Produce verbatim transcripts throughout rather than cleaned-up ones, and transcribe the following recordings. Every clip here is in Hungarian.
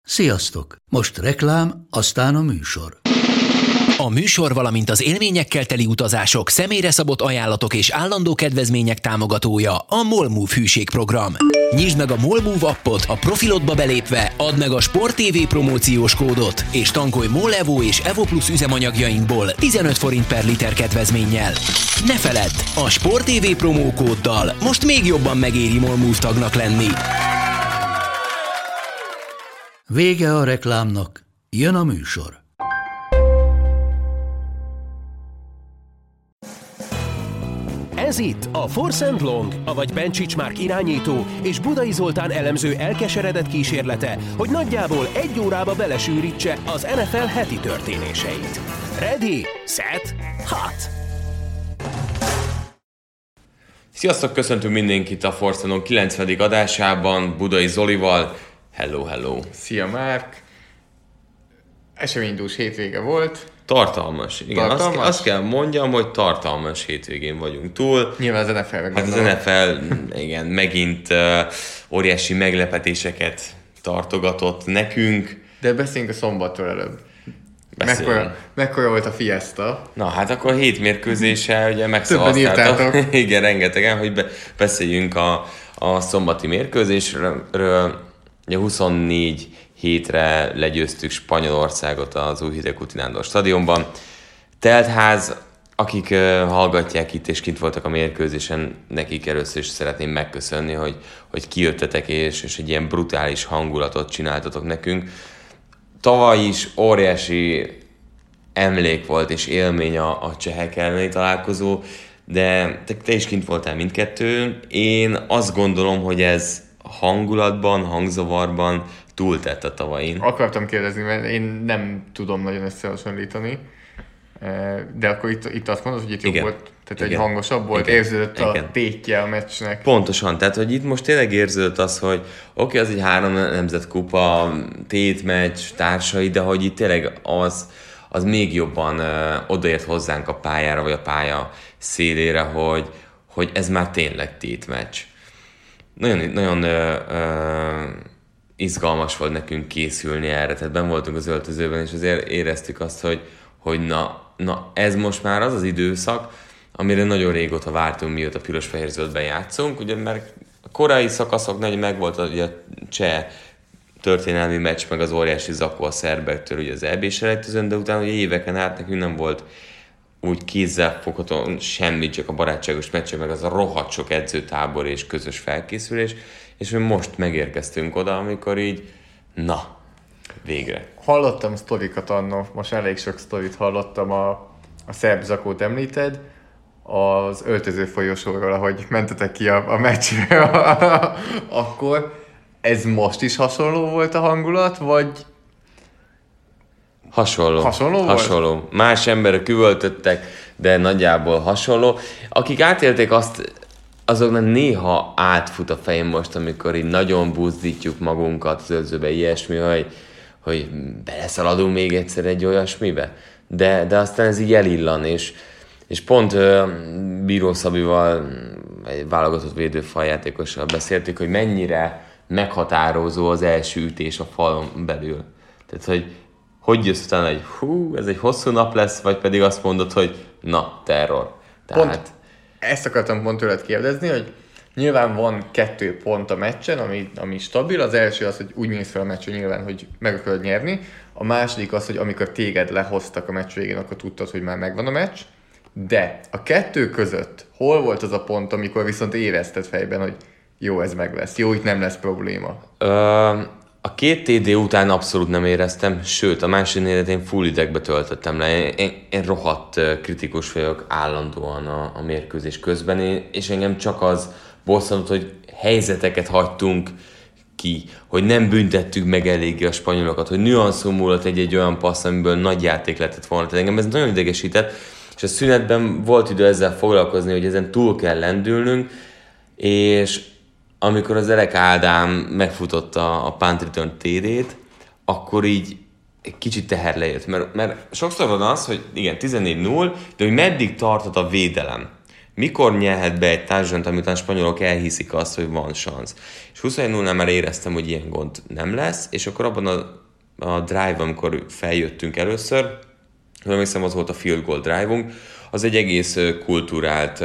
Sziasztok! Most reklám, aztán a műsor. A műsor, valamint az élményekkel teli utazások, személyre szabott ajánlatok és állandó kedvezmények támogatója a MOLMOVE hűségprogram. Nyisd meg a MOLMOVE appot, a profilodba belépve add meg a Sport té vé promóciós kódot, és tankolj MOL Evo és Evo Plus üzemanyagjainkból tizenöt forint per liter kedvezménnyel. Ne feledd, a Sport té vé promókóddal most még jobban megéri MOLMOVE tagnak lenni. Vége a reklámnak, jön a műsor. Ez itt a Force and Long, avagy Bencsics Márk irányító és Budai Zoltán elemző elkeseredett kísérlete, hogy nagyjából egy órába belesűrítse az en ef el heti történéseit. Ready, set, hot! Sziasztok, köszöntünk mindenkit a Force and Long kilencvenedik adásában Budai Zolival. Hello, hello! Szia Márk! Eseménydús hétvége volt. Tartalmas. Igen, tartalmas? Azt, azt kell mondjam, hogy tartalmas hétvégén vagyunk túl. Nyilván az en ef el-re Hát az en ef el, igen, megint uh, óriási meglepetéseket tartogatott nekünk. De beszéljünk a szombatról előbb. Mekkora, mekkora volt a fiesta? Na hát akkor hét mérkőzéssel ugye megszavaztátok. Igen, rengetegen, hogy be, beszéljünk a, a szombati mérkőzésről. Ugye huszonnégy hétre legyőztük Spanyolországot az új Hidegkúti Nándor stadionban. Teltház, akik uh, hallgatják itt és kint voltak a mérkőzésen, nekik először is szeretném megköszönni, hogy, hogy kijöttetek és, és egy ilyen brutális hangulatot csináltatok nekünk. Tavaly is óriási emlék volt és élmény a, a csehek elleni találkozó, de te, te is kint voltál mindkettőn. Én azt gondolom, hogy ez hangulatban, hangzavarban túltett a tavain. Akartam kérdezni, mert én nem tudom nagyon összehasonlítani, de akkor itt, itt azt mondod, hogy itt jobb Igen. volt, tehát Igen. egy hangosabb volt, Igen. érződött Igen. a tétje a meccsnek. Pontosan, tehát hogy itt most tényleg érződött az, hogy oké, okay, az egy három nemzetkupa, tétmeccs, társai, de hogy itt tényleg az, az még jobban ö, odaért hozzánk a pályára, vagy a pálya szélére, hogy, hogy ez már tényleg tétmeccs. Nagyon, nagyon ö, ö, izgalmas volt nekünk készülni erre, tehát benn voltunk az öltözőben, és azért éreztük azt, hogy, hogy na, na, ez most már az az időszak, amire nagyon régóta vártunk, mióta piros-fehér-zöldben játszunk, ugye, mert a korai szakaszoknál megvolt a, ugye, a cseh történelmi meccs, meg az óriási zakó a szerbektől, ugye az é bé selejtezőn, de utána ugye éveken át nekünk nem volt úgy kézzel fogható semmi, csak a barátságos meccsek, meg az a rohadt sok edzőtábor és közös felkészülés, és mi most megérkeztünk oda, amikor így, na, végre. Hallottam sztorikat annó, most elég sok sztorit hallottam, a, a szerb zakót említed, az öltöző folyosóról, ahogy mentetek ki a, a meccsre, akkor ez most is hasonló volt a hangulat, vagy... Hasonló. Hasonló volt? Hasonló. Más emberek üvöltöttek, de nagyjából hasonló. Akik átélték azt, azoknak néha átfut a fejem most, amikor így nagyon buzdítjuk magunkat az öltözőbe, ilyesmi, hogy, hogy beleszaladunk még egyszer egy olyasmibe. De, de aztán ez így elillan, és, és pont uh, Bíró Szabival, egy válogatott védőfaljátékossal beszéltük, hogy mennyire meghatározó az első ütés a falon belül. Tehát, hogy hogy jössz utána, hogy hú, ez egy hosszú nap lesz, vagy pedig azt mondod, hogy na, terror. Tehát... Pont ezt akartam pont tőled kérdezni, hogy nyilván van kettő pont a meccsen, ami, ami stabil. Az első az, hogy úgy mész fel a meccsen nyilván, hogy meg akarod nyerni. A második az, hogy amikor téged lehoztak a meccs végén, akkor tudtad, hogy már megvan a meccs. De a kettő között hol volt az a pont, amikor viszont érezted fejben, hogy jó, ez meg lesz, jó, itt nem lesz probléma? Ö... A két té dé után abszolút nem éreztem, sőt, a második négyet én full idegbe töltöttem le. Én, én, én rohadt kritikus vagyok állandóan a, a mérkőzés közben, és engem csak az bosszantott, hogy helyzeteket hagytunk ki, hogy nem büntettük meg eléggé a spanyolokat, hogy nüanszul múlott egy-egy olyan passz, amiből nagy játék lehetett volna. Tehát engem ez nagyon idegesített, és a szünetben volt idő ezzel foglalkozni, hogy ezen túl kell lendülnünk, és amikor az Elek Ádám megfutotta a punt return té dét, akkor így egy kicsit teher lejött. Mert, mert sokszor van az, hogy igen, tizennégy null, de hogy meddig tartott a védelem. mikor nyerhet be egy társadalmat, amitán a spanyolok elhiszik azt, hogy van szansz. És huszonegy nullnál már éreztem, hogy ilyen gond nem lesz, és akkor abban a, a drive, amikor feljöttünk először, nem hiszem, az volt a field goal drive-unk, az egy egész kulturált uh,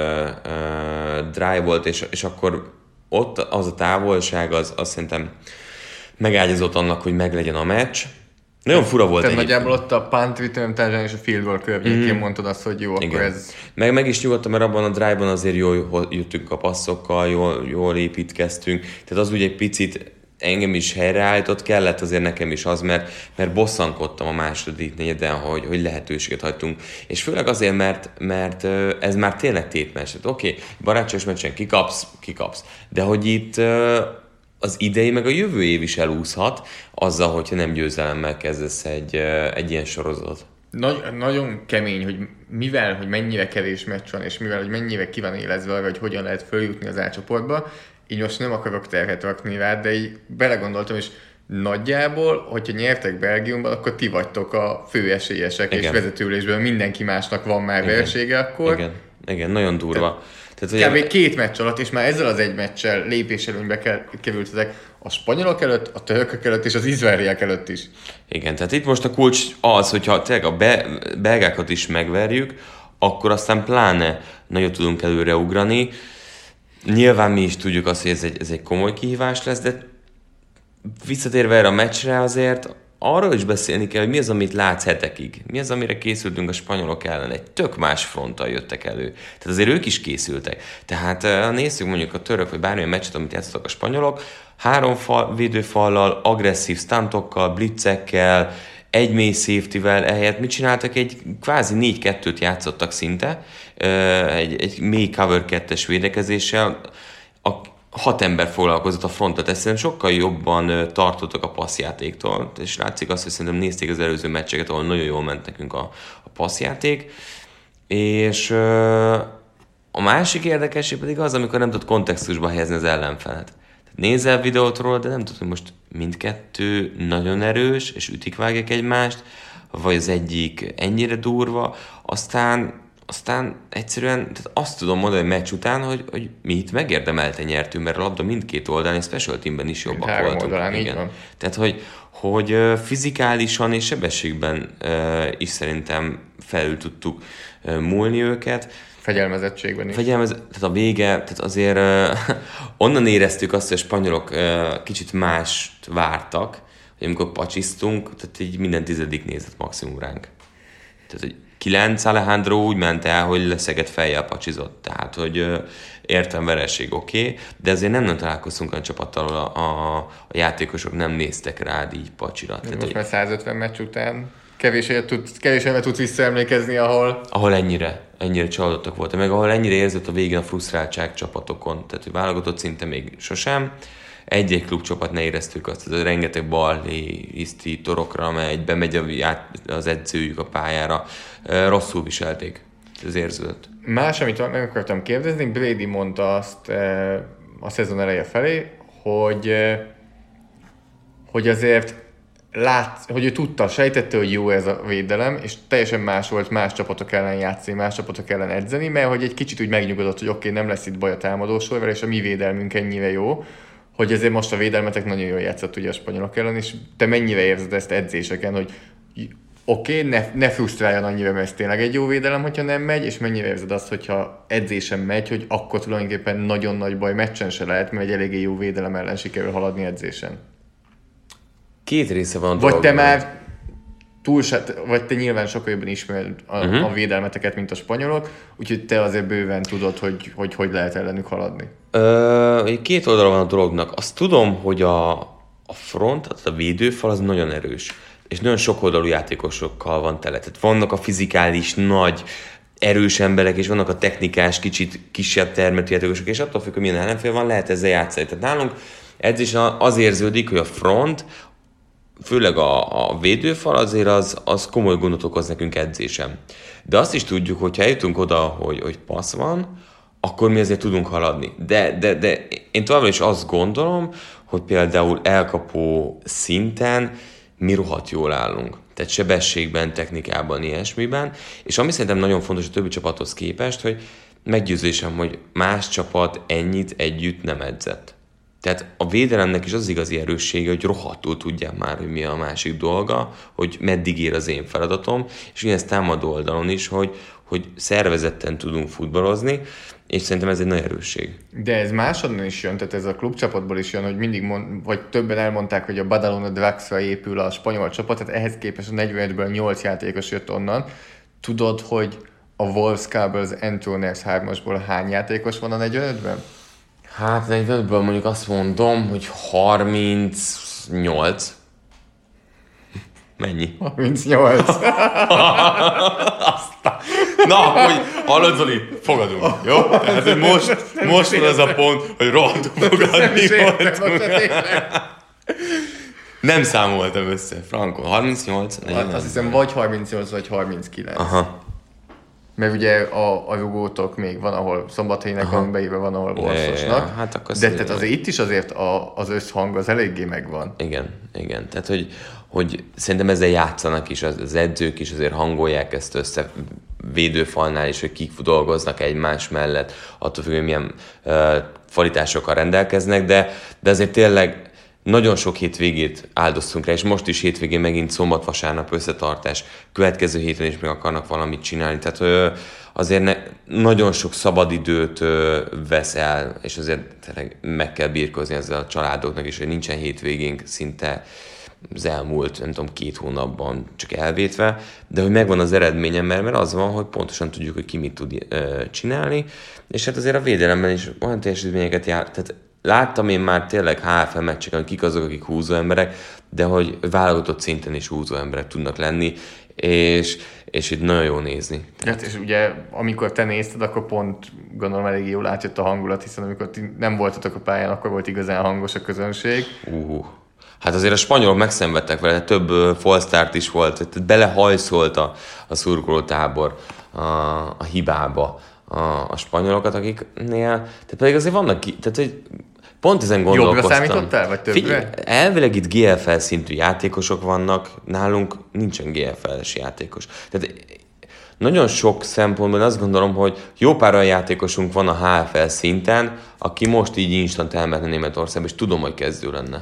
uh, drive volt, és, és akkor ott az a távolság, az azt szerintem megágyazott annak, hogy meglegyen a meccs. Nagyon fura volt egyébként. egyébként. Tehát nagyjából ott a punt return társadalom és a field goal környékén mm. mondtad azt, hogy jó, akkor igen. ez... Meg, meg is nyugodtam, mert abban a drive-ban azért jól jöttünk a passzokkal, jól, jól építkeztünk. Tehát az úgy egy picit engem is helyreállított, kellett azért nekem is az, mert, mert bosszankodtam a második negyeden, hogy, hogy lehetőséget hagytunk. És főleg azért, mert, mert ez már tényleg tétmeccs. Oké, okay, barátságos meccsen kikapsz, kikapsz. De hogy itt az idei, meg a jövő év is elúszhat azzal, hogyha nem győzelemmel kezdesz egy, egy ilyen sorozatot. Nagy, nagyon kemény, hogy mivel, hogy mennyire kevés meccs van, és mivel, hogy mennyire ki van élezve arra, hogy hogyan lehet följutni az A-csoportba, így most nem akarok terhet rakni rá, de így belegondoltam, és nagyjából, hogyha nyertek Belgiumban, akkor ti vagytok a fő esélyesek, igen. És vezetőülésből mindenki másnak van már igen. versége, akkor... Igen, igen, nagyon durva. Tehát, Tehát kb. Két meccs alatt, és már ezzel az egy meccsel lépéselőnybe kerültetek a spanyolok előtt, a törökök előtt és az izraeliek előtt is. Igen, tehát itt most a kulcs az, hogyha tényleg a be, belgákat is megverjük, akkor aztán pláne nagyon tudunk előreugrani. Nyilván mi is tudjuk azt, hogy ez egy, ez egy komoly kihívás lesz, de visszatérve erre a meccsre azért arról is beszélni kell, hogy mi az, amit látsz hetekig. Mi az, amire készültünk a spanyolok ellen. Egy tök más fronttal jöttek elő. Tehát azért ők is készültek. Tehát ha nézzük mondjuk a török, vagy bármilyen meccset, amit játszottak a spanyolok, három fal, védőfallal, agresszív stuntokkal, blitzekkel, egy mély safety-vel, ehelyett mit csináltak? Egy kvázi négy kettőt játszottak szinte, egy, egy mély cover kettes védekezéssel, a hat ember foglalkozott a frontot, ezt szerintem sokkal jobban tartottak a passzjátéktól, és látszik azt, hogy szerintem nézték az előző meccseket, ahol nagyon jól ment nekünk a, a passzjáték, és a másik érdekesség pedig az, amikor nem tud kontextusba helyezni az ellenfelet. Nézel videót róla, de nem tudod, hogy most mindkettő nagyon erős, és ütik-vágják egymást, vagy az egyik ennyire durva, aztán, aztán egyszerűen tehát azt tudom mondani a meccs után, hogy, hogy mi itt megérdemelten nyertünk, mert a labda mindkét oldalán, és special teamben is jobbak Három voltunk. Oldalán, igen. Tehát, hogy, hogy fizikálisan és sebességben uh, is szerintem felül tudtuk uh, múlni őket. Fegyelmezettségben is. Fegyelmezett, tehát a vége, tehát azért uh, onnan éreztük azt, hogy a spanyolok uh, kicsit mást vártak, hogy amikor pacsisztunk, tehát így minden tizedik nézett maximum ránk. Tehát, hogy kilenc Alejandro úgy ment el, hogy leszegett fejjel pacsizott. Tehát, hogy uh, értem vereség, oké, okay, de azért nem, nem találkoztunk olyan csapattal, a, a, a játékosok nem néztek rád így pacsira. Tehát, most már százötven meccs után kevés helyet tudsz visszaemlékezni, ahol... Ahol ennyire, ennyire csalódottak voltak, meg ahol ennyire érzett a végén a frusztráltság csapatokon. Tehát, hogy válogatott szinte még sosem. Egy-egy klubcsapat ne éreztük azt, hogy rengeteg balhé, iszti, torokra megy, bemegy az edzőjük a pályára. Rosszul viselték. Ez érződött. Más, amit meg akartam kérdezni, Brady mondta azt a szezon eleje felé, hogy, hogy azért lát, hogy ő tudta, sejtette, hogy jó ez a védelem, és teljesen más volt más csapatok ellen játszani, más csapatok ellen edzeni, mert hogy egy kicsit úgy megnyugodott, hogy oké, okay, nem lesz itt baj a támadósorval, és a mi védelmünk ennyire jó, hogy ezért most a védelmetek nagyon jól játszott ugye a spanyolok ellen, és te mennyire érzed ezt edzéseken, hogy oké, okay, ne, ne frusztráljon annyira, mert ez tényleg egy jó védelem, hogyha nem megy, és mennyire érzed azt, hogyha edzésen megy, hogy akkor tulajdonképpen nagyon nagy baj meccsen se lehet, mert egy eléggé jó védelem ellen sikerül haladni edzésen. Két része van a Vagy dologban. te már túl, vagy te nyilván sokkal jobban ismered a, uh-huh. a védelmeteket, mint a spanyolok, úgyhogy te azért bőven tudod, hogy hogy, hogy lehet ellenük haladni. Ö, két oldala van a dolognak. Azt tudom, hogy a, a front, tehát a védőfal az nagyon erős, és nagyon sok oldalú játékosokkal van tele. Tehát vannak a fizikális, nagy, erős emberek, és vannak a technikás, kicsit kisebb termetű játékosok, és attól függ, hogy milyen ellenfél van, lehet ezzel játszani. Tehát nálunk edzésen az érződik, hogy a front, főleg a, a védőfal azért az, az komoly gondot okoz nekünk edzésem. De azt is tudjuk, hogy ha eljutunk oda, hogy, hogy passz van, akkor mi azért tudunk haladni. De, de, de én továbbra is azt gondolom, hogy például elkapó szinten mi rohadt jól állunk. Tehát sebességben, technikában, ilyesmiben. És ami szerintem nagyon fontos a többi csapathoz képest, hogy meggyőzésem, hogy más csapat ennyit együtt nem edzett. Tehát a védelemnek is az igazi erőssége, hogy rohadtul tudják már, hogy mi a másik dolga, hogy meddig ér az én feladatom, és ugyanezt támadó oldalon is, hogy, hogy szervezetten tudunk futballozni, és szerintem ez egy nagy erősség. De ez másodban is jön, tehát ez a klubcsapatból is jön, hogy mindig mond, vagy többen elmondták, hogy a Badalona Draxra épül a spanyol csapat, tehát ehhez képest a negyvenötből nyolc játékos jött onnan. Tudod, hogy a Wolves Cowboys Antoners hármasból hány játékos van a negyvenötben? Hát negyvenötből mondjuk azt mondom, hogy harmincnyolc. Mennyi? harmincnyolc. Na, hogy hallod, Zoli, fogadunk, jó? Tehát, hogy most, most van az a pont, hogy rohadtul fogadni volt. Nem számoltam össze, Franko. harmincnyolc? Hát azt hiszem vagy harmincnyolc, vagy harminckilenc. Aha. Mert ugye a, a rugótok még van, ahol Szombathelynek van beírva, van, ahol Borszosnak. Hát akkor de tehát azért itt is azért a, az összhang az eléggé megvan. Igen, igen. Tehát, hogy, hogy szerintem ezzel játszanak is, az, az edzők is azért hangolják ezt össze védőfalnál is, hogy kik dolgoznak egymás mellett, attól függ, hogy milyen uh, kvalitásokkal rendelkeznek, de, de azért tényleg nagyon sok hétvégét áldoztunk rá, és most is hétvégén megint szombat-vasárnap összetartás, következő héten is meg akarnak valamit csinálni, tehát ö, azért ne, nagyon sok szabadidőt ö, vesz el, és azért tényleg meg kell birkózni ezzel a családoknak is, hogy nincsen hétvégénk szinte az elmúlt, nem tudom, két hónapban csak elvétve, de hogy megvan az eredménye, mert, mert az van, hogy pontosan tudjuk, hogy ki mit tud ö, csinálni, és hát azért a védelemben is olyan teljesítményeket jár, tehát láttam én már tényleg há ef el meccseken, hogy kik azok, akik húzó emberek, de hogy válogatott szinten is húzó emberek tudnak lenni, és, és itt nagyon jó nézni. Hát és ugye, amikor te nézted, akkor pont gondolom elég jól átjött a hangulat, hiszen amikor ti nem voltatok a pályán, akkor volt igazán hangos a közönség. Uh, hát azért a spanyolok megszenvedtek vele, több uh, falstart is volt, tehát belehajszolt a, a szurkolótábor a, a hibába a, a spanyolokat, akiknél, tehát pedig azért vannak, tehát hogy pont ezen gondolkoztam. Jobbra számítottál, vagy többre? Figyelj, elvileg itt gé ef el szintű játékosok vannak, nálunk nincsen gé ef el-es játékos. Tehát nagyon sok szempontból azt gondolom, hogy jó pár olyan játékosunk van a há ef el szinten, aki most így instant elmehetne Németországba, és tudom, hogy kezdő lenne.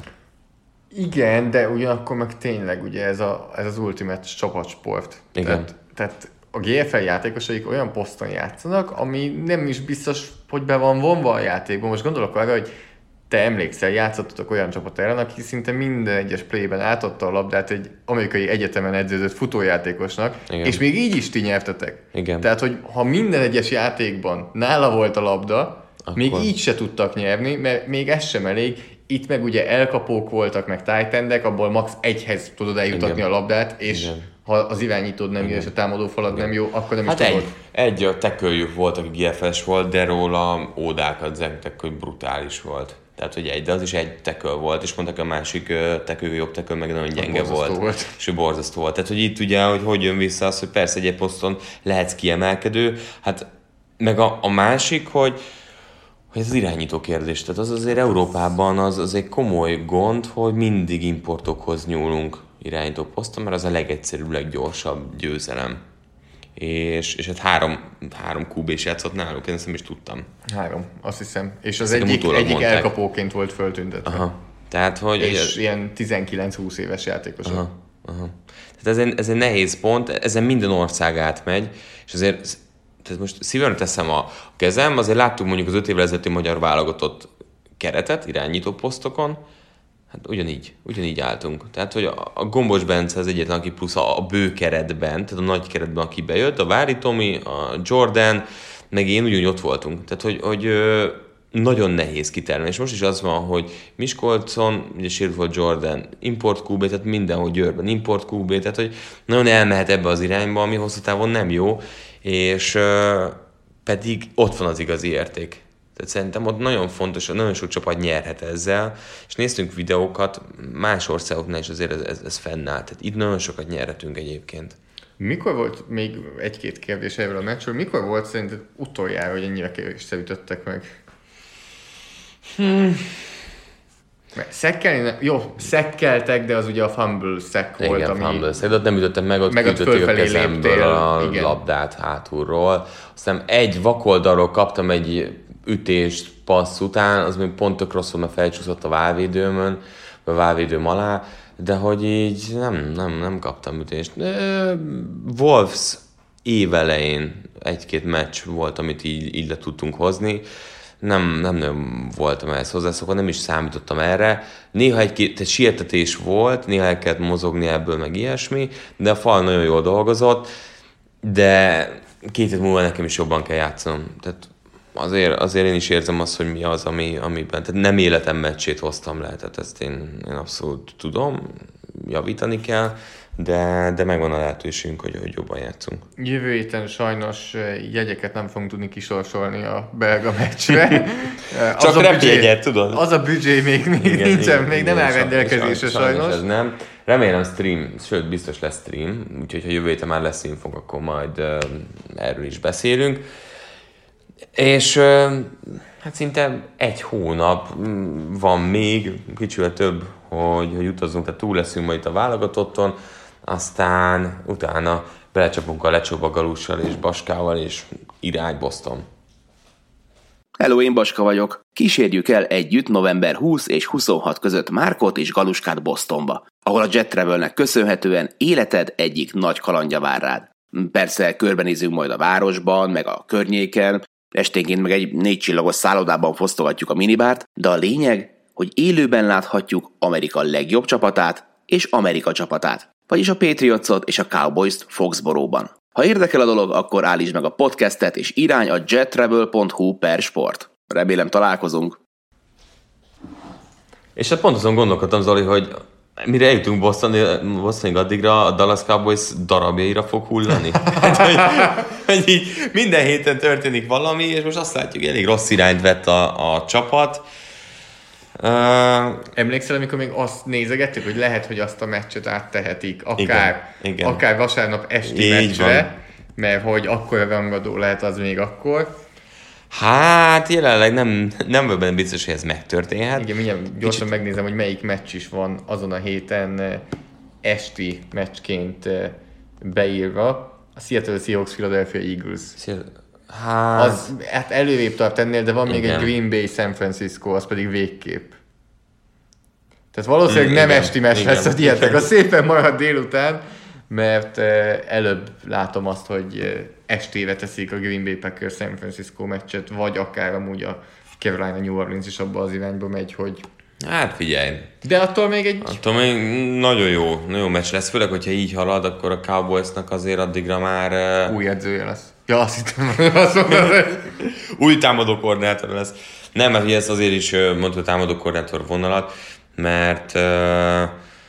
Igen, de ugyanakkor meg tényleg ugye ez, a, ez az ultimate csapatsport. Igen. Tehát, tehát a gé ef el játékosaik olyan poszton játszanak, ami nem is biztos, hogy be van vonva a játékban. Most gondolok arra, hogy te emlékszel, játszottatok olyan csapat ellen, aki szinte minden egyes playben átadta a labdát egy amerikai egyetemen edződött futójátékosnak, igen. És még így is ti nyertetek. Igen. Tehát, hogy ha minden egyes játékban nála volt a labda, akkor még így se tudtak nyerni, mert még ez sem elég. Itt meg ugye elkapók voltak, meg tight endek, abból max. egyhez tudod eljutatni igen. a labdát, és igen. ha az irányítód nem jó, és a támadó falad nem jó, akkor nem hát is tudod. Egy, egy a teköljük volt, aki gé ef es volt, de róla ódákat zengtek, hogy brutális volt. Tehát, hogy egy, de az is egy teköl volt, és mondták, a másik tekő, jobb teköl meg nagyon gyenge volt, volt. És ő borzasztó volt. Tehát, hogy itt ugye, hogy hogy jön vissza az, hogy persze egy poszton lehetsz kiemelkedő, hát meg a, a másik, hogy hogy ez az irányító kérdés. Tehát az azért Európában az, az egy komoly gond, hogy mindig importokhoz nyúlunk irányító poszton, mert az a legegyszerűbb, leggyorsabb győzelem. És, és hát három, három kú bé-s játszott náluk, én ezt nem is tudtam. Három, azt hiszem. És az egyik, egyik elkapóként volt föltüntetve. Aha. Tehát, hogy és ez... ilyen tizenkilenc-húsz éves játékosok. Aha. Aha. Tehát ez egy, ez egy nehéz pont, ezen minden ország átmegy, és azért tehát most szívemre teszem a kezem, azért láttuk mondjuk az öt évvel ezelőtti magyar válogatott keretet irányító posztokon, hát ugyanígy, ugyanígy álltunk. Tehát, hogy a, a Gombos Bence az egyetlen, aki plusz a, a bő keretben, tehát a nagy keretben, aki bejött, a Vári Tomi, a Jordan, meg én ugyanúgy ott voltunk. Tehát, hogy, hogy ö, nagyon nehéz kitermelni. És most is az van, hogy Miskolcon, ugye sérült volt Jordan, import kú bé, tehát mindenhol Győrben import kú bé, tehát, hogy nagyon elmehet ebbe az irányba, ami hosszú távon nem jó, és uh, pedig ott van az igazi érték. Tehát szerintem ott nagyon fontos, nagyon sok csapat nyerhet ezzel, és néztünk videókat, más országoknál is azért ez, ez, ez fennáll. Tehát itt nagyon sokat nyerhetünk egyébként. Mikor volt, még egy-két kérdés erről a meccsről, mikor volt szerinted utoljára, hogy ennyire kevésszer ütöttek meg? Hmm. Szekkelni, jó, szekkeltek, de az ugye a fumble szek volt, igen, ami... fumble szek, de ott nem ütöttem meg, ott meg ott kiütötték a fölfelé kezemből léptél, a igen. labdát hátulról. Aztán egy vakoldalról kaptam egy ütést passz után, az még pont tök rosszul, mert felcsúszott a válvédőmön, a válvédőm alá, de hogy így nem, nem, nem kaptam ütést. Wolves évelején egy-két meccs volt, amit így, így le tudtunk hozni. Nem, nem nagyon voltam ehhez hozzászokva, nem is számítottam erre. Néha egy-két sietetés volt, néha el kellett mozogni ebből, meg ilyesmi, de a fal nagyon jól dolgozott, de két hét múlva nekem is jobban kell játszanom. Tehát azért, azért én is érzem azt, hogy mi az, ami, amiben, tehát nem életem meccsét hoztam le, tehát ezt én, én abszolút tudom, javítani kell, de, de megvan a lehetőségünk, hogy, hogy jobban játszunk. Jövő héten sajnos jegyeket nem fogunk tudni kisorsolni a belga meccsre. Csak repjegyet, tudod? Az a büdzsé még, még igen, nincsen, igen, még igen, nem áll rendelkezésre sajnos. sajnos. Nem. Remélem stream, sőt biztos lesz stream, úgyhogy ha jövő héten már lesz infónk, akkor majd uh, erről is beszélünk. És uh, hát szinte egy hónap van még, kicsivel több, hogy, hogy utazunk, tehát túl leszünk majd itt a válogatotton, aztán utána belecsapunk a Lecsóba Galussal és Baskával, és irány Boston. Hello, én Baska vagyok. Kísérjük el együtt november huszadika és huszonhatodika között Márkot és Galuskát Bostonba, ahol a Jet Travelnek köszönhetően életed egyik nagy kalandja vár rád. Persze körbenézünk majd a városban, meg a környéken, esténként meg egy négy csillagos szállodában fosztogatjuk a minibárt, de a lényeg, hogy élőben láthatjuk Amerika legjobb csapatát és Amerika csapatát, vagyis a Patriotsot és a Cowboys-t Foxborough-ban. Ha érdekel a dolog, akkor állítsd meg a podcastet és irány a jettravel pont hu per sport. Remélem találkozunk. És hát pont azon gondolkodtam, Zoli, hogy mire eljutunk Bostonig, Bostonig addigra a Dallas Cowboys darabjaira fog hullani. Hát, hogy, hogy így minden héten történik valami, és most azt látjuk, elég rossz irányt vett a, a csapat. Uh, Emlékszel, amikor még azt nézegettük, hogy lehet, hogy azt a meccset áttehetik, akár, igen, igen. akár vasárnap esti így meccsre, van. mert hogy akkor rangadó lehet az még akkor. Hát jelenleg nem, nem vagy benne biztos, hogy ez megtörténhet. Igen, mindjárt gyorsan Kicsit... megnézem, hogy melyik meccs is van azon a héten esti meccsként beírva. A Seattle Seahawks Philadelphia Eagles. Hát... Az hát előrébb tart ennél, de van még igen. egy Green Bay San Francisco, az pedig végképp. Tehát valószínűleg mm, nem igen, esti meccs lesz, hogy ilyetek. A szépen marad délután, mert uh, előbb látom azt, hogy uh, estéve teszik a Green Bay Packers San Francisco meccset, vagy akár amúgy a Carolina New Orleans is abba az irányba megy, hogy... Hát figyelj. De attól még egy... Attól még nagyon jó, nagyon jó meccs lesz, főleg, hogyha így halad, akkor a Cowboysnak azért addigra már... Uh... Új edzője lesz. Ja, azt hittem, azt mondom, hogy... Új támadó koordinátor lesz. Nem, mert ugye ezt azért is mondta a támadó koordinátor vonalat, mert uh,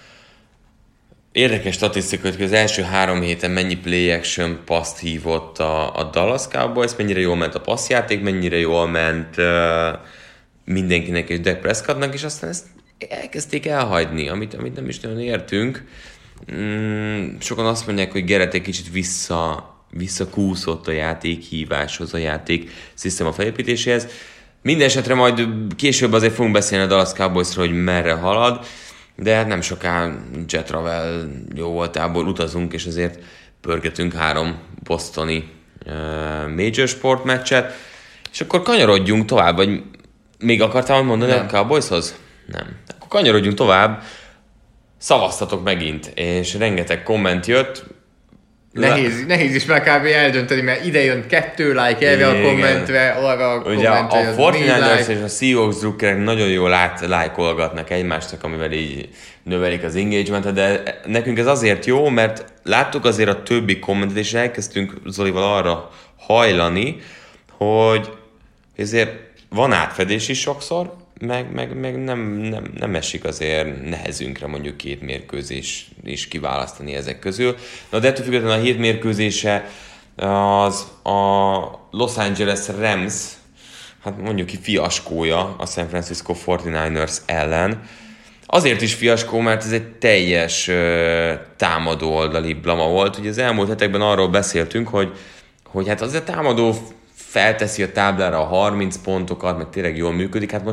érdekes statisztika, hogy az első három héten mennyi play action paszt hívott a, a Dallas Cowboys, mennyire jól ment a passzjáték, mennyire jól ment uh, mindenkinek és Dak Prescottnak, és aztán ezt elkezdték elhagyni, amit, amit nem is nagyon értünk. Mm, sokan azt mondják, hogy Garrett egy kicsit vissza visszakúszott a játékhíváshoz, a játék szisztéma felépítéséhez. Minden esetre majd később azért fogunk beszélni a Dallas Cowboysról, hogy merre halad, de hát nem soká Jet Travel jó voltából utazunk, és azért pörgetünk három bostoni uh, major sport meccset, és akkor kanyarodjunk tovább, vagy még akartál mondani nem. a Cowboyshoz? Nem. Akkor kanyarodjunk tovább, szavaztatok megint, és rengeteg komment jött. Nehéz, nehéz is már kb. Eldönteni, mert ide jön kettő like erre a kommentre, arra a ugye kommentre. A negyvenkilencesek like. És a Seahawks drukkerek nagyon jól lájkolgatnak egymásnak, amivel így növelik az engagementet, de nekünk ez azért jó, mert láttuk azért a többi kommentet, és elkezdtünk Zolival arra hajlani, hogy ezért van átfedés is sokszor, meg, meg, meg nem, nem, nem esik azért nehezünkre mondjuk két mérkőzés is kiválasztani ezek közül. Na de ettől függetlenül a hét mérkőzése az a Los Angeles Rams, hát mondjuk ki fiaskója a San Francisco negyvenkilencesek ellen. Azért is fiaskó, mert ez egy teljes uh, támadó oldali blama volt. Ugye az elmúlt hetekben arról beszéltünk, hogy, hogy hát azért támadó felteszi a táblára a harminc pontokat, meg tényleg jól működik. Hát most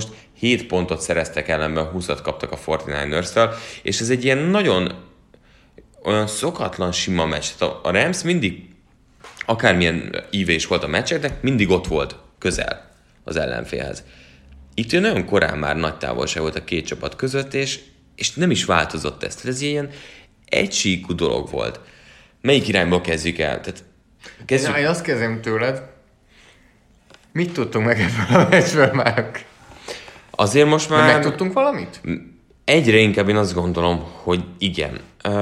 hét pontot szereztek ellenben, húszat kaptak a negyvenkilencestől, és ez egy ilyen nagyon olyan szokatlan sima meccs. Tehát a Rams mindig, akármilyen ívés volt a meccseknek, mindig ott volt közel az ellenfélhez. Itt nagyon korán már nagy távolság volt a két csapat között, és, és nem is változott ez. Tehát ez ilyen egysíkú dolog volt. Melyik irányból kezdjük el? Tehát kezdjük... Én azt kezdem tőled, mit tudtunk meg ebből a meccsből már? Azért most már... De megtudtunk valamit? Egyre inkább én azt gondolom, hogy igen.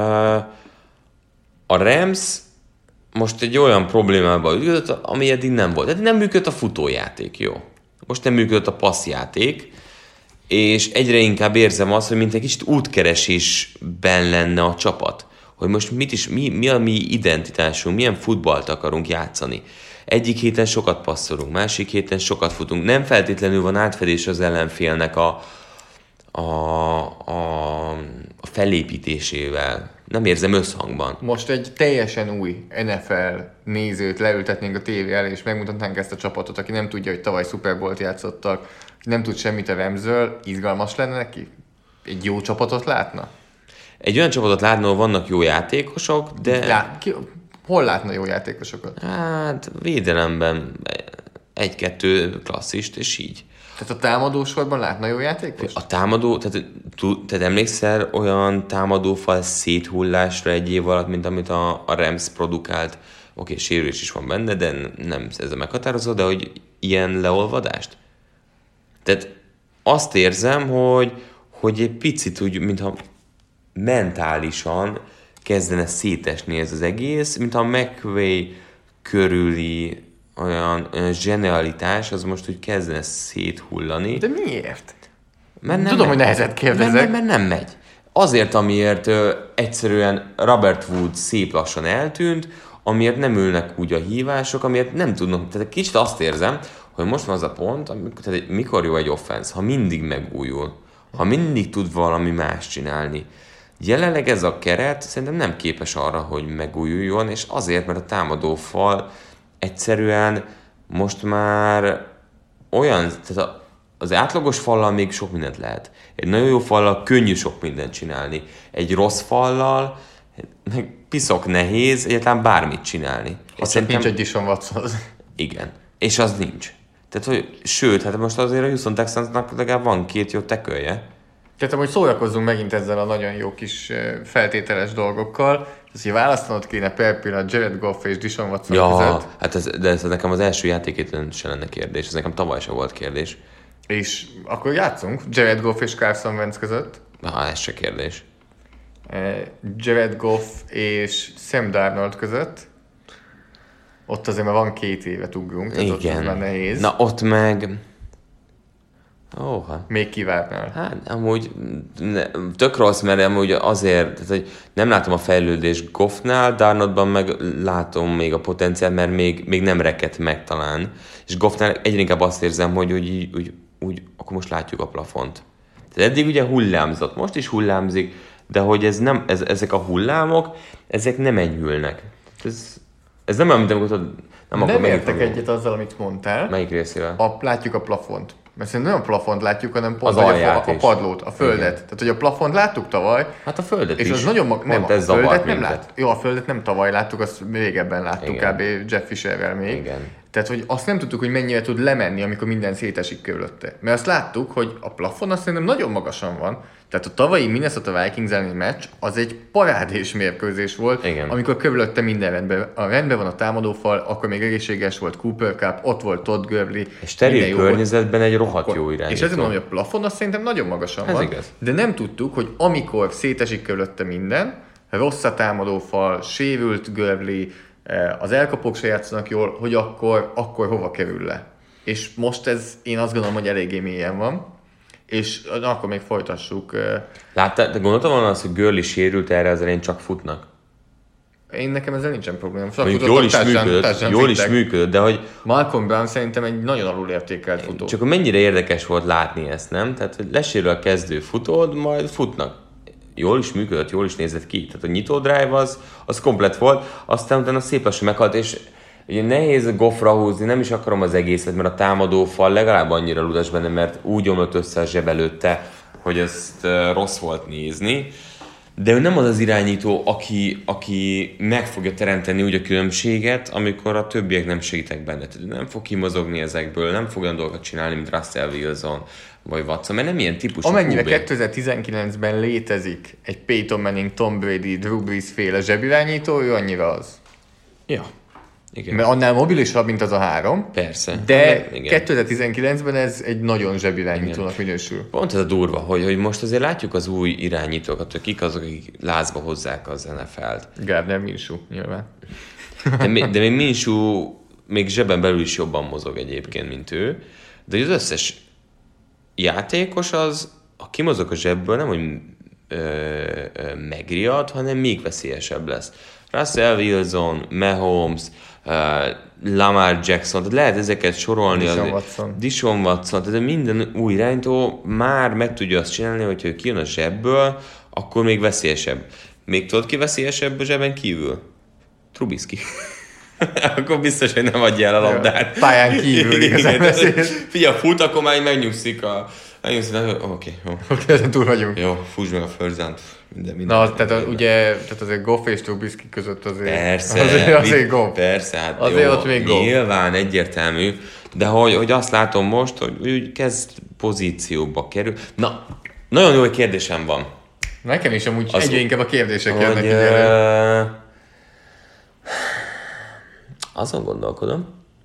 A Rams most egy olyan problémába ütközött, ami eddig nem volt. Eddig nem működött a futójáték, jó. Most nem működött a passzjáték, és egyre inkább érzem azt, hogy mint egy kicsit útkeresésben lenne a csapat. Hogy most mit is, mi, mi a mi identitásunk, milyen futballt akarunk játszani. Egyik héten sokat passzolunk, másik héten sokat futunk. Nem feltétlenül van átfedés az ellenfélnek a, a, a, a felépítésével. Nem érzem összhangban. Most egy teljesen új en ef el nézőt leültetnénk a tévé elé, és megmutatnánk ezt a csapatot, aki nem tudja, hogy tavaly Super Bowl-t játszottak, nem tud semmit a Ramsről, izgalmas lenne neki? Egy jó csapatot látna? Egy olyan csapatot látna, ahol vannak jó játékosok, de... Lát, ki, hol látna jó játékosokat? Hát védelemben egy-kettő klasszist, és így. Tehát a támadósorban látna jó játékos? A támadó, tehát te emlékszel olyan támadófal széthullásra egy év alatt, mint amit a, a Rams produkált? Oké, sérülés is van benne, de nem ez a meghatározó, de hogy ilyen leolvadást? Tehát azt érzem, hogy, hogy egy picit úgy, mintha mentálisan kezdene szétesni ez az egész, mintha a McVay körüli olyan, olyan zsenialitás, az most úgy kezdene széthullani. De miért? Mert nem Tudom, megy. hogy nehezet kérdezek. Mert, mert, mert nem megy. Azért, amiért ö, egyszerűen Robert Wood szép lassan eltűnt, amiért nem ülnek úgy a hívások, amiért nem tudnak. Tehát kicsit azt érzem, hogy most van az a pont, amikor, tehát mikor jó egy offense, ha mindig megújul, ha mindig tud valami más csinálni. Jelenleg ez a keret szerintem nem képes arra, hogy megújuljon, és azért, mert a támadófal egyszerűen most már olyan, tehát az átlagos fallal még sok mindent lehet. Egy nagyon jó fallal könnyű sok mindent csinálni. Egy rossz fallal meg piszok nehéz egyáltalán bármit csinálni. És szerintem... nincs egy Dishon Watson. Igen. És az nincs. Tehát, hogy sőt, hát most azért a Houston Texansnak legalább van két jó tekölje. Tehát, hogy szórakozzunk megint ezzel a nagyon jó kis feltételes dolgokkal, az, hogy választanod kéne per pillanat Jared Goff és Dishon Watson ja, között. hát ez, de ez nekem az első játékét sem lenne kérdés, ez nekem tavaly sem volt kérdés. És akkor játszunk Jared Goff és Carson Wentz között. Na, ez se kérdés. Jared Goff és Sam Darnold között. Ott azért már van két évet ugrunk, tehát igen. Ott már nehéz. Na ott meg... Ó, hát. Még kivárnál? Hát amúgy ne, tök rossz, mert amúgy azért, tehát, hogy nem látom a fejlődést Goffnál, Darnoldban meg látom még a potenciált, mert még, még nem rekedt meg talán. És Goffnál egyre inkább azt érzem, hogy úgy, úgy, úgy, akkor most látjuk a plafont. Tehát eddig ugye hullámzott, most is hullámzik, de hogy ez nem, ez, ezek a hullámok, ezek nem enyhülnek. Ez, ez nem olyan, mint amikor... Nem, nem értek egyet azzal, amit mondtál. Melyik részével? A, látjuk a plafont. Mert szerintem nem a plafont látjuk, hanem pont az a, alját a, a padlót, a földet. Igen. Tehát, hogy a plafont láttuk tavaly. Hát a földet és is. Az nagyon mag... nem, ez a földet nem lát. Jó, a földet nem tavaly láttuk, azt régebben láttuk, igen. kb. Jeff Fisherrel még. Igen. Tehát, hogy azt nem tudtuk, hogy mennyire tud lemenni, amikor minden szétesik körülötte. Mert azt láttuk, hogy a plafon azt szerintem nagyon magasan van. Tehát a tavalyi Minnesota Vikings elleni meccs az egy parádés mérkőzés volt, igen. Amikor körülötte minden rendben, a rendben van a támadófal, akkor még egészséges volt Cooper Cup, ott volt Todd Gurley. És steril környezetben egy rohadt akkor, jó irányító. És ezért mondom, hogy a plafon az szerintem nagyon magasan ez van. Igaz. De nem tudtuk, hogy amikor szétesik körülötte minden, rossz a támadófal, sérült Gurley, az elkapók se játszanak jól, hogy akkor, akkor hova kerül le. És most ez, én azt gondolom, hogy eléggé mélyen van. És na, akkor még folytassuk. Láttál, de gondoltam volna azt, hogy Gurley sérült erre, az elején csak futnak? Én nekem ezzel nincsen probléma. Mondjuk jól is társan, működött, társan jól is működött, de hogy... Malcolm Brown szerintem egy nagyon alulértékelt futó. Csak mennyire érdekes volt látni ezt, nem? Tehát, hogy lesérül a kezdő futód, majd futnak. Jól is működött, jól is nézett ki. Tehát a nyitó drive az, az komplet volt, aztán utána szép lassan meghalt, és ugye nehéz a Goffra húzni, nem is akarom az egészet, mert a támadó fal legalább annyira ludas benne, mert úgy omlott össze a zseb előtte, hogy ezt uh, rossz volt nézni. De ő nem az az irányító, aki, aki meg fogja teremteni úgy a különbséget, amikor a többiek nem segítek benne. Tehát nem fog kimozogni ezekből, nem fog olyan dolgokat csinálni, mint Russell Wilson vagy Watson, mert nem ilyen típusú Amennyire kú bé. kétezer-tizenkilencben létezik egy Peyton Manning, Tom Brady, Drew Brees féle zsebirányító, ő annyira az. Ja. Igen. Mert annál mobilisabb, mint az a három. Persze. De igen. kétezer-tizenkilencben ez egy nagyon zsebirányítónak minősül. Pont ez a durva, hogy, hogy most azért látjuk az új irányítókat, hogy kik azok, akik lázba hozzák az en ef el-t. Gardner Minshew, nyilván. De, még, de még Minshew még zsebben belül is jobban mozog egyébként, mint ő. De az összes játékos az, ha kimozog a zsebből, nem hogy ö, ö, megriad, hanem még veszélyesebb lesz. Russell Wilson, Mahomes, uh, Lamar Jackson, tehát lehet ezeket sorolni. Deshaun az, Watson. Deshaun Watson, tehát minden új irányító már meg tudja azt csinálni, hogyha ő kijön a zsebből, akkor még veszélyesebb. Még tudod ki veszélyesebb a zsebben kívül? Trubisky. Akkor biztos, hogy nem adja el a labdát. Pályán kívül igazán beszél. Figyelj, fut, akkor már megnyugszik a... Megnyugszik, oké, okay, jó. Oké, ezen túl vagyunk. Jó, fúsd meg a first down-t. Minden, minden, Na, minden, tehát a, minden. ugye, tehát azért Goff és Trubisky között azért... Persze, Azért, azért mit- Goff. Persze, hát Azért jó, ott még Goff. nyilván egyértelmű, de hogy, hogy azt látom most, hogy úgy kezd pozícióba kerül. Na, nagyon jó kérdésem van. Nekem is amúgy Az- egyre inkább a kérdések Hogy, jönnek így elő. uh, azon gondolkodom,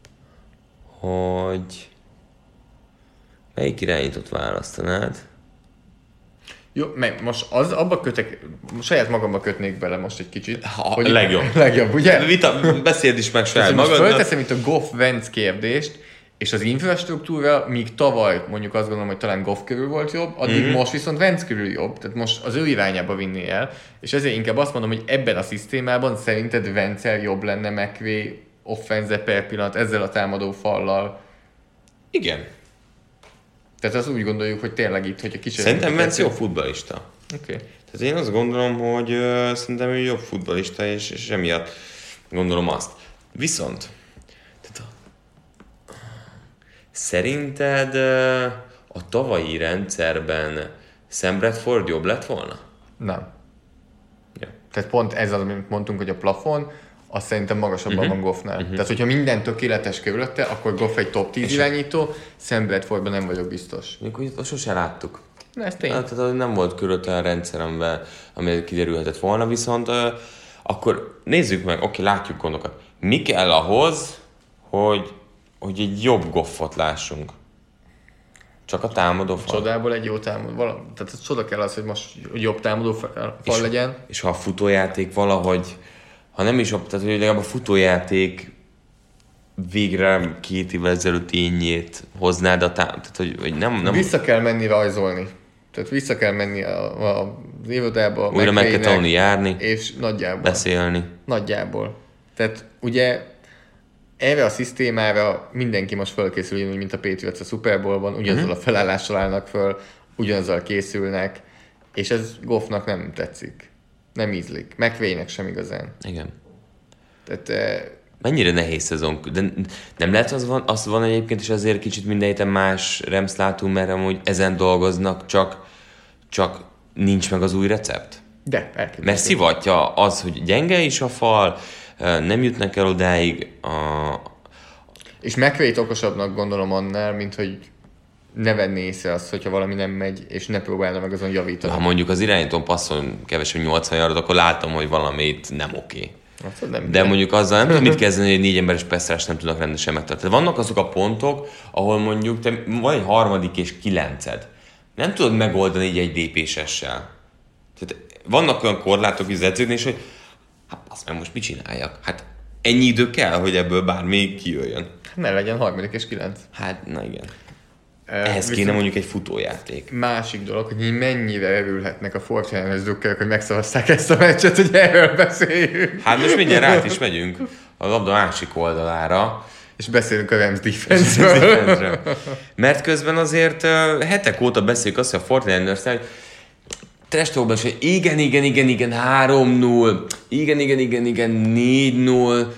hogy melyik irányítót választanád? Jó, meg most az, abba kötek, saját magamba kötnék bele most egy kicsit. Ha, legjobb. Legjobb, ugye? Vita, beszéld is meg saját Most magadnak. fölteszem itt a Goff-Wentz kérdést, és az infrastruktúra, míg tavaly mondjuk azt gondolom, hogy talán Goff körül volt jobb, addig mm-hmm. most viszont Wentz körül jobb, tehát most az ő irányába vinné el, és ezért inkább azt mondom, hogy ebben a szisztémában szerinted Wentz-el jobb lenne McVay offense per pillanat ezzel a támadó fallal. Igen. Tehát azt úgy gondoljuk, hogy tényleg itt, hogyha kicsit... Szerintem Wentz jó futballista. Oké. Okay. Tehát én azt gondolom, hogy uh, szerintem ő jobb futballista, és, és emiatt gondolom azt. Viszont, tehát a, szerinted uh, a tavalyi rendszerben Sam Bradford jobb lett volna? Nem. Ja. Tehát pont ez az, amit mondtunk, hogy a plafon, az szerintem magasabban uh-huh. van Goffnál. Uh-huh. Tehát, hogyha minden tökéletes körülötte, akkor Goff egy top tíz irányító, Sam Bradfordban nem vagyok biztos. Még hogy azt sose láttuk. Na, ez tény. Hát, tehát nem volt körülötte a rendszer, amivel, amivel kiderülhetett volna, viszont uh, akkor nézzük meg, oké, látjuk gondokat. Mi kell ahhoz, hogy, hogy egy jobb Goffot lássunk? Csak a támadó fal? Csodából egy jó támadó. Vala, tehát ez csoda kell az, hogy most jobb támadó fal és, legyen. És ha a futójáték valahogy, ha nem is jobb, tehát hogy legalább a futójáték végre két évvel ezelőtt ényét hoznád a tá- tehát hogy, hogy nem, nem... Vissza kell menni rajzolni. Tehát vissza kell menni a, a, az irodába, újra meg kell tanulni járni, és nagyjából. beszélni. Nagyjából. Tehát ugye erre a szisztémára mindenki most felkészül, mint a Patriots a Super Bowlban, ugyanazzal uh-huh. a felállással állnak föl, ugyanazzal készülnek, és ez Goffnak nem tetszik. Nem ízlik. McVaynek sem igazán. Igen. Tehát... Eh, Mennyire nehéz szezon, de nem lehet az van, az van egyébként, és azért kicsit minden héten más Rams látunk, mert amúgy ezen dolgoznak, csak, csak nincs meg az új recept. de, elképzelhető. Mert szivatja az, hogy gyenge is a fal, nem jutnak el odáig. A... És McVayt okosabbnak gondolom annál, mint hogy ne venni észre azt, hogyha valami nem megy, és ne próbálna meg azon javítani. Ha mondjuk az irányítón passzol kevesebb nyolcvan yardot, akkor látom, hogy valamit nem oké. Hát, nem De mondjuk azzal nem tudom mit kezdeni, hogy négy emberes passzrást nem tudnak rendesen megtartani. Vannak azok a pontok, ahol mondjuk te van egy harmadik és kilenced. Nem tudod megoldani így egy dé pé-sessel. Tehát vannak olyan korlátok az edzőknél, hogy hát azt meg most mit csináljak? Hát ennyi idő kell, hogy ebből bármi kijöjjön. Ne legyen harmadik és kilenc. Hát, na igen. Uh, Ehhez kéne mondjuk egy futójáték. Másik dolog, hogy mennyire örülhetnek a Fortnite-es drukkerek, hogy megszavazták ezt a meccset, hogy erről beszéljünk. Hát most mindjárt át is megyünk a labda másik oldalára. És beszélünk a Rams defense-ről. Mert közben azért uh, hetek óta beszéljük azt, hogy a Fortnite-nőrszel, hogy Trestóban is, hogy igen, igen, igen, igen, három null, igen, igen, igen, igen, négy null,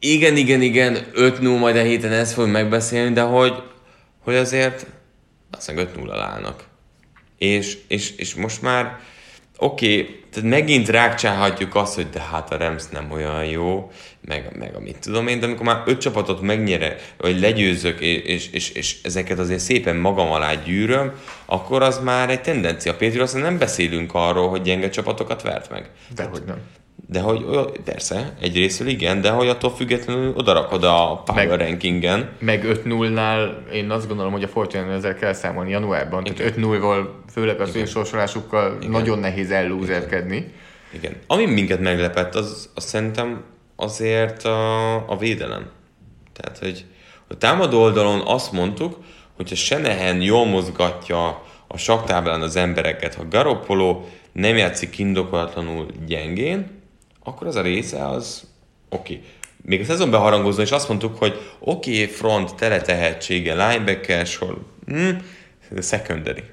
Igen, igen, igen, öt null majd a héten ezt fogjuk megbeszélni, de hogy, hogy azért azt mondja, öt null állnak. És, és, és most már oké, okay, tehát megint rákcsálhatjuk azt, hogy de hát a Rams nem olyan jó, meg, meg amit tudom én, de amikor már öt csapatot megnyere, vagy legyőzök, és, és, és ezeket azért szépen magam alá gyűröm, akkor az már egy tendencia. Péter, aztán nem beszélünk arról, hogy gyenge csapatokat vert meg. Dehogy nem. De hogy, persze, egyrésztől igen, de hogy attól függetlenül odarakod a power meg, rankingen. Meg öt nullnál én azt gondolom, hogy a Fortune ezzel kell számolni januárban. Igen. Tehát öt nullról, főleg az ő sorsolásukkal igen. nagyon nehéz ellúzerkedni. Igen. Ami minket meglepett, az, az szerintem azért a, a védelem. Tehát, hogy a támadó oldalon azt mondtuk, hogyha Shanahan jól mozgatja a saktáblán az embereket, ha Garoppolo nem játszik indokolatlanul gyengén, akkor az a része az oké. Okay. Még a szezonban harangozva, és azt mondtuk, hogy oké, okay, front, tele tehetsége, linebacker, sor, hmm, secondary.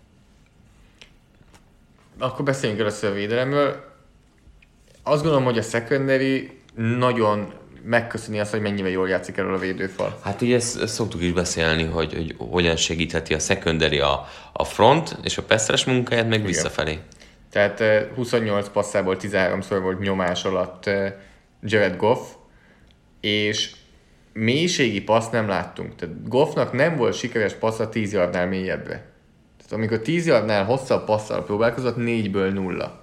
Akkor beszéljünk először a védelemről. Azt gondolom, hogy a secondary nagyon megköszöni azt, hogy mennyivel jól játszik erről a védőfal. Hát ugye ezt, ezt szoktuk is beszélni, hogy, hogy hogyan segítheti a secondary a, a front és a pass munkáját, meg igen. visszafelé. Tehát huszonnyolc passzából tizenháromszor volt nyomás alatt Jared Goff, és mélységi passz nem láttunk. Tehát Goffnak nem volt sikeres passz a tíz yardnál mélyebbre. Tehát amikor tíz yardnál hosszabb passzal próbálkozott, négyből nulla.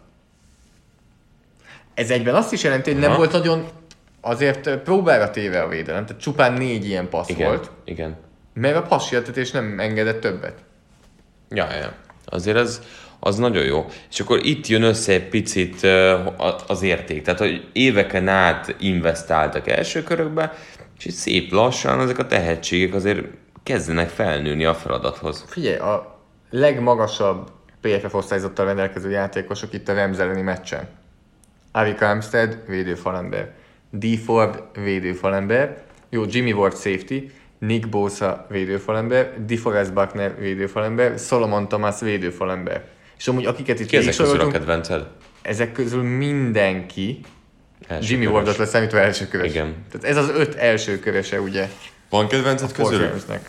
Ez egyben azt is jelenti, hogy nem Aha. volt nagyon azért próbára téve a védelem, tehát csupán négy ilyen passz igen, volt. Igen. Mert a passzsértetés nem engedett többet. Ja, ja. Azért az, az nagyon jó. És akkor itt jön össze egy picit az érték. Tehát, hogy éveken át investáltak első körökbe, és így szép lassan ezek a tehetségek azért kezdenek felnőni a feladathoz. Figyelj, a legmagasabb pé ef ef osztályzattal rendelkező játékosok itt a Rams elleni meccsen. Arik Armstead, védőfalember. D. Ford, védőfalember. Jó, Jimmy Ward safety. Nick Bosa, védőfalember. DeForest Buckner, védőfalember. Solomon Thomas, védőfalember. És amúgy akiket itt ki ezek közül a kedvenced? Ezek közül mindenki első Jimmy Wardot leszámítva első köves. Igen. Tehát ez az öt első kövese, ugye? Van kedvenced közül?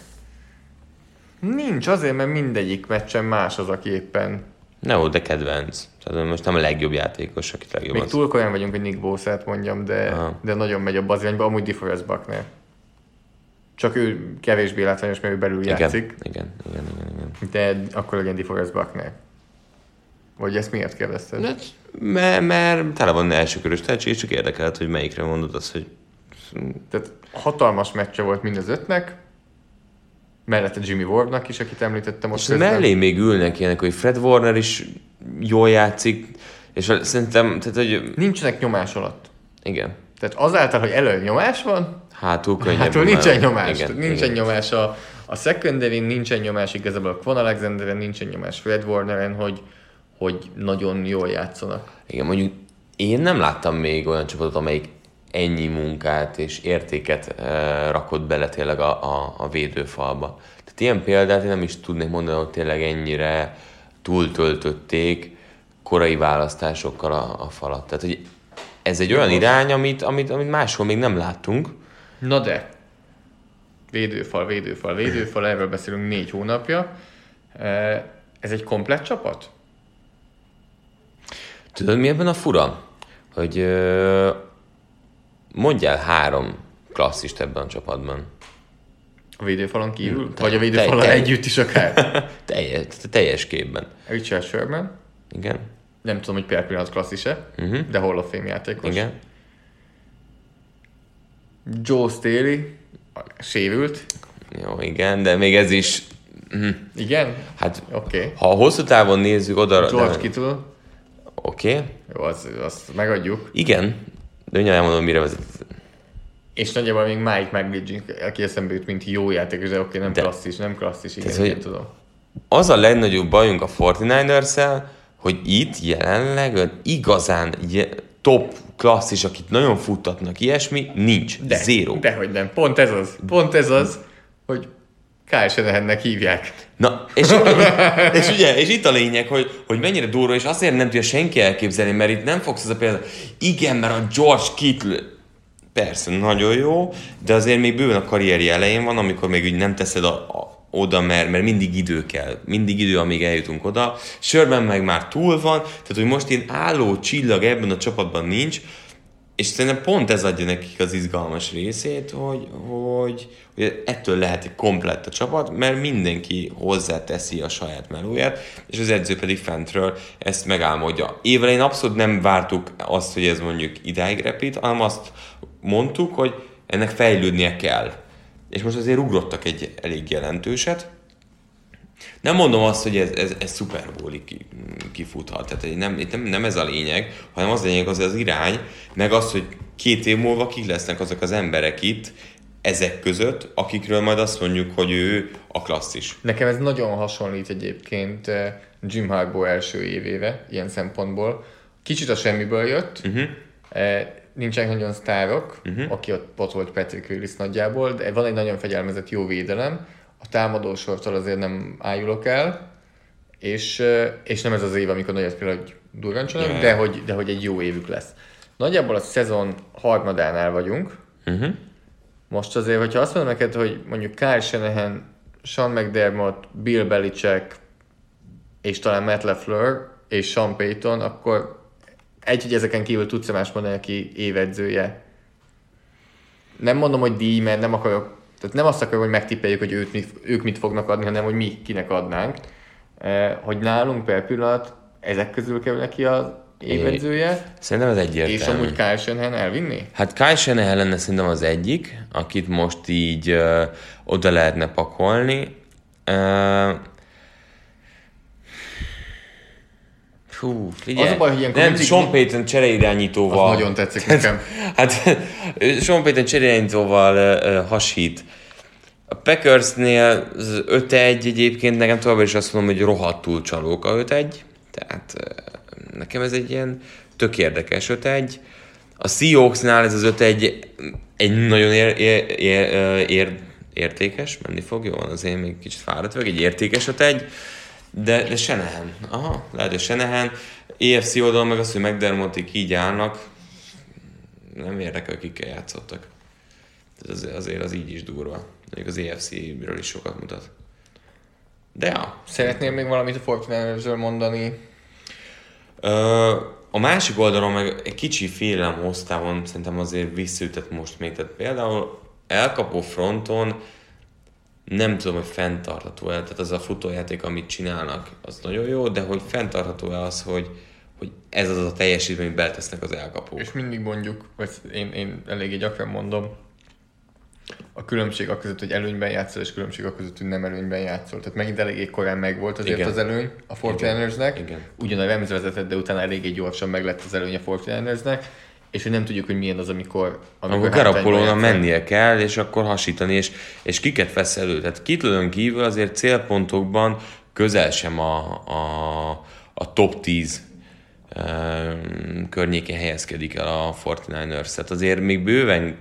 Nincs, azért, mert mindegyik meccsen más az, aki éppen... No, de kedvenc. Tehát most nem a legjobb játékos, akit legjobban... Még túl olyan vagyunk, hogy Nick Bosa-t mondjam, de, de nagyon megy abba az irányba, amúgy DeForest Buckner. Csak ő kevésbé látványos, mert ő belül igen, játszik. Igen, igen, igen, igen. De akkor legyen DeForest Buckner. Vagy ezt miért kérdezted? Mert, mert tele van elsőkörös tehetség, és csak érdekelt, hogy melyikre mondod azt, hogy... Tehát hatalmas meccse volt mind az ötnek, mellette Jimmy Wardnak is, akit említettem most. És mellé még ülnek ilyenek, hogy Fred Warner is jól játszik, és szerintem... Tehát, hogy... Nincsenek nyomás alatt. Igen. Tehát azáltal, hogy elő nyomás van, hátul könnyebb. Hátul nincsen nyomás. Igen, nincsen igen. nyomás a, a secondary-n, nincsen nyomás igazából a Quan Alexanderen, nincsen nyomás Fred Warneren, hogy, hogy nagyon jól játszanak. Igen, mondjuk én nem láttam még olyan csapatot, amelyik ennyi munkát és értéket uh, rakott bele tényleg a, a, a védőfalba. Tehát ilyen példát én nem is tudnék mondani, hogy tényleg ennyire túltöltötték korai választásokkal a, a falat. Tehát, hogy ez egy olyan irány, amit, amit, amit máshol még nem láttunk. Na de, védőfal, védőfal, védőfal, erről beszélünk négy hónapja. Ez egy komplett csapat? Tudod, mi ebben a fura? Hogy mondjál három klasszist ebben a csapatban. A védőfalon kívül? Hmm, Vagy a védőfalon te, te, együtt is akár? teljes, teljes képben. Richard Sherman. Igen. Nem tudom, hogy per pillanat klasszise, uh-huh. de Hall of Fame játékos. Igen. Joe Staley, sérült. Jó, igen, de még ez is... Mm. Igen? Hát, okay. Ha hosszú távon nézzük oda... George de... Kittle. Oké. Okay. Jó, azt, azt megadjuk. Igen, de mindjárt mondom, mire vezet. És nagyjából még Mike McGlinchey, aki eszembe jut, mint jó játékos, de oké, okay, nem de... klasszis, nem klasszis, igen, igen, igen tudom. Az a legnagyobb bajunk a negyvenkilencessel, hogy itt jelenleg igazán top klasszis, akit nagyon futtatnak, ilyesmi, nincs. De, zéro. Dehogy nem. Pont ez az. Pont ez az, hogy Kyle Shanahannek hívják. Na, és, és ugye, és itt a lényeg, hogy, hogy mennyire durva, és azért nem tudja senki elképzelni, mert itt nem fogsz ez a példa. Igen, mert a George Kittle, Persze, nagyon jó, de azért még bőven a karrierje elején van, amikor még úgy nem teszed a, a, oda, mert, mert mindig idő kell. Mindig idő, amíg eljutunk oda. Sörben meg már túl van, tehát hogy most én álló csillag ebben a csapatban nincs, és szerintem pont ez adja nekik az izgalmas részét, hogy, hogy, hogy ettől lehet egy komplett a csapat, mert mindenki hozzáteszi a saját melóját, és az edző pedig fentről ezt megálmodja. Évelején abszolút nem vártuk azt, hogy ez mondjuk idáig repít, hanem azt mondtuk, hogy ennek fejlődnie kell. És most azért ugrottak egy elég jelentőset. Nem mondom azt, hogy ez, ez, ez Super Bowl-ig kifuthat, tehát nem, nem, nem ez a lényeg, hanem az a lényeg az az irány, meg az, hogy két év múlva kik lesznek azok az emberek itt, ezek között, akikről majd azt mondjuk, hogy ő a klasszis. Nekem ez nagyon hasonlít egyébként Jim Harbaugh első évére, ilyen szempontból. Kicsit a semmiből jött, uh-huh. nincsenek nagyon sztárok, uh-huh. aki ott, ott volt Patrick Willis nagyjából, de van egy nagyon fegyelmezett jó védelem, a támadósortól azért nem ájulok el, és, és nem ez az év, amikor nagyot kell, hogy durrancsanak, yeah. de, hogy, de hogy egy jó évük lesz. Nagyjából a szezon harmadánál vagyunk. Uh-huh. Most azért, hogyha azt mondom neked, hogy mondjuk Kyle Shanahan, Sean McDermott, Bill Belichick, és talán Matt LaFleur, és Sean Payton, akkor egy, hogy ezeken kívül tudsz-e más mondani, aki évedzője. Nem mondom, hogy díj, mert nem akarok, tehát nem azt akarom, hogy megtippeljük, hogy őt mit, ők mit fognak adni, hanem hogy mi kinek adnánk. Eh, hogy nálunk per pillanat ezek közül kerül neki az évedzője. Szerintem ez egyértelmű. És amúgy Kyle Shanahan elvinni? Hát Kyle Shanahan lenne szerintem az egyik, akit most így uh, oda lehetne pakolni. Uh, Hú, figyelj. Az a baj, hogy nem, Sean Payton csereirányítóval... Az nagyon tetszik nekem. Hát Sean Payton csereirányítóval uh, hasít. A Packersnél az öt egy egyébként nekem továbbra is azt mondom, hogy rohadtul csalók a öt egy. Tehát uh, nekem ez egy ilyen tök érdekes öt egy. A Seahawksnál ez az öt egy egy nagyon ér, ér, ér, ér, értékes, menni fog, jó van, azért még kicsit fáradt vagyok, egy értékes öt egy. De, de Shanahan. Aha, lehet, hogy Shanahan. á ef cé oldalon meg az, hogy McDermottik így állnak, nem érdekel, kikkel játszottak. Ez azért az így is durva. Mondjuk az á ef cé-ről is sokat mutat. De ja. Szeretnél még valamit a Fortnite-ről mondani? Ö, a másik oldalon meg egy kicsi félelem hoztávon szerintem azért visszaütött most még. Tehát például elkapó fronton nem tudom, hogy fenntartható-e, tehát az a futójáték, amit csinálnak, az nagyon jó, de hogy fenntartható-e az, hogy, hogy ez az a teljesítmény, amit beletesznek az elkapók. És mindig mondjuk, vagy én, én eléggé gyakran mondom, a különbség a között, hogy előnyben játszol, és különbség a között, hogy nem előnyben játszol. Tehát megint eléggé korán megvolt azért igen. az előny a Fortninersnek. Ugyan a Rams vezetett, de utána eléggé gyorsan meglett az előny a Fortninersnek. És hogy nem tudjuk, hogy milyen az, amikor... Amikor Garoppolónak mennie kell, és akkor hasítani, és, és kiket vesz elő. Tehát Kittlön kívül azért célpontokban közel sem a, a, a top tíz um, környékén helyezkedik el a Fortniners. Tehát azért még bőven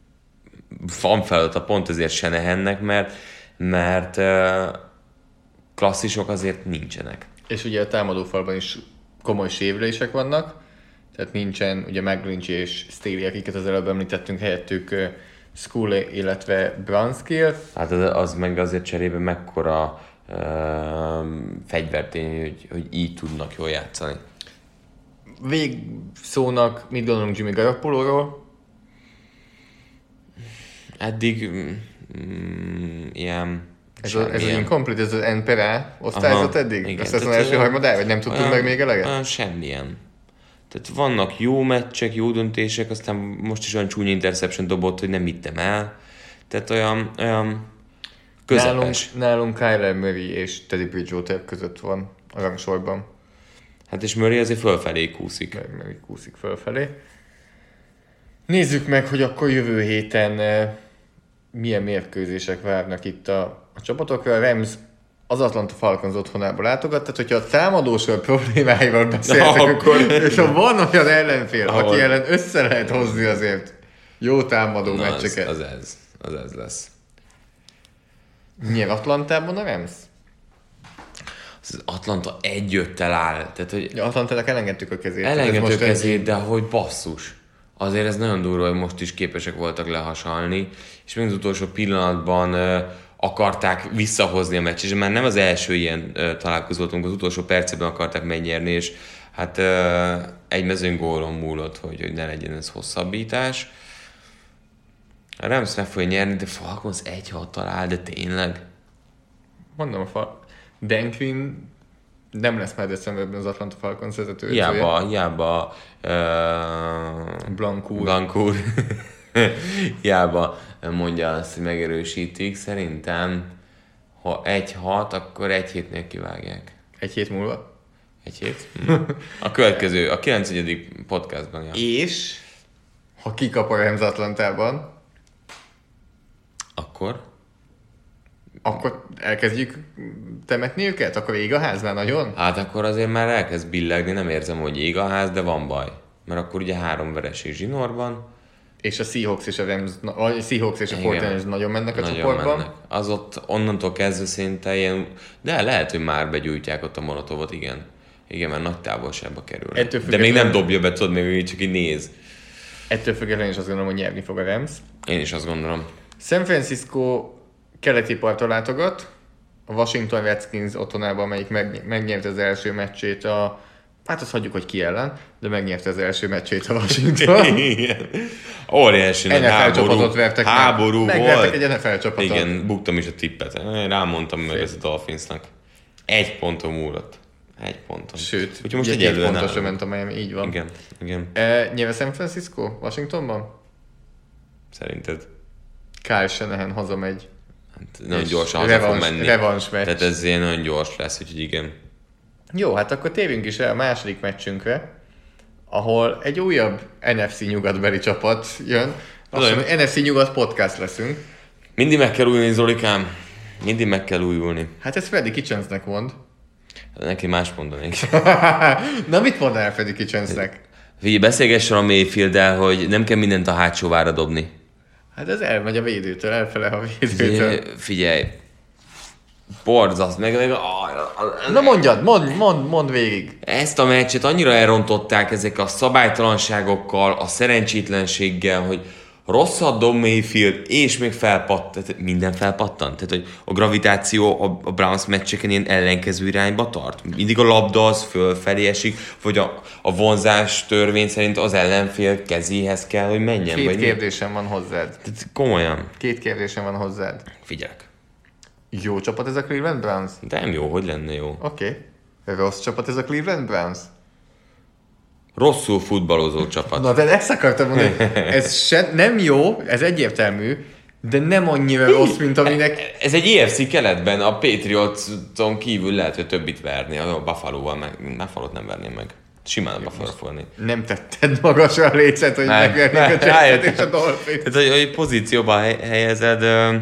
van feladata pont ezért Shanahannek, mert, mert uh, klasszisok azért nincsenek. És ugye a támadófalban is komoly sérülések vannak, tehát nincsen, ugye McGlinchey és Staley, akiket az előbb említettünk, helyettük uh, School, illetve Brunskill. Hát az, az meg azért cserébe mekkora uh, fegyvertény, hogy, hogy így tudnak jól játszani. Végszónak mit gondolunk Jimmy Garoppolóról? Eddig mm, ilyen... Ez, a, ez az incomplete, ez az N per A osztályzat eddig? Igen. Azt az első harmadára, vagy nem tudtunk olyan, meg még eleget? Olyan semmilyen. Tehát vannak jó meccsek, jó döntések, aztán most is olyan csúnya interception dobott, hogy nem vittem el. Tehát olyan, olyan közepes. Nálunk, nálunk Kyler Murray és Teddy Bridgewater között van a rangsorban. Hát és Murray azért fölfelé kúszik. Murray kúszik fölfelé. Nézzük meg, hogy akkor jövő héten eh, milyen mérkőzések várnak itt a, a csapatokra. A Rams az Atlanta Falcons otthonába látogat, tehát hogyha a támadósor problémáival beszéltek, akkor, és ha van olyan ellenfél, ahol... aki ellen össze lehet hozni azért jó támadó Na, meccseket. Az, az ez, az ez lesz. Milyen Atlantában a Rams? Az Atlanta egyöttel áll. Tehát, hogy ja, Atlantának elengedtük a kezét. elengedtük a kezét, de hogy basszus. azért ez nagyon durva, hogy most is képesek voltak lehasalni, és még az utolsó pillanatban uh, akarták visszahozni a meccs, és már nem az első ilyen uh, találkozótunk, az utolsó percben akarták megnyerni, és hát uh, egy mezőny gólon múlott, hogy, hogy ne legyen ez hosszabbítás. A Rams meg fogja nyerni, de Falcons egy hat talál, de tényleg. Mondom, a fa... Dan Quinn nem lesz már decemberben az Atlanta Falcons vezetőedzője. Hiába, hiába uh, Blancourt. Blancourt. Hiába mondja azt, hogy megerősítik. Szerintem, ha egy hat, akkor egy hétnél kivágják. Egy hét múlva. Egy hét? A következő, a kilencvenyedik podcastban. Ja. És ha kikap a Rams Atlantában, Akkor? akkor elkezdjük temetni őket? Akkor ég a ház már nagyon? Hát akkor azért már elkezd billegni, nem érzem, hogy ég a ház, de van baj. Mert akkor ugye három vereség zsinórban. És a Seahawks és a Rams, a Seahawks és a Fortiners nagyon mennek a nagyon csoportban. Mennek. Az ott onnantól kezdve szinte ilyen, de lehet, hogy már begyújtják ott a Molotovot, igen. Igen, mert nagy távolságba kerül. De még nem dobja be, tudod, még csak így néz. Ettől függetlenül is azt gondolom, hogy nyerni fog a Rams. Én is azt gondolom. San Francisco keleti parton látogat, a Washington Redskins otthonában, amelyik meg, megnyerte az első meccsét a... Hát azt hagyjuk, hogy ki ellen, de megnyerte az első meccsét a Washington. Igen. Óriási nagy háború, csapatot vertek háború meg. volt. Megvertek egy en ef el csapatot. Igen, buktam is a tippet. Rámondtam meg ezt a Dolphinsnak. Egy ponton múlott. Egy ponton. Sőt, úgyhogy most egy pontosra ment a Miami, így van. Igen, igen. E, nyilván San Francisco, Washingtonban? Szerinted? Kyle Shanahan hazamegy. Hát nagyon gyorsan haza fog menni. Revans meccs. Tehát ez ilyen nagyon gyors lesz, úgyhogy igen. Jó, hát akkor térjünk is el a második meccsünkre, ahol egy újabb en ef cé nyugatbeli csapat jön. Lassan en ef cé nyugat podcast leszünk. Mindig meg kell újulni, Zolikám. Mindig meg kell újulni. Hát ez Freddy Kitchensnek mond. Neki más mondanék. Na mit mondanál Freddy Kitchensnek? Figyelj, beszélgessen a Mayfield-el, hogy nem kell mindent a hátsóvára dobni. Hát ez elmegy a védőtől, elfele a védőtől. Figyelj, borzaszt, meg, meg a, a, a, Na mondjad, mondd, mondd, mondd végig. Ezt a meccset annyira elrontották ezek a szabálytalanságokkal, a szerencsétlenséggel, hogy rosszat dob Mayfield, és még felpattant, minden felpattant. Tehát, hogy a gravitáció a, a Browns meccseken ilyen ellenkező irányba tart. Mindig a labda az fölfelé esik, vagy a, a vonzás törvény szerint az ellenfél kezéhez kell, hogy menjen. Két vagy kérdésem mi? van hozzád. Tehát komolyan. Két kérdésem van hozzád. Figyelek. Jó csapat ez a Cleveland Browns? De nem jó, hogy lenne jó. Oké. Okay. Rossz csapat ez a Cleveland Browns? Rosszul futballozó csapat. Na, de ezt akartam mondani. Ez se, nem jó, ez egyértelmű, de nem annyira rossz, mint aminek... Ez egy é ef cé keletben, a Patriotson kívül lehet, hogy többit verni. A Buffalo-val meg, Buffalo-t nem verném meg. Simán a Buffalo-ra fogni. Nem tetted magasra a lécet, hogy megvernék a Jetset és a Dolphins. Tehát, hogy, hogy pozícióba helyezed. De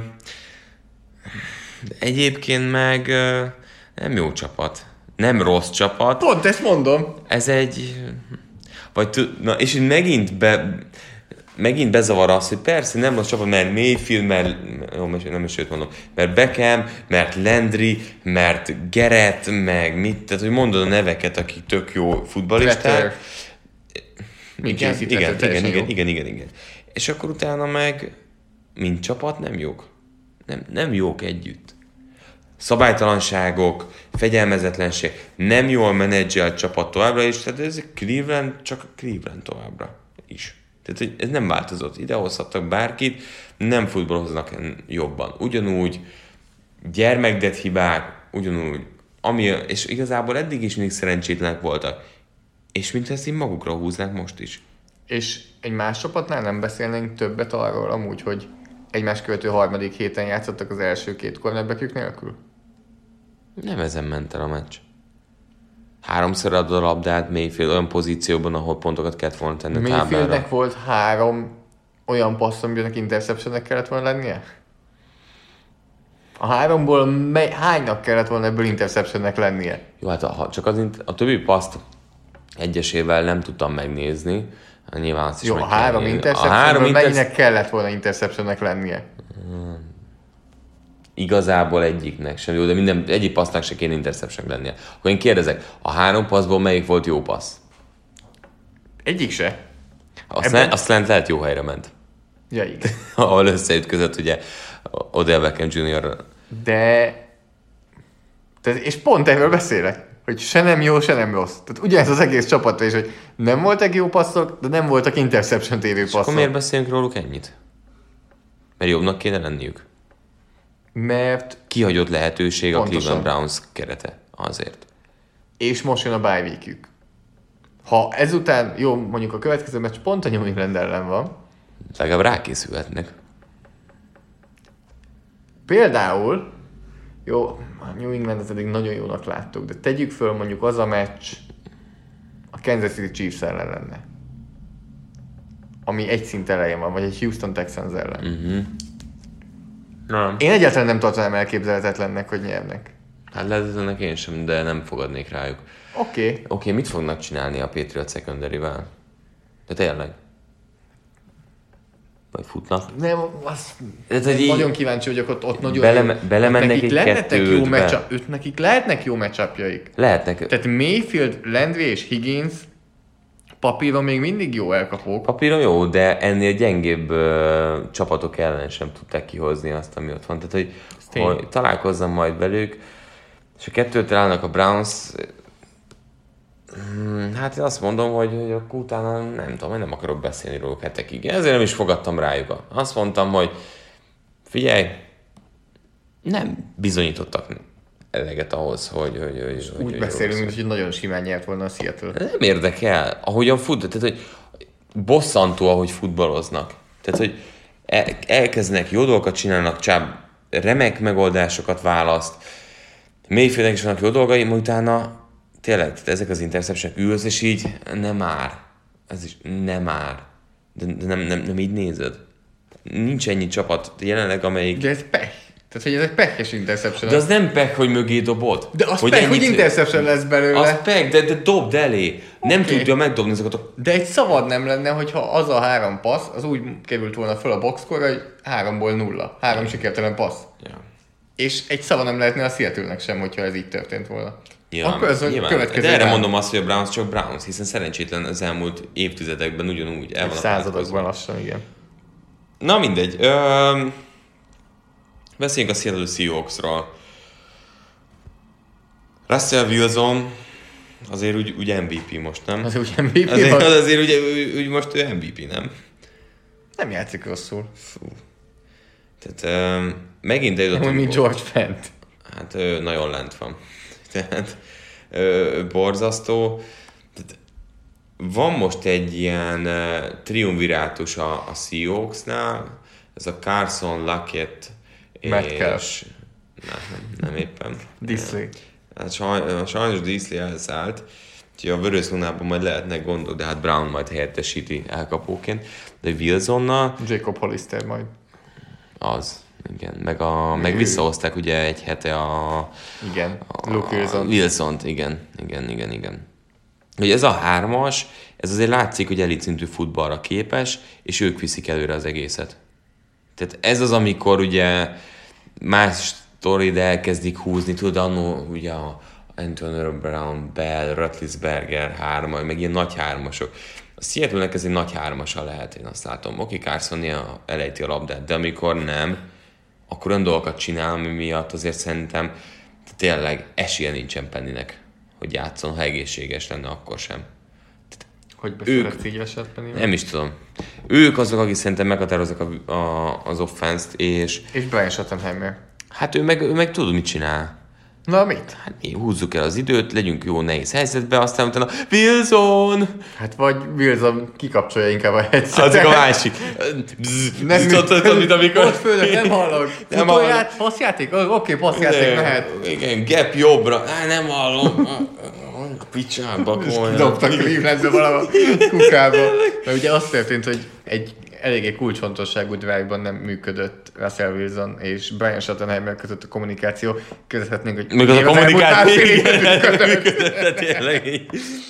egyébként meg nem jó csapat. Nem rossz csapat. Pont ezt mondom. Ez egy... Vagy, na, és így megint be... Megint bezavar az, hogy persze nem rossz csapat, mert Mayfield, mert, jó, nem is őt mondom, mert Beckham, mert Landry, mert Gerett, meg mit, tehát hogy mondod a neveket, akik tök jó futballisták. Igen, igen, igen, igen, igen, igen, igen, igen. És akkor utána meg, mint csapat nem jók. Nem, nem jók együtt. Szabálytalanságok, fegyelmezetlenség, nem jól menedzselt csapat továbbra is, tehát ez Cleveland, csak Cleveland továbbra is. Tehát, hogy ez nem változott. Idehozhattak bárkit, nem futballoznak jobban. Ugyanúgy gyermekdet hibák, ugyanúgy, ami, és igazából eddig is mindig szerencsétlenek voltak. És mintha ezt így magukra húznák most is. És egy más csapatnál nem beszélnénk többet arról amúgy, hogy egymás követő harmadik héten játszottak az első két cornerbackjük nélkül? Nem ezen ment el a meccs. Háromszor adod a labdát Mayfield olyan pozícióban, ahol pontokat kellett volna tenni a táblára. Mayfieldnek volt három olyan passz, amiben interceptionnek kellett volna lennie? A háromból mely, hánynak kellett volna ebből interceptionnek lennie? Jó, hát a, csak az, a többi paszt egyesével nem tudtam megnézni. Nyilván azt is Jó, meg a három interceptionből interce... mennyinek kellett volna interceptionnek lennie? Hmm. Igazából egyiknek sem jó, de minden, egyik passznak se kéne interceptionnek lennie. Akkor én kérdezek, a három passzból melyik volt jó passz? Egyik se. Azt, Ebben... le, azt lent lehet jó helyre ment. Ja, igen. Ahol összeütközött ugye Odell Beckham junior De... de... És pont erről beszélek, hogy se nem jó, se nem rossz. Tehát ugyanez az egész csapatra is, hogy nem voltak jó passzok, de nem voltak interception-t érő passzok. Akkor miért beszélünk róluk ennyit? Mert jobbnak kéne lenniük. Mert... Kihagyott lehetőség Pontosan. a Cleveland Browns kerete. Azért. És most jön a bye weekjük. Ha ezután, jó, mondjuk a következő meccs pont a New England ellen van. Legalább rákészülhetnek. Például, jó, a New Englandet eddig nagyon jónak láttuk, de tegyük föl mondjuk az a meccs a Kansas City Chiefs ellen lenne. Ami egy szint elején van, vagy egy Houston Texans ellen. Uh-huh. Nem. Én egyáltalán nem tartanám elképzelhetetlennek, hogy nyernek. Hát lehetetlenek én sem, de nem fogadnék rájuk. Oké. Okay. Oké, okay, mit fognak csinálni a Patriot secondary-vel? De tényleg? Vagy futnak? Nem, az... Ez egy nagyon így... kíváncsi vagyok, ott, ott nagyon Bele, jó. belemennek nekik egy lehetnek jó kettőtbe. matchup, őt nekik lehetnek jó matchupjaik. Lehetnek. Tehát Mayfield, Landry és Higgins papíron még mindig jó elkapók. Papíron jó, de ennél gyengébb ö, csapatok ellen sem tudták kihozni azt, ami ott van. Tehát, hogy, hogy találkozzam majd velük, és a kettőt állnak a Browns, hmm, hát én azt mondom, hogy, hogy akkor utána nem tudom, nem akarok beszélni róluk hetekig. Ezért nem is fogadtam rájuk. Azt mondtam, hogy figyelj, nem bizonyítottak eleget ahhoz, hogy... hogy, hogy Úgy hogy beszélünk, mint hogy nagyon simán nyert volna a Seattle. nem érdekel, ahogyan fut, tehát hogy bosszantó, ahogy futballoznak. Tehát, hogy el, elkezdenek jó dolgokat csinálnak, csáb remek megoldásokat választ, Mayfieldnek is vannak jó dolgai, majd utána tényleg, tehát ezek az interceptionek ülsz, és így nem már. Ez is nem már. De, de nem, nem, nem így nézed. Nincs ennyi csapat jelenleg, amelyik... De ez pech. Tehát, hogy ez egy pekes interception. De az nem pech, hogy mögé dobod. De az hogy pech, ennyit... hogy interception lesz belőle. Az pech, de, de dobd elé. Okay. Nem tudja megdobni azokat a... De egy szabad nem lenne, hogyha az a három passz, az úgy került volna föl a boxkorra, hogy háromból nulla. Három sikertelen passz. Ja. És egy szava nem lehetne a Seattle-nek sem, hogyha ez így történt volna. Nyilván, Akkor az a következő... De erre rám. mondom azt, hogy a Browns csak Browns, hiszen szerencsétlen az elmúlt évtizedekben ugyanúgy el van Századokban lassan, igen. Na mindegy. Ö... Beszéljünk a Seattle Seahawksról. Russell Wilson azért úgy, úgy em vé pé most, nem? Azért úgy em vé pé azért, van? azért úgy, úgy, úgy most ő em vé pé, nem? Nem játszik rosszul. Fú. Tehát ö, megint eljutottunk... Nem, mint George Fent. Hát ö, nagyon lent van. Tehát ö, borzasztó. Tehát, van most egy ilyen uh, triumvirátus a, a Seahawksnál, ez a Carson, Lockett és... Nem, nem, nem éppen. Disley. Hát saj, sajnos Disley elszállt, úgyhogy a vörös zónában majd lehetnek gondok, de hát Brown majd helyettesíti elkapóként. De Wilsonnal... Jacob Hollister majd. Az, igen. Meg, a, meg visszahozták ugye egy hete a... Igen, a, Luke Wilson. Wilsont, igen, igen, igen, igen. Hogy ez a hármas, ez azért látszik, hogy elitszintű futballra képes, és ők viszik előre az egészet. Tehát ez az, amikor ugye más sztorid elkezdik húzni, tudod, annó ugye a Antonio Brown, Bell, Roethlisberger hárma, meg ilyen nagy hármasok. A Seattle-nek ez egy nagy hármasa lehet, én azt látom. Oké, Carson néha elejti a labdát, de amikor nem, akkor olyan dolgokat csinál, ami miatt azért szerintem tényleg esélye nincsen Pennynek, hogy játszon, ha egészséges lenne, akkor sem. Hogy beszélek így esetben? Nem is tudom. Ők azok, akik szerintem meghatározzák a, a, az offense-t, és... És Brian Schottenheimer. Hát ő meg, ő meg tudod, mit csinál. Na, mit? Hát mi húzzuk el az időt, legyünk jó nehéz helyzetbe, aztán utána Wilson! Hát vagy Wilson kikapcsolja inkább a headsetet. Azok a másik. Nem, mint amikor... Ott főleg, nem hallok. Nem Futóját, passzjáték? Oké, passzjáték mehet. Igen, gap jobbra. Á, nem hallom. Picsába, komolyan. Dobtak Clevelandbe valahol kukába. Mert ugye az történt, hogy egy eléggé kulcsfontosságú drive-ban nem működött Russell Wilson és Brian Schottenheimer között a kommunikáció. Kérdezhetnénk, hogy még az a kommunikáció működött. Tényleg.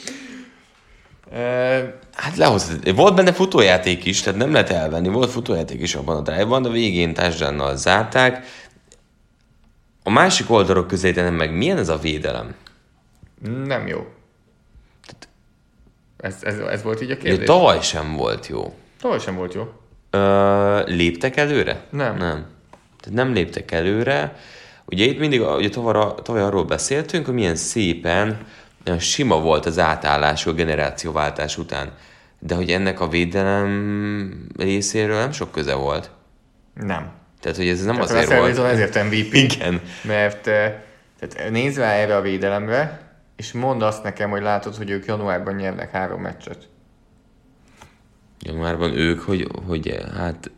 Hát lehozott. Volt benne futójáték is, tehát nem lehet elvenni. Volt futójáték is abban a drive-ban, de végén touchdownnal zárták. A másik oldalok közé nem meg milyen ez a védelem? Nem jó. Ez, ez, ez volt így a kérdés? Ja, tavaly sem volt jó. Tavaly sem volt jó. Ö, léptek előre? Nem. Nem. Tehát nem léptek előre. Ugye itt mindig, ugye tavaly, tavaly arról beszéltünk, hogy milyen szépen sima volt az átállás a generációváltás után. De hogy ennek a védelem részéről nem sok köze volt. Nem. Tehát, hogy ez nem tehát azért volt. ezért em vé pé. Igen. Mert tehát nézd rá erre a védelemre, és mondd azt nekem, hogy látod, hogy ők januárban nyernek három meccset. Januárban ők, hogy, hogy hát...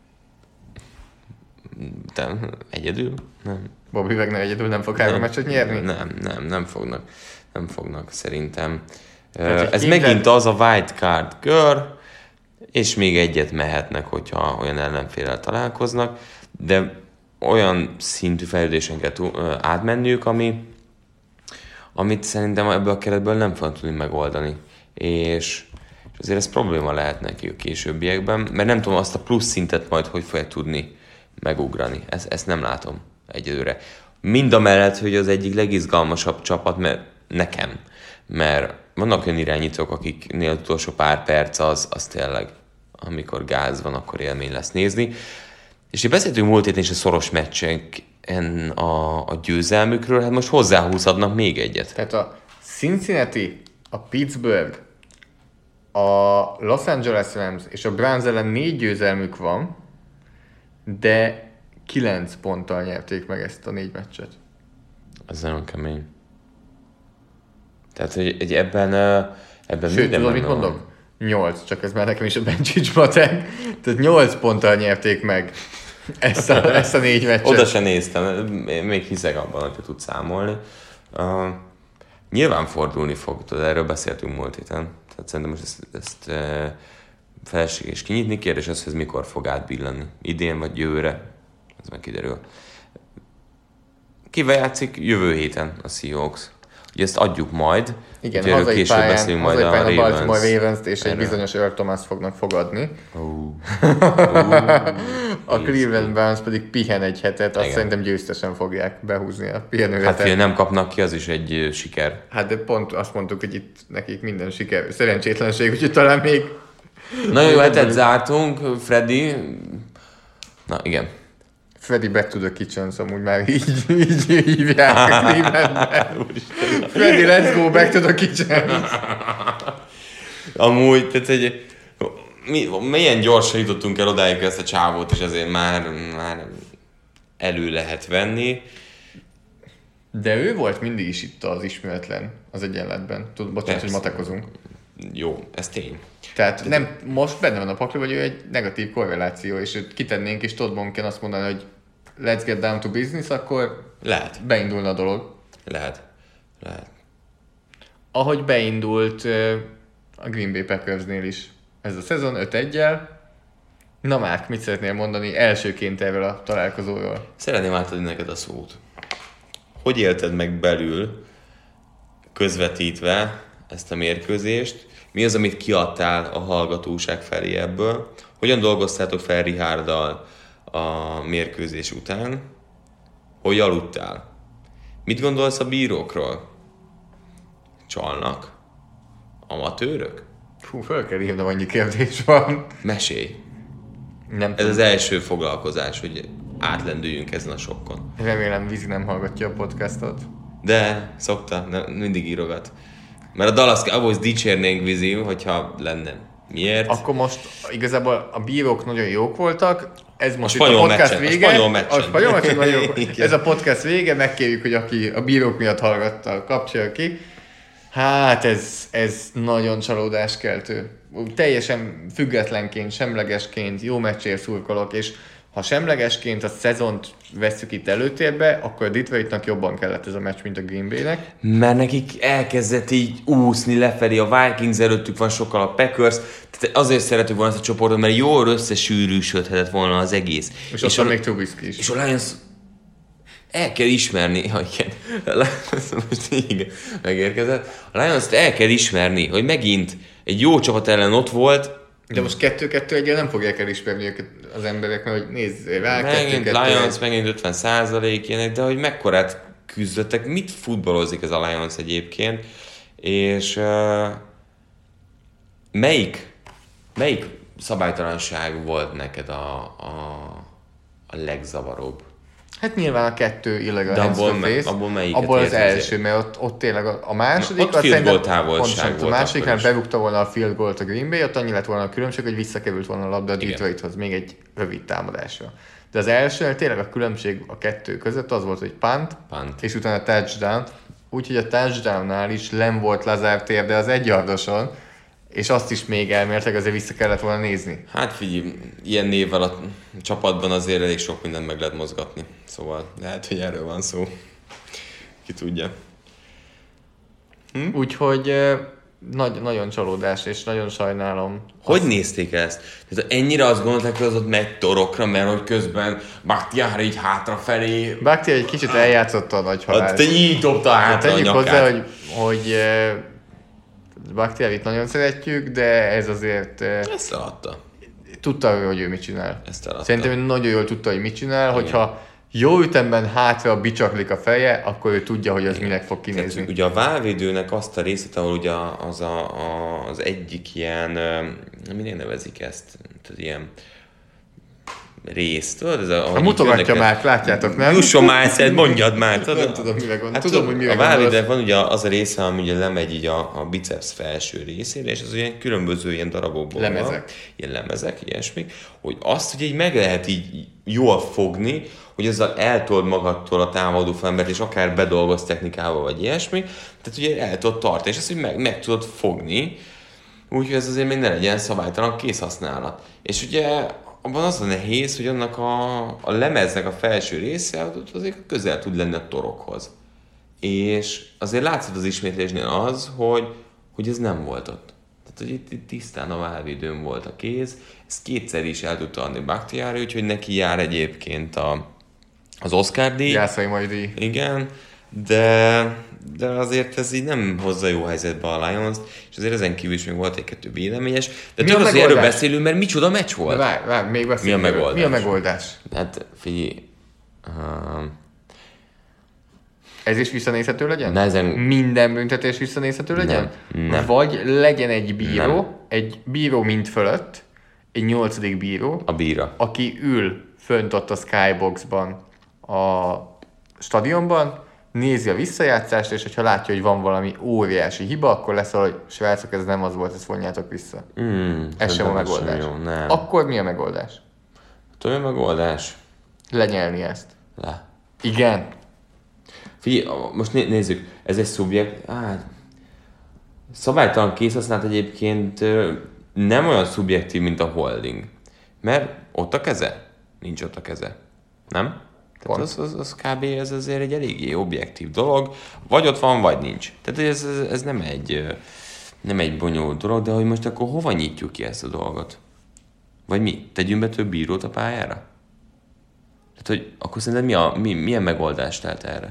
De egyedül? Nem. Bobby Wagner egyedül nem fog három meccset nyerni? Nem, nem, nem fognak. Nem fognak, szerintem. Tehát, Ez minden... megint az a wildcard kör, és még egyet mehetnek, hogyha olyan ellenféllel találkoznak, de olyan szintű fejlődésen kell átmenniük, ami, amit szerintem ebből a keretből nem fognak tudni megoldani. És, és azért ez probléma lehet neki a későbbiekben, mert nem tudom azt a plusz szintet majd hogy fogják tudni megugrani. Ezt, ezt nem látom egyelőre. Mind a mellett, hogy az egyik legizgalmasabb csapat, mert nekem, mert vannak olyan irányítók, akiknél az utolsó pár perc az, az tényleg, amikor gáz van, akkor élmény lesz nézni. És így beszéltünk múlt héten is a szoros meccseken a, a győzelmükről, hát most hozzáhúzhatnak még egyet. Tehát a Cincinnati, a Pittsburgh, a Los Angeles Rams és a Browns ellen négy győzelmük van, de kilenc ponttal nyerték meg ezt a négy meccset. Ez nagyon kemény. Tehát, hogy, hogy ebben, ebben Sőt, tudod, mit mondok? nyolc, csak ez már nekem is a Bencsics matek. Tehát nyolc ponttal nyerték meg ezt a, ezt a négy meccset. Oda se néztem, még hiszek abban, hogy tudsz számolni. Uh, nyilván fordulni fog, tudod, erről beszéltünk múlt héten. Tehát szerintem most ezt, ezt uh, felesleges kinyitni. Kérdés az, hogy ez mikor fog átbillenni. Idén vagy jövőre? Ez meg kiderül. Kivel játszik? Jövő héten a Seahawks. Ugye ezt adjuk majd. Igen, hazai később pályán, beszélünk majd hazai pályán a, a Baltimore Ravens-t és erről. egy bizonyos Earl Thomas fognak fogadni. Uh, uh, a Cleveland Browns pedig pihen egy hetet, azt igen. Szerintem győztesen fogják behúzni a pihenőhetet. Hát fél nem kapnak ki, az is egy uh, siker. Hát de pont azt mondtuk, hogy itt nekik minden siker, szerencsétlenség, úgyhogy talán még... Nagyon jó hetet zártunk, Freddy. Na igen. Freddy back to the kitchen, amúgy már így, így hívják a Clevelandben. Freddy, let's go back to the kitchen. Amúgy, tehát egy, mi, milyen gyorsan jutottunk el odáig ezt a csávót, és ezért már, már elő lehet venni. De ő volt mindig is itt az ismeretlen az egyenletben. Tudod, bocsánat, hogy matekozunk. Jó, ez tény. Tehát nem, most benne van a pakliban, hogy ő egy negatív korreláció, és őt kitennénk, és Todd Monken azt mondaná, hogy let's get down to business, akkor lehet. Beindulna a dolog. Lehet. Lehet. Ahogy beindult a Green Bay Packersnél is ez a szezon öt egyel. Na Márk, mit szeretnél mondani elsőként erről a találkozóról? Szeretném átadni neked a szót. Hogy élted meg belül, közvetítve ezt a mérkőzést? Mi az, amit kiadtál a hallgatóság felé ebből? Hogyan dolgoztátok fel Richarddal a mérkőzés után? Hogy aludtál? Mit gondolsz a bírókról? Csalnak? Amatőrök? Fú, fel kell írnom, annyi kérdés van. Mesélj! Nem Ez tudom. az első foglalkozás, hogy átlendüljünk ezen a sokkon. Remélem Vizi nem hallgatja a podcastot. De szokta, nem, mindig írogat. Mert a Dallas Cowboys dicsérnénk, Vizi, hogyha lenne. Miért? Akkor most igazából a bírók nagyon jók voltak, ez most A itt a spanyol podcast meccsen, a vége. spanyol meccsen. A spanyol meccsen nagyon jók. Igen. Ez a podcast vége, megkérjük, hogy aki a bírók miatt hallgatta, kapcsolja ki. Hát ez, ez nagyon csalódáskeltő. Teljesen függetlenként, semlegesként, jó meccsért szurkolok, és ha semlegesként a szezont vesszük itt előtérbe, akkor a Detroitnak jobban kellett ez a meccs, mint a Green Bay-nek. Mert nekik elkezdett így úszni lefelé, a Vikings előttük van sokkal a Packers, tehát azért szeretük volna ezt a csoportot, mert jól összesűrűsödhetett volna az egész. És, és ott van még Trubisky is. És a Lions el kell ismerni, ha igen, most igen, megérkezett, a Lions-t el kell ismerni, hogy megint egy jó csapat ellen ott volt. De most kettő-kettő egyel nem fogják elismerni őket az emberek, mert hogy nézz rá, Megint kettő-kettő Lions, megint ötven százalék ilyenek, de hogy mekkorát küzdöttek, mit futballozik ez a Lions egyébként, és, uh, melyik, melyik szabálytalanság volt neked a, a, a legzavaróbb? Hát nyilván a kettő illegal de abból, me, abból melyiket abból az első, azért? mert ott, ott tényleg a, a második... Ott field goal távolság volt. A másodiknál berúgta volna a field goalt a Green Bay, ott annyi lett volna a különbség, hogy visszakerült volna a labda a Detroithoz még egy rövid támadásra. De az elsőnél tényleg a különbség a kettő között az volt, hogy punt, punt. és utána touchdown. Úgyhogy a touchdownnál is len volt Lazár térde az egyardoson, és azt is még elméltek, azért vissza kellett volna nézni. Hát figyelj, ilyen névvel a csapatban azért elég sok mindent meg lehet mozgatni. Szóval lehet, hogy erről van szó. Ki tudja. Hm? Úgyhogy nagy, nagyon csalódás, és nagyon sajnálom. Hogy azt... nézték ezt? Tehát ennyire azt gondolták, hogy az ott megy torokra, mert hogy közben Bakhtiari így hátrafelé... Bakhtiari egy kicsit eljátszotta a nagy halált. Hát te így dobta hátra a nyakát. Hozzá, hogy, hogy Bakhtiarit nagyon szeretjük, de ez azért... Ezt eladta. Tudta, hogy ő mit csinál. Ezt eladta. Szerintem ő nagyon jól tudta, hogy mit csinál, igen. Hogyha jó ütemben hátra bicsaklik a feje, akkor ő tudja, hogy az igen. minek fog kinézni. Tehát, ugye a válvédőnek azt a részét, ahol ugye az, a, a, az egyik ilyen, minél nevezik ezt, tehát ilyen részt, tudod? Ez a, a mutogatja már, látjátok, nem? Jusson már egyszer, mondjad már. Tudod? Nem tudom, mire gondolsz. Hát, tudom, hogy mire a válvédőnek van ugye az a része, ami ugye lemegy így a, a biceps felső részére, és az ilyen különböző ilyen darabokból lemezek. Van, ilyen lemezek, ilyesmik, hogy azt ugye így meg lehet így jól fogni, hogy ezzel eltold magadtól a támadó felembert, és akár bedolgoz technikával, vagy ilyesmi, tehát ugye el tudod tartani, és ezt hogy meg, meg tudod fogni, úgyhogy ez azért még ne legyen szabálytalan kézhasználat. És ugye abban az a nehéz, hogy annak a, a lemeznek a felső része azért közel tud lenni a torokhoz. És azért látszott az ismétlésnél az, hogy, hogy ez nem volt ott. Tehát, hogy itt, itt tisztán a válvédőn volt a kéz, ezt kétszer is el tudta adni Bakhtiari, úgyhogy neki jár egyébként a, az Oscar-díj. Jászai majd díj. Igen, de, de azért ez így nem hozza jó helyzetbe a Lions-t, és azért ezen kívül is még volt egy-kettő véleményes. De több azért erről beszélünk, mert micsoda meccs volt. Várj, várj, még beszélünk. Mi a megoldás? Mi a megoldás? Hát figyelj... Uh... Ez is visszanézhető legyen? Ezen... Minden büntetés visszanézhető legyen? Nem. Nem. Vagy legyen egy bíró, nem. egy bíró mint fölött, egy nyolcadik bíró, a bíra, aki ül fönt ott a skyboxban a stadionban, nézi a visszajátszást, és hogyha látja, hogy van valami óriási hiba, akkor lesz, hogy srácok, ez nem az volt, ezt vonjátok vissza. Mm, ez sem a megoldás. Jó, nem. Akkor mi a megoldás? Tudod, a megoldás? Lenyelni ezt. Le. Igen. Figyelj, most né- nézzük, ez egy szubjekt... Ah, szabálytalan kézhasználat egyébként nem olyan szubjektív, mint a holding. Mert ott a keze? Nincs ott a keze. Nem? Tehát az, az, az kb. Ez azért egy eléggé objektív dolog. Vagy ott van, vagy nincs. Tehát ez, ez, ez nem egy nem egy bonyolult dolog, de hogy most akkor hova nyitjuk ki ezt a dolgot? Vagy mi? Tegyünk be több bírót a pályára? Tehát, hogy akkor szerinted mi a, mi, milyen megoldást lehet erre?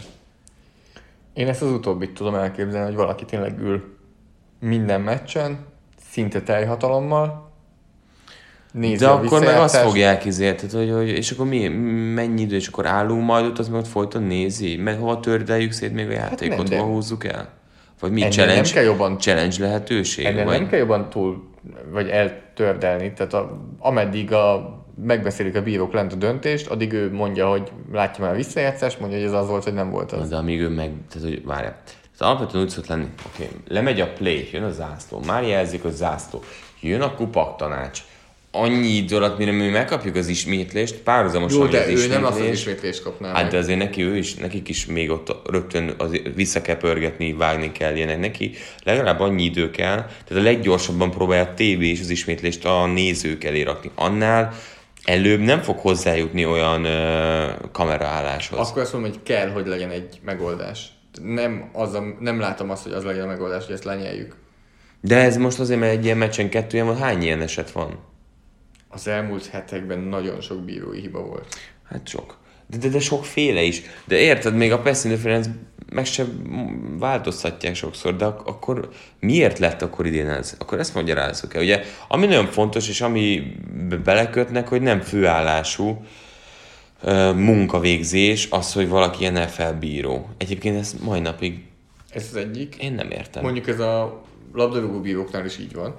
Én ezt az utóbbit tudom elképzelni, hogy valaki tényleg ül minden meccsen, szinte teljhatalommal, nézi de a akkor meg azt fogják izért, tehát, hogy, hogy, és akkor mi, mennyi idő, és akkor állunk majd ott, az meg ott folyton nézi, meg hova tördeljük szét még a játékot, hát nem, hova húzzuk el? Vagy mi, challenge, nem kell jobban, challenge lehetőség? Ennél vagy? nem kell jobban túl, vagy eltördelni, tehát a, ameddig a, megbeszélik a bírók lent a döntést, addig ő mondja, hogy látja már a visszajátszást, mondja, hogy ez az volt, hogy nem volt az. De amíg ő meg, tehát hogy várjál, tehát alapvetően úgy szokott lenni, oké, okay, lemegy a play, jön a zászló, már jelzik a zászló, jön a kupaktanács, annyi idő alatt, mire mi megkapjuk az ismétlést, párhuzamosan jó, de az ő ismétlés, nem azt az ismétlést kapná hát meg. de azért neki, ő is, nekik is még ott rögtön azért vissza kell pörgetni, vágni kell ilyenek neki. Legalább annyi idő kell, tehát a leggyorsabban próbálja a tévé és az ismétlést a nézők elé rakni. Annál előbb nem fog hozzájutni olyan uh, kameraálláshoz. Akkor azt mondom, hogy kell, hogy legyen egy megoldás. Nem, az a, nem látom azt, hogy az legyen a megoldás, hogy ezt lenyeljük. De ez most azért, mert egy ilyen meccsen kettő ilyen van, hány ilyen eset van? Az elmúlt hetekben nagyon sok bírói hiba volt. Hát sok. De, de, de sokféle is. De érted, még a pass interference meg sem változtatják sokszor, de ak- akkor miért lett akkor idén ez? Akkor ezt magyarázzuk el. Ugye, ami nagyon fontos, és ami belekötnek, hogy nem főállású uh, munkavégzés az, hogy valaki en ef el bíró. Egyébként ez mai napig Ez az egyik. én nem értem. Mondjuk ez a labdarúgó bíróknál is így van.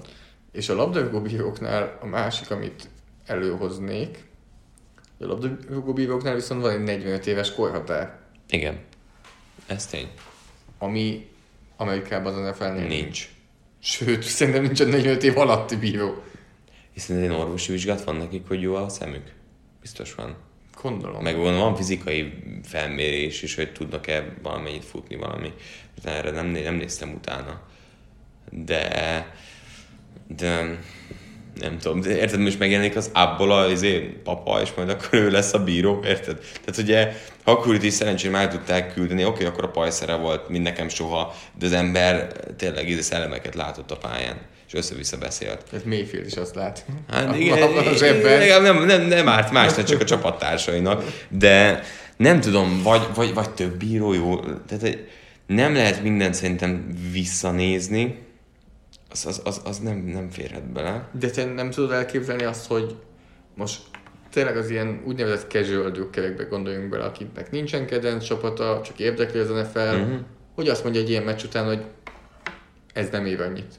És a labdarúgó bíróknál a másik, amit előhoznék, a labdarúgó bíróknál viszont van egy negyvenöt éves korhatár. Igen. Ez tény. Ami Amerikában az en ef el-nél Nincs. Sőt, szerintem nincs a negyvenöt év alatti bíró. Hiszen egy orvosi vizsgát van nekik, hogy jó a szemük? Biztos van. Gondolom. Meg van fizikai felmérés is, hogy tudnak-e valamennyit futni valami. Erre nem, nem néztem utána. De... De... Nem tudom, de érted, most megjelenik az abból a izé, papa, és majd akkor ő lesz a bíró, érted? Tehát ugye, ha akkor itt is szerencsére meg tudták küldeni, oké, akkor a pajszere volt, mind nekem soha, de az ember tényleg izé szellemeket látott a pályán, és össze-vissza beszélt. Tehát Mayfield is azt lát. Hát igen, nem, nem, nem, nem árt másnak, csak a csapattársainak, de nem tudom, vagy, vagy, vagy több bíró jó, tehát nem lehet mindent szerintem visszanézni, Az, az, az, az nem, nem férhet bele. De te nem tudod elképzelni azt, hogy most tényleg az ilyen úgynevezett casual drukkerekbe gondoljunk bele, akiknek nincsen kedvenc csapata, csak érdekli az en ef el, uh-huh. hogy azt mondja egy ilyen meccs után, hogy ez nem ér annyit.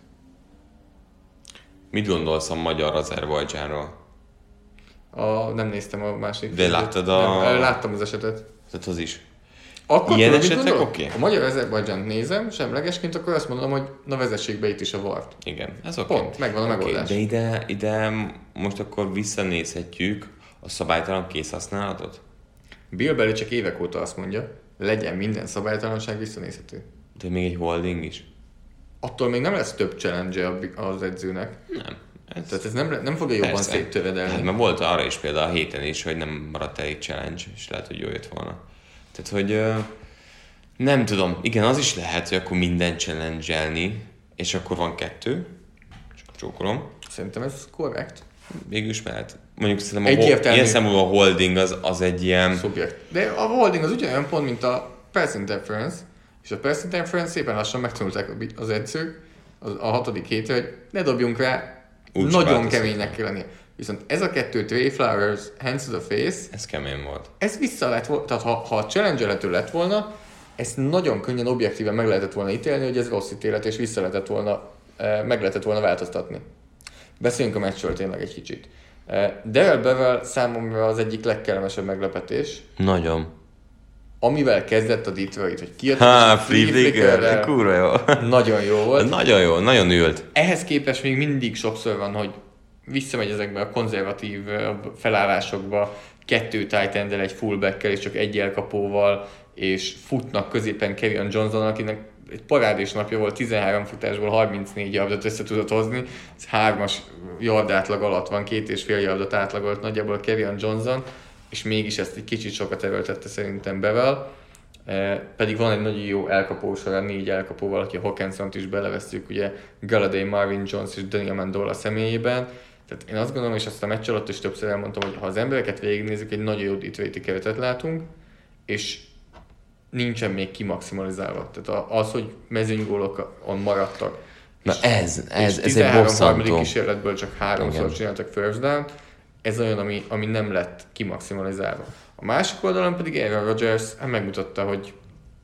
Mit gondolsz a magyar Azerbajdzsánról? A, nem néztem a másik. De láttad a... Nem, láttam az esetet. Tehát az is. Akkor ilyen tudod, esetek oké? Okay? A magyar Azerbajdzsánt nézem, semlegesként, akkor azt mondom, hogy na vezessék be itt is a vart. Igen, ez oké. Okay. Pont, megvan a okay, megoldás. De ide, ide most akkor visszanézhetjük a szabálytalan kézhasználatot? Bill Belichick évek óta azt mondja, legyen minden szabálytalanság visszanézhető. De még egy holding is? Attól még nem lesz több challenge az edzőnek. Nem. Ez... Tehát ez nem, nem fogja jobban Persze. széttövedelni. Hát, mert volt arra is például a héten is, hogy nem maradt elég challenge, és lehet, hogy jól jött volna. Tehát, hogy nem tudom, igen, az is lehet, hogy akkor minden challenge-elni, és akkor van kettő, csak csókolom. Szerintem ez korrekt. Végülis mehet. Mondjuk szerintem a Egyértelmű. Ilyen szempontból a holding az, az egy ilyen... Szubjekt. De a holding az ugyanolyan pont, mint a pass interference, és a pass interference szépen lassan megtanulták az edzők az, a hatodik hétre, hogy ne dobjunk rá, úgy nagyon keménynek kell lennie. Viszont ez a kettő, Trey Flowers, hands to the face, ez kemény volt. Ez vissza lett volna, tehát ha, ha challenge-elhető lett volna, ezt nagyon könnyen objektíven meg lehetett volna ítélni, hogy ez rossz ítélet, és vissza lehetett volna, meg lehetett volna változtatni. Beszéljünk a meccsről tényleg egy kicsit. Darrell Bevell számomra az egyik legkellemesebb meglepetés. Nagyon. Amivel kezdett a Detroit, hogy kijött a free flicker, kurva jó. Nagyon jó volt. Nagyon jó, nagyon ült. Ehhez képest még mindig sokszor van, hogy visszamegy ezekbe a konzervatív felállásokba, kettő tight enddel, egy fullbackkel és csak egy elkapóval, és futnak középen Kerryon Johnson, akinek egy parádés napja volt, tizenhárom futásból harmincnégy yardot össze tudott hozni, ez hármas yard átlag alatt van, két és fél yardot átlagolt nagyjából Kerryon Johnson, és mégis ezt egy kicsit sokat erőltette szerintem Bevell. Eh, pedig van egy nagyon jó elkapó sorra, négy elkapóval, aki a Hawkinsont is belevesztjük, ugye Galladay, Marvin Jones és Danny Amendola személyében. Tehát én azt gondolom, és azt a meccs alatt is többször elmondtam, hogy ha az embereket végignézzük, egy nagyon jó Detroiti keretet látunk, és nincsen még kimaximalizálva. Tehát az, hogy mezőnygólokon maradtak. Na ez, ez, ez egy bosszantó. bosszantó. harmadik kísérletből csak háromszor Igen. csináltak first down, ez olyan, ami, ami nem lett kimaximalizálva. A másik oldalon pedig Aaron Rodgers megmutatta, hogy,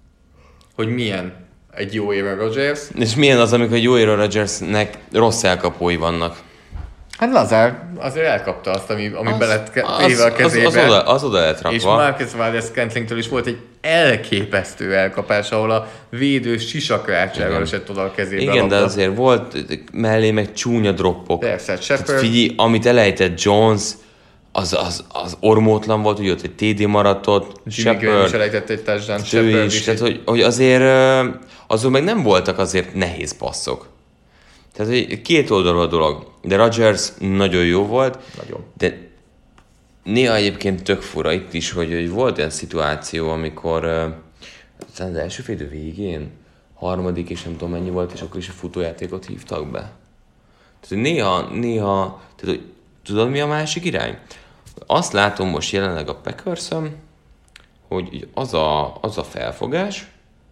hogy milyen egy jó Aaron Rodgers. És milyen az, amikor egy jó Aaron Rodgersnek rossz elkapói vannak? Hát Lazar azért elkapta azt, ami, ami az, be lett az, éve a kezébe. Az, az, oda, az oda lett rakva. És Marcus Valdes-Scantlingtől is volt egy elképesztő elkapás, ahol a védő sisakrácsáról esett oda a kezébe. Igen, a de azért volt mellé meg csúnya droppok. Persze, Shepard. Figyelj, amit elejtett Jones, az, az, az ormótlan volt, hogy ott egy té dé maradt ott. Jimmy Graham is elejtett egy touchdown, Shepard is. is tehát, hogy, hogy azért azon meg nem voltak azért nehéz passzok. Tehát, hogy két oldalú a dolog. De Rodgers nagyon jó volt. Nagyon. De néha egyébként tök fura itt is, hogy, hogy volt olyan szituáció, amikor uh, az első fél idő végén, harmadik és nem tudom mennyi volt, és akkor is a futójátékot hívtak be. Tehát, hogy néha, néha, tehát, hogy tudod mi a másik irány? Azt látom most jelenleg a Packerson, hogy az a, az a felfogás,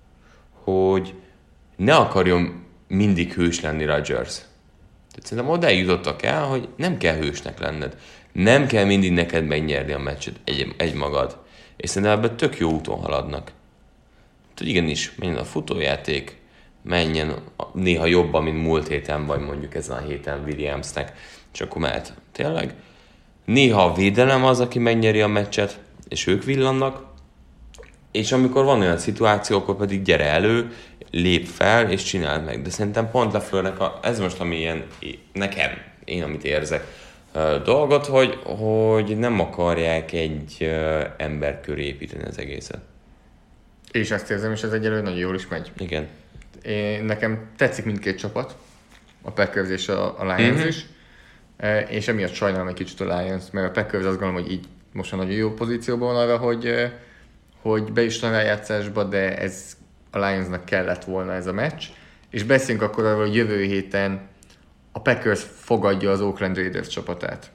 hogy ne akarjon mindig hős lenni Rodgers. Tehát szerintem odáig jutottak el, hogy nem kell hősnek lenned. Nem kell mindig neked megnyerni a meccset egy, egymagad. És szerintem ebben tök jó úton haladnak. Tehát igenis, menjen a futójáték, menjen néha jobban, mint múlt héten, vagy mondjuk ezen a héten Williamsnek, és akkor mehet. Tényleg? Néha a védelem az, aki megnyeri a meccset, és ők villannak, és amikor van olyan szituáció, akkor pedig gyere elő, lép fel, és csináld meg. De szerintem pont Lafleurnek a, ez most ami ilyen, nekem, én amit érzek, dolgot, hogy, hogy nem akarják egy uh, ember köré építeni az egészet. És ezt érzem, és ez egyelőre nagyon jól is megy. Igen. Én, nekem tetszik mindkét csapat, a Packers és a, a Lions mm-hmm. is, és emiatt sajnálom egy kicsit a Lions, mert a Packers azt gondolom, hogy így most nagyon jó pozícióban van arra, hogy, hogy bejusson a rájátszásba, de ez a Lionsnak kellett volna ez a meccs. És beszéljünk akkor arról, hogy jövő héten a Packers fogadja az Oakland Raiders csapatát.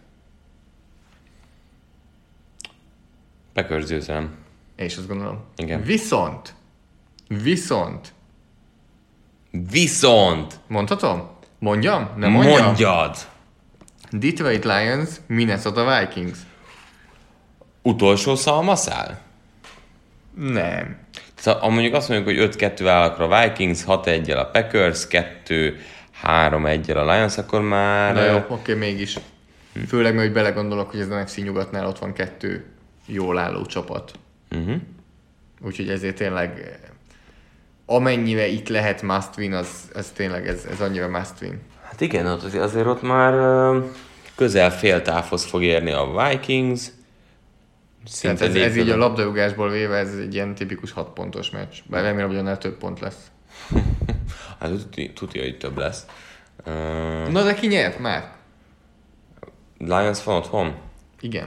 Packers győzelem. Én is azt gondolom. Igen. Viszont, viszont, viszont, mondhatom? Mondjam? Nem mondjam? Mondjad! Detroit Lions, Minnesota Vikings. Utolsó szalmaszál? Nem. Tehát, ha mondjuk azt mondjuk, hogy öt kettő állakra a Vikings, hat egyel a Packers, kettő három egyel a Lions, akkor már... Na jó, oké, mégis. Főleg, mert hogy belegondolok, hogy ez a en ef cé nyugatnál ott van kettő jól álló csapat. Uh-huh. Úgyhogy ezért tényleg amennyire itt lehet must win, az, az tényleg ez, ez annyira must win. Hát igen, azért ott már közel fél távhoz fog érni a Vikings. Tehát ez, ez így a labdarúgásból véve, ez egy ilyen tipikus hat pontos meccs. Bár remélem, hogy annál több pont lesz. Hát tudja, hogy több lesz. Uh... Na de ki nyert már? Lions van otthon? Igen.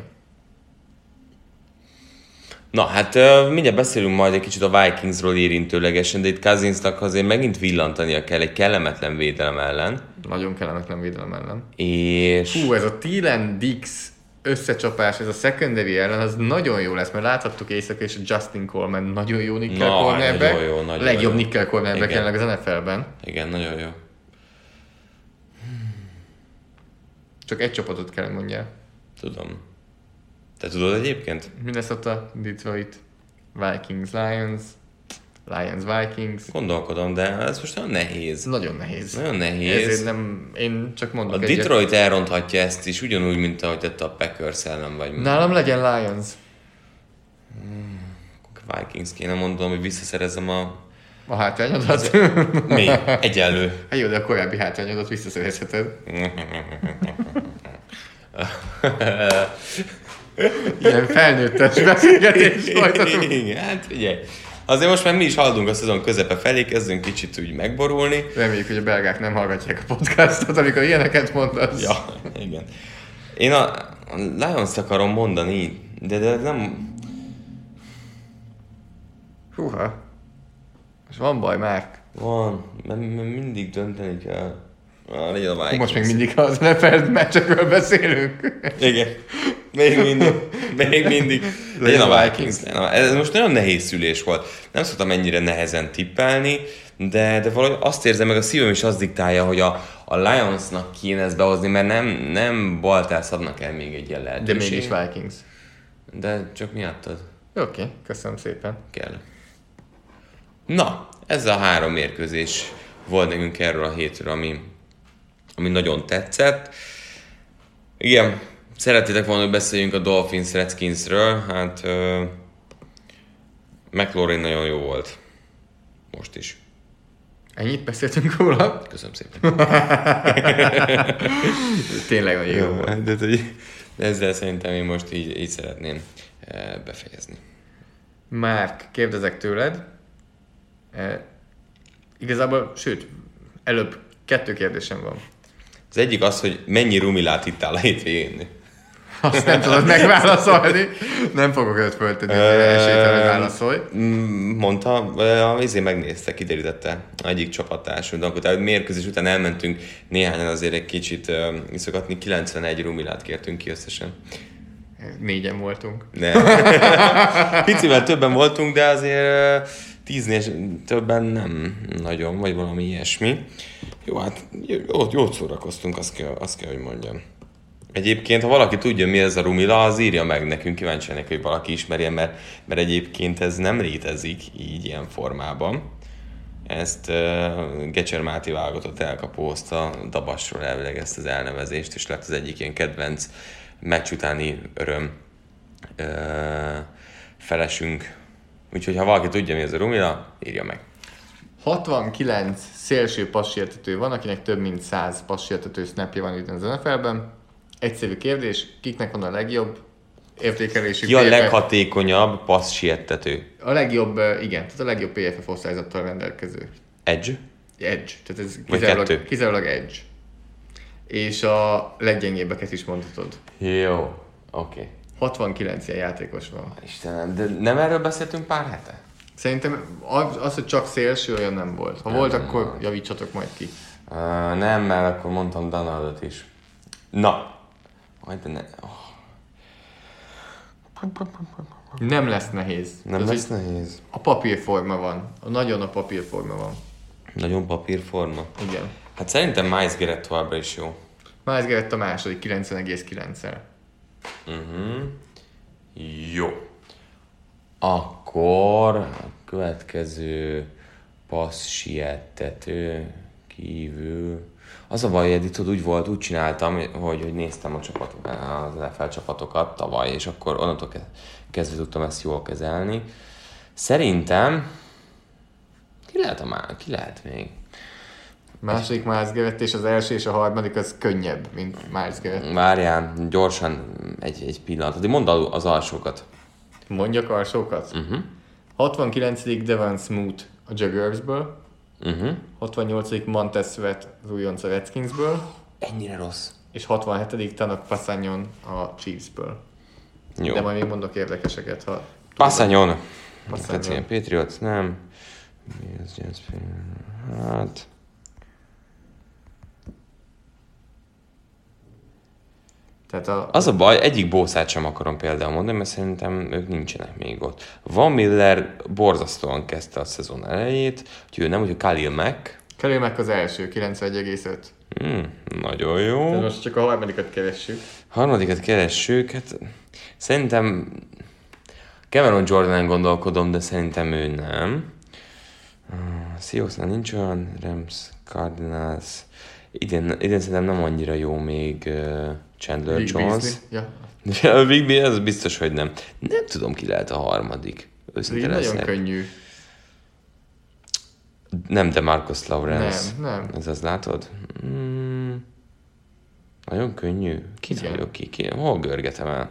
Na hát uh, mindjárt beszélünk majd egy kicsit a Vikingsról érintőlegesen, de itt Cousinsnak azért megint villantania kell egy kellemetlen védelem ellen. Nagyon kellemetlen védelem ellen. És... Hú, ez a Thielen Dix összecsapás, ez a secondary ellen, az nagyon jó lesz, mert láthattuk éjszaka, és a Justin Coleman nagyon jó nickel Na, cornerback. nagyon jó, nagyon legjobb jó. nickel cornerback jelenleg az en ef el-ben. Igen, nagyon jó. Csak egy csapatot kell mondjál. Tudom. Te tudod egyébként? Minnesota, Detroit, Vikings, Lions, Lions, Vikings. Gondolkodom, de ez most nagyon nehéz. Nagyon nehéz. Nagyon nehéz. Ezért nem, én csak mondok A egyet. Detroit elronthatja ezt is, ugyanúgy, mint ahogy tette a Packers ellen, vagy... Nálam legyen Lions. Hmm, Vikings kéne mondom, hogy visszaszerezem a... A hátrányodat? Mi? Egyenlő. Hát jó, de a korábbi hátrányodat visszaszerezheted. Ilyen felnőttes beszélgetés folytatunk. Igen, hát figyelj. Azért most már mi is haladunk a szezon közepe felé, kezdünk kicsit úgy megborulni. Reméljük, hogy a belgák nem hallgatják a podcastot, amikor ilyeneket mondasz. Ja, igen. Én a, a Lions-t akarom mondani, de, de nem... Húha. És van baj, Márk. Van, mert, mert mindig dönteni kell. Ah, legyen a Vikings. Most még mindig az en ef el meccsekről beszélünk. Igen. Még mindig. Még mindig. Legyen a Vikings. Ez most nagyon nehéz szülés volt. Nem szoktam ennyire nehezen tippelni, de, de valahogy azt érzem, meg a szívem is azt diktálja, hogy a, a Lionsnak kéne ezt behozni, mert nem, nem Baltász adnak el még egy ilyen lehetőség. De mégis Vikings. De csak miattad. Oké, okay, köszönöm szépen. Kell. Na, ez a három mérkőzés volt nekünk erről a hétről, ami, ami nagyon tetszett. Igen, szeretnétek volna, hogy beszéljünk a Dolphins Redskinsről, hát uh, McLaurin nagyon jó volt. Most is. Ennyit beszéltünk róla? Köszönöm szépen. Tényleg nagyon jó volt. De, de, de ezzel szerintem én most így, így szeretném uh, befejezni. Márk, kérdezek tőled. Uh, igazából, sőt, előbb kettő kérdésem van. Az egyik az, hogy mennyi rumilát ittál a hétvégén. Azt nem tudod megválaszolni. Nem fogok őt föltenni, hogy esélyt, hogy válaszolj. Mondta, a izé megnézte, kiderítette egyik csapattársunk. Akkor tehát mérkőzés után elmentünk néhányan azért egy kicsit uh, iszokatni, kilencvenegy rumilát kértünk ki összesen. Négyen voltunk. Nem. Picivel többen voltunk, de azért tíznél többen nem nagyon, vagy valami ilyesmi. Jó, hát jó, jót szórakoztunk, azt kell, azt kell, hogy mondjam. Egyébként, ha valaki tudja, mi ez a rumila, az írja meg nekünk, kíváncsi ennek, hogy valaki ismerje, mert, mert egyébként ez nem létezik így ilyen formában. ezt uh, Gecser Máté válogatott elkapózta Dabasról elvileg ezt az elnevezést, és lett az egyik ilyen kedvenc meccs utáni öröm uh, felesünk. Úgyhogy ha valaki tudja, mi ez a Rumila, írja meg. hatvankilenc szélső passértető van, akinek több mint száz passértető snapja van itt az en ef el-ben. Egyszerű kérdés, kiknek van a legjobb értékelésük? Ki a leghatékonyabb passzsiettető? A legjobb, igen, tehát a legjobb pé ef ef osztályzattal rendelkező. Edge? Edge, tehát ez Vagy kizárólag, kettő? kizárólag Edge. És a leggyengébbeket is mondhatod. Jó, oké. Okay. hatvankilenc ilyen játékos van. Istenem, de nem erről beszéltünk pár hete? Szerintem az, az, hogy csak szélső, olyan nem volt. Ha nem, volt, nem, akkor javítsatok majd ki. Uh, nem, mert akkor mondtam Donaldot is. Na. Majd de ne... Oh. Nem lesz nehéz. Nem az, lesz nehéz. A papírforma van. A nagyon a papírforma van. Nagyon papírforma. Igen. Hát szerintem Miles Garrett továbbra is jó. Miles Garrett a második, kilencven egész kilenc-el. Uh-huh. Jó. Akkor a következő passz siettető kívül... Az a baj, Editor, úgy volt, úgy csináltam, hogy, hogy néztem a csapat, az en ef el csapatokat tavaly, és akkor onnantól kezdve tudtam ezt jól kezelni. Szerintem... Ki lehet, a má... Ki lehet még? Második Miles Garrett, és az első és a harmadik az könnyebb, mint Miles Garrett. Várjál, gyorsan egy, egy pillanat. De mondd az alsókat. Mondjak alsókat? Uh-huh. hatvankilencedik Devon Smoot a Jaguarsből. Uh-huh. hatvannyolcadik Montez Sweat az újonc a Redskinsből. Ennyire rossz. És hatvanhetedik Tanak Passanyon a Chiefsből. Jó. De majd még mondok érdekeseket, ha... Passanyon. Passanyon. Patriots, nem. Mi az James Hát... Tehát a... Az a baj, egyik bószát sem akarom például mondani, mert szerintem ők nincsenek még ott. Van Miller borzasztóan kezdte a szezon elejét, úgyhogy ő nem, hogy a Khalil Mack. Khalil Mack az első, kilencvenegy egész öt. Hmm, nagyon jó. De most csak a harmadikat keressük. Harmadikat keressük, hát szerintem Cameron Jordanen gondolkodom, de szerintem ő nem. Seahawksnál nincs olyan, Rams, Cardinals. Idén, idén szerintem nem annyira jó még uh, Chandler Big Jones. Ja. A Big B, az biztos, hogy nem. Nem tudom, ki lehet a harmadik. Őszinte Nagyon leszek. könnyű. Nem, de Marcus Lawrence. Nem, nem. Ez az látod? Mm, nagyon könnyű. Ki Igen. vagyok ki? ki? Hol görgetem el?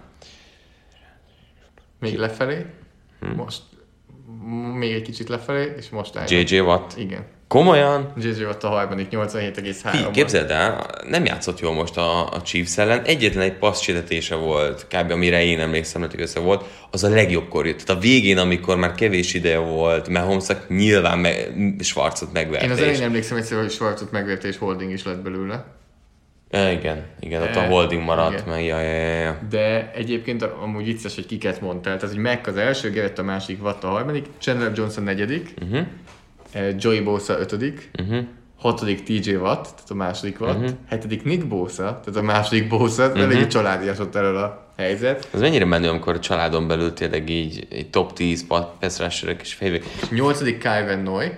Még lefelé. Hmm. Most. Még egy kicsit lefelé, és most állj. jé jé Watt? Igen. Komolyan? jé jé Watt a harmadik, nyolcvanhét egész három. Képzeld el, nem játszott jól most a, a Chiefs ellen. Egyetlen egy passzsértetése volt, kb. Amire én emlékszem, hogy össze volt, az a legjobbkor jött. Tehát a végén, amikor már kevés ideje volt, Mahomeszak nyilván me- Schwarzot megverte. Én az elején emlékszem egyszer, hogy Schwarzot megverte, és holding is lett belőle. E, igen, igen, ott E, a holding maradt igen. meg. Ja, ja, ja, ja. De egyébként amúgy vicces, hogy kiket mondtál. Tehát, hogy Mack az első, Garrett a második, Watt a harmadik, Chandler Jones a negyedik, Uh-huh. Joey Bosa ötödik, Uh-huh. hatodik té jé Watt, tehát a második Watt, Mhm. hetedik Nick Bosa, tehát a második Bosa, uh-huh. eléggé családiasott erről a helyzet. Ez mennyire menő, amikor a családon belül tényleg így egy top tíz pass rusherek és fejvek. nyolcadik Kyle Van Noy.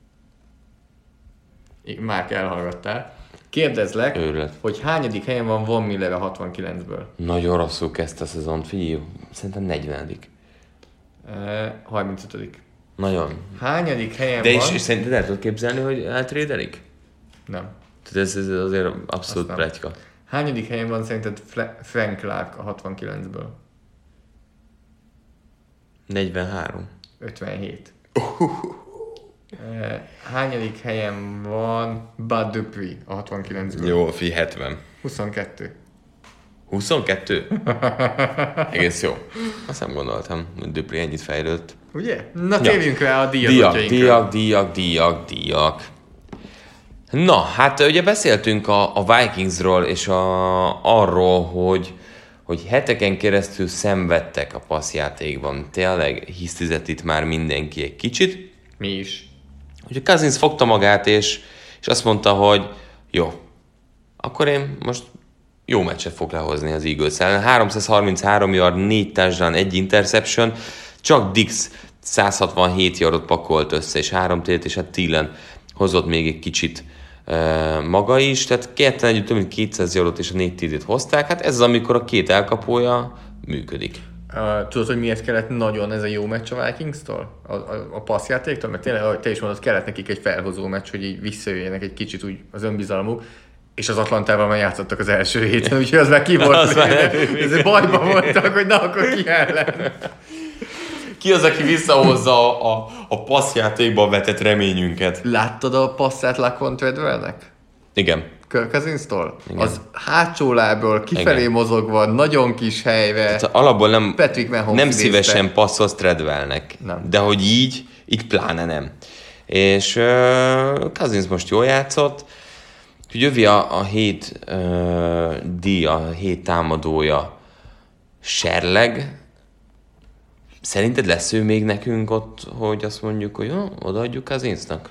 Már elhallgattál. Kérdezlek, Őrület. hogy hányadik helyen van Von Miller a hatvankilencből? Nagyon rosszul kezdte a szezont, figyelj, szerintem negyvenedik. Uh, harmincötödik Nagyon. Hányadik helyen De van? és, és szerinted el tudod képzelni, hogy eltrédelik? Nem. Tehát ez, ez azért abszolút Azt nem. pletyka. Hányadik helyen van szerinted Fla- Frank Clark a hatvankilencből? negyvenhárom. ötvenhét. Uh, hányadik helyen van Bud Dupree a hatvankilencből? Jó, fi, hetven. huszonkettő. huszonkettő? Egész jó. Azt nem gondoltam, hogy Dupree ennyit fejlődött. Ugye? Na térjünk rá a Díjak, díjazottjainkra. díjak, díjak, díjak, díjak. Na, hát ugye beszéltünk a, a Vikingsról és a, arról, hogy, hogy heteken keresztül szenvedtek a passzjátékban. Tényleg hisztizett itt már mindenki egy kicsit. Mi is. Úgyhogy Cousins fogta magát, és, és azt mondta, hogy jó, akkor én most jó meccset fog lehozni az Eagles ellen. háromszázharminchárom yard, négy touchdown, egy interception, csak Dix száz hatvanhét yardot pakolt össze, és három tét, és hát Thielen hozott még egy kicsit uh, maga is, tehát ketten együtt több mint kétszáz yardot és a négy té dét hozták, hát ez az, amikor a két elkapója működik. Uh, tudod, hogy miért kellett nagyon ez a jó meccs a Vikingstól? A, a, a passzjátéktól? Mert tényleg, ahogy te is mondod, kellett nekik egy felhozó meccs, hogy így visszajöjjenek egy kicsit úgy az önbizalmuk, és az Atlantával már játszottak az első héten, úgyhogy az már ki volt. Ez bajban voltak, hogy na, akkor ki ellen. Ki az, aki visszahozza a, a, a passzjátékban vetett reményünket? Láttad a passzát Laquan Treadwellnek? Igen. Kirk Cousins-tól? Az hátsó lábból kifelé igen. mozogva, nagyon kis helyre. Tehát alapból nem, nem szívesen passzolsz Treadwellnek, nem. De hogy így, így pláne nem. És uh, Cousins most jól játszott, hogy jövi a, a hét uh, díj, a hét támadója serleg. Szerinted lesz ő még nekünk ott, hogy azt mondjuk, hogy jó, odaadjuk Cousinsnak?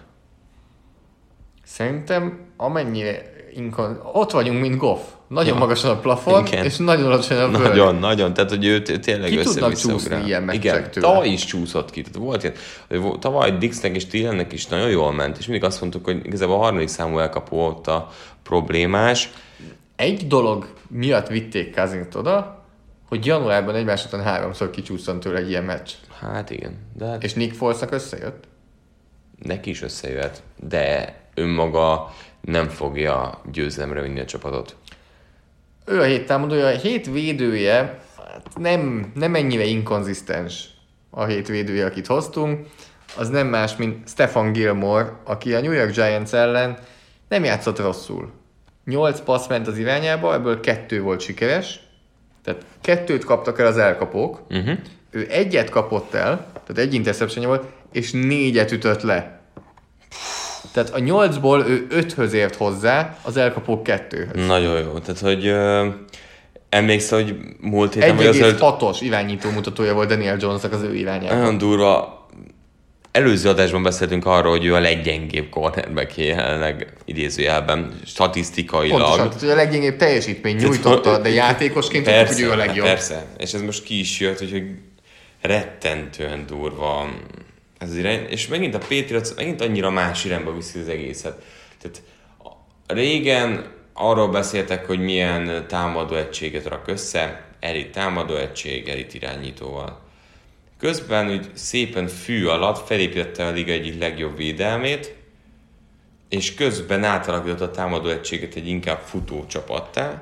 Szerintem amennyire inkon... ott vagyunk, mint Goff. Nagyon ja. magasan a plafon, igen. és nagyon alacsony a bőr. Nagyon, nagyon. Tehát, hogy ő tényleg ki össze-vissza tudnak csúszni ilyen meccsektől. Tavaly is csúszott ki. Tehát volt ilyen, tavaly Dixnek és Thielennek is nagyon jól ment, és mindig azt mondtuk, hogy igazából a harmadik számú elkapó ott a problémás. Egy dolog miatt vitték Cousins oda, hogy januárban egymás után háromszor kicsúsztant tőle egy ilyen meccs. Hát igen. De hát... És Nick Folesnak összejött? Neki is összejött, de önmaga nem fogja győzelemre vinni a csapatot. Ő a hét támadója, a hét védője hát nem, nem ennyire inkonzisztens a hét védője, akit hoztunk. Az nem más, mint Stefan Gilmore, aki a New York Giants ellen nem játszott rosszul. Nyolc passz ment az irányába, ebből kettő volt sikeres. Tehát kettőt kaptak el az elkapók. Uh-huh. Ő egyet kapott el, tehát egy interception volt, és négyet ütött le. Tehát a nyolcból ő öthöz ért hozzá, az elkapók kettőhöz. Nagyon jó. Tehát, hogy ö, emlékszel, hogy múlt héten... egy egész hatos irányító mutatója volt Daniel Jonesnak az ő irányában. Nagyon durva. Előző adásban beszéltünk arról, hogy ő a leggyengébb cornerback jelenleg idézőjelben, statisztikailag. Pontosan, tehát, hogy a leggyengébb teljesítmény nyújtotta, de játékosként persze, tudjuk, hogy ő a legjobb. Persze, és ez most ki is jött, hogy, hogy rettentően durva ez az irány, és megint a Patriots megint annyira más irányba viszi az egészet. Tehát régen arról beszéltek, hogy milyen támadó egységet rak össze, elit támadó egység, elit irányítóval. Közben úgy szépen fű alatt felépítette a liga egyik legjobb védelmét, és közben átalakította a támadó egységet egy inkább futó csapattá,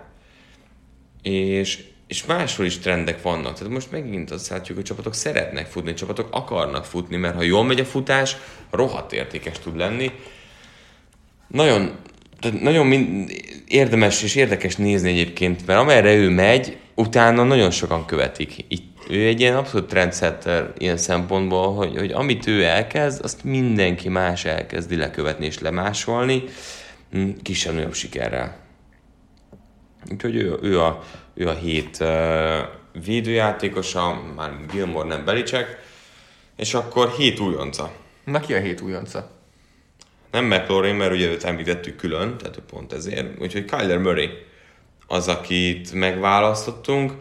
és, és máshol is trendek vannak. Tehát most megint azt látjuk, hogy csapatok szeretnek futni, csapatok akarnak futni, mert ha jól megy a futás, rohadt értékes tud lenni. Nagyon, tehát nagyon mind, érdemes és érdekes nézni egyébként, mert amerre ő megy, utána nagyon sokan követik. Így ő egy ilyen abszolút trendsetter ilyen szempontból, hogy, hogy amit ő elkezd, azt mindenki más elkezdi lekövetni és lemásolni, kisebb-nagyobb sikerrel. Úgyhogy ő, ő, a, ő a hét uh, védőjátékosa, már Gilmore, nem Belichick, és akkor hét újonca. Na ki a hét újonca? Nem McLaurin, mert ugye őt említettük külön, tehát pont ezért. Úgyhogy Kyler Murray az, akit megválasztottunk.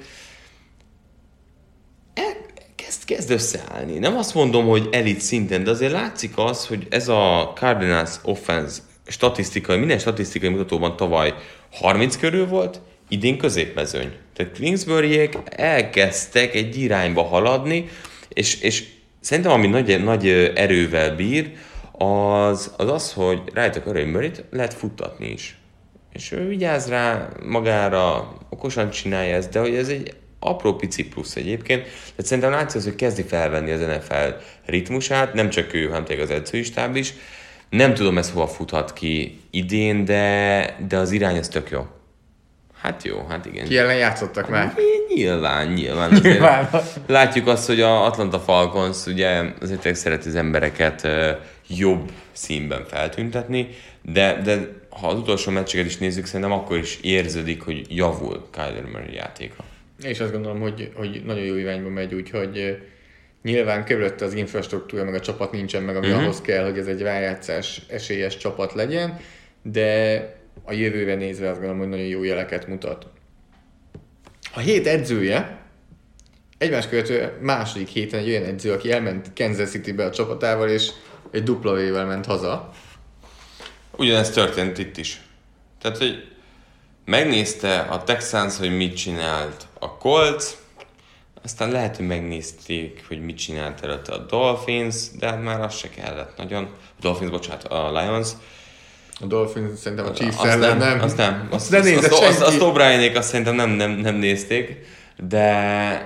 Kezd, kezd összeállni. Nem azt mondom, hogy elit szinten, de azért látszik az, hogy ez a Cardinals offense statisztikai, minden statisztikai mutatóban tavaly harminc körül volt, idén középmezőny. Tehát Kingsburyék elkezdtek egy irányba haladni, és, és szerintem ami nagy, nagy erővel bír, az az, az hogy rájöttek arra, hogy Murrayt lehet futtatni is. És ő vigyáz rá magára, okosan csinálja ezt, de hogy ez egy apró pici plusz egyébként. Tehát szerintem látszik az, hogy kezdi felvenni az en ef el ritmusát, nem csak ő, hanem tényleg az edzői stáb is. Nem tudom, ez hova futhat ki idén, de, de az irány az tök jó. Hát jó, hát igen. Ki ellen játszottak már? Nyilván, nyilván. nyilván. Látjuk azt, hogy a Atlanta Falcons ugye azért szereti az embereket jobb színben feltüntetni, de, de ha az utolsó meccseket is nézzük, szerintem akkor is érződik, hogy javul Kyler Murray játéka. És azt gondolom, hogy, hogy nagyon jó irányba megy, úgyhogy nyilván körülötte az infrastruktúra, meg a csapat nincsen meg, ami uh-huh. ahhoz kell, hogy ez egy rájátszás esélyes csapat legyen, de a jövőre nézve azt gondolom, hogy nagyon jó jeleket mutat. A hét edzője egymás követő második héten egy olyan edző, aki elment Kansas Citybe a csapatával, és egy dupla vével ment haza. Ugyanez történt itt is. Tehát, hogy megnézte a Texans, hogy mit csinált a Colts, aztán lehet, hogy megnézték, hogy mit csinált előtte a Dolphins, de hát már az se kellett nagyon. A Dolphins, bocsánat, a Lions. A Dolphins szerintem a Chiefs azt ellen nem. nem. Azt nem. Azt, nem azt, azt, azt, azt senki. O'Brienék azt szerintem nem, nem, nem nézték, de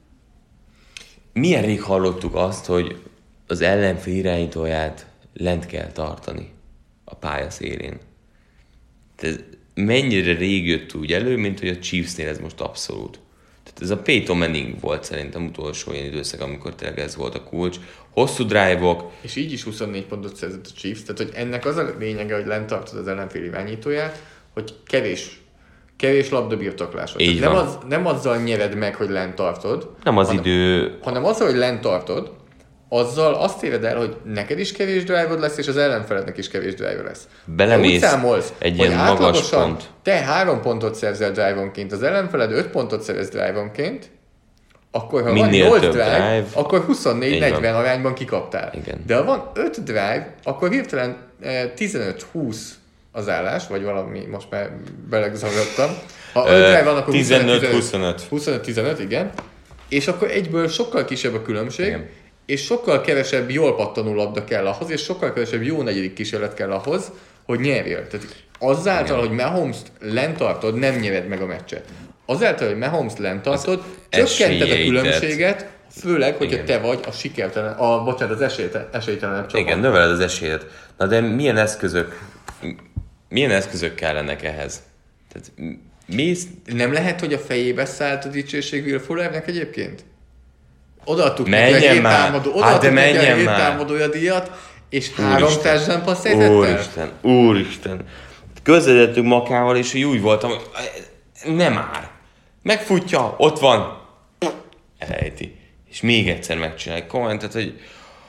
milyen rég hallottuk azt, hogy az ellenfél irányítóját lent kell tartani a pálya szélén. Tehát mennyire rég jött úgy elő, mint hogy a Chiefsnél ez most abszolút. Tehát ez a Peyton Manning volt szerintem utolsó ilyen időszak, amikor tényleg ez volt a kulcs. Hosszú drive-ok. És így is huszonnégy pontot szerzett a Chiefs, tehát hogy ennek az a lényege, hogy lent tartod az ellenfél irányítóját, hogy kevés, kevés labdabirtoklás van. Így nem, van. az, nem azzal nyered meg, hogy lent tartod, Nem az hanem, idő... hanem azzal, hogy lent tartod, azzal azt éred el, hogy neked is kevés drive-od lesz, és az ellenfelednek is kevés drive lesz. Belemész úgy számolsz, egy hogy ilyen magas átlagosan pont. te három pontot szerzel drive-onként, az ellenfeled öt pontot szerez drive-onként, akkor ha Minél van nyolc több drive, drive, akkor huszonnégy negyven van. arányban kikaptál. Igen. De ha van öt drive, akkor hirtelen eh, tizenöt húsz az állás, vagy valami, most már belegzavarodtam. Ha öt drive van, akkor tizenöt huszonöt. huszonöt tizenöt, igen. És akkor egyből sokkal kisebb a különbség, Igen. és sokkal kevesebb jól pattanó labda kell ahhoz, és sokkal kevesebb jó negyedik kísérlet kell ahhoz, hogy nyerjél. Tehát azáltal, Igen. hogy Mahomes-t lent tartod, nem nyered meg a meccset. Azáltal, hogy Mahomes-t lent tartod, Az csökkented a esélyeidet. különbséget, főleg, hogyha Igen. te vagy a sikertelen, a, bocsánat, az esélytelen, esélytelenebb csapat. Igen, növeled az esélyed. Na de milyen eszközök, milyen eszközök kellenek ehhez? Tehát mész... Nem lehet, hogy a fejébe szállt a dicsőség Will Fullernek egyébként? Odaadtuk Menjen neki a hét már! támadó, Hát odaadtuk de neki a menjen hét már! támadója díjat, és három Úristen. touchdown passz helyzettel? Úristen, úristen. Közvetettünk Makával, és úgy voltam, hogy nem már. Megfutja, ott van. Elejti. És még egyszer megcsinálja. Komolyan, tehát, hogy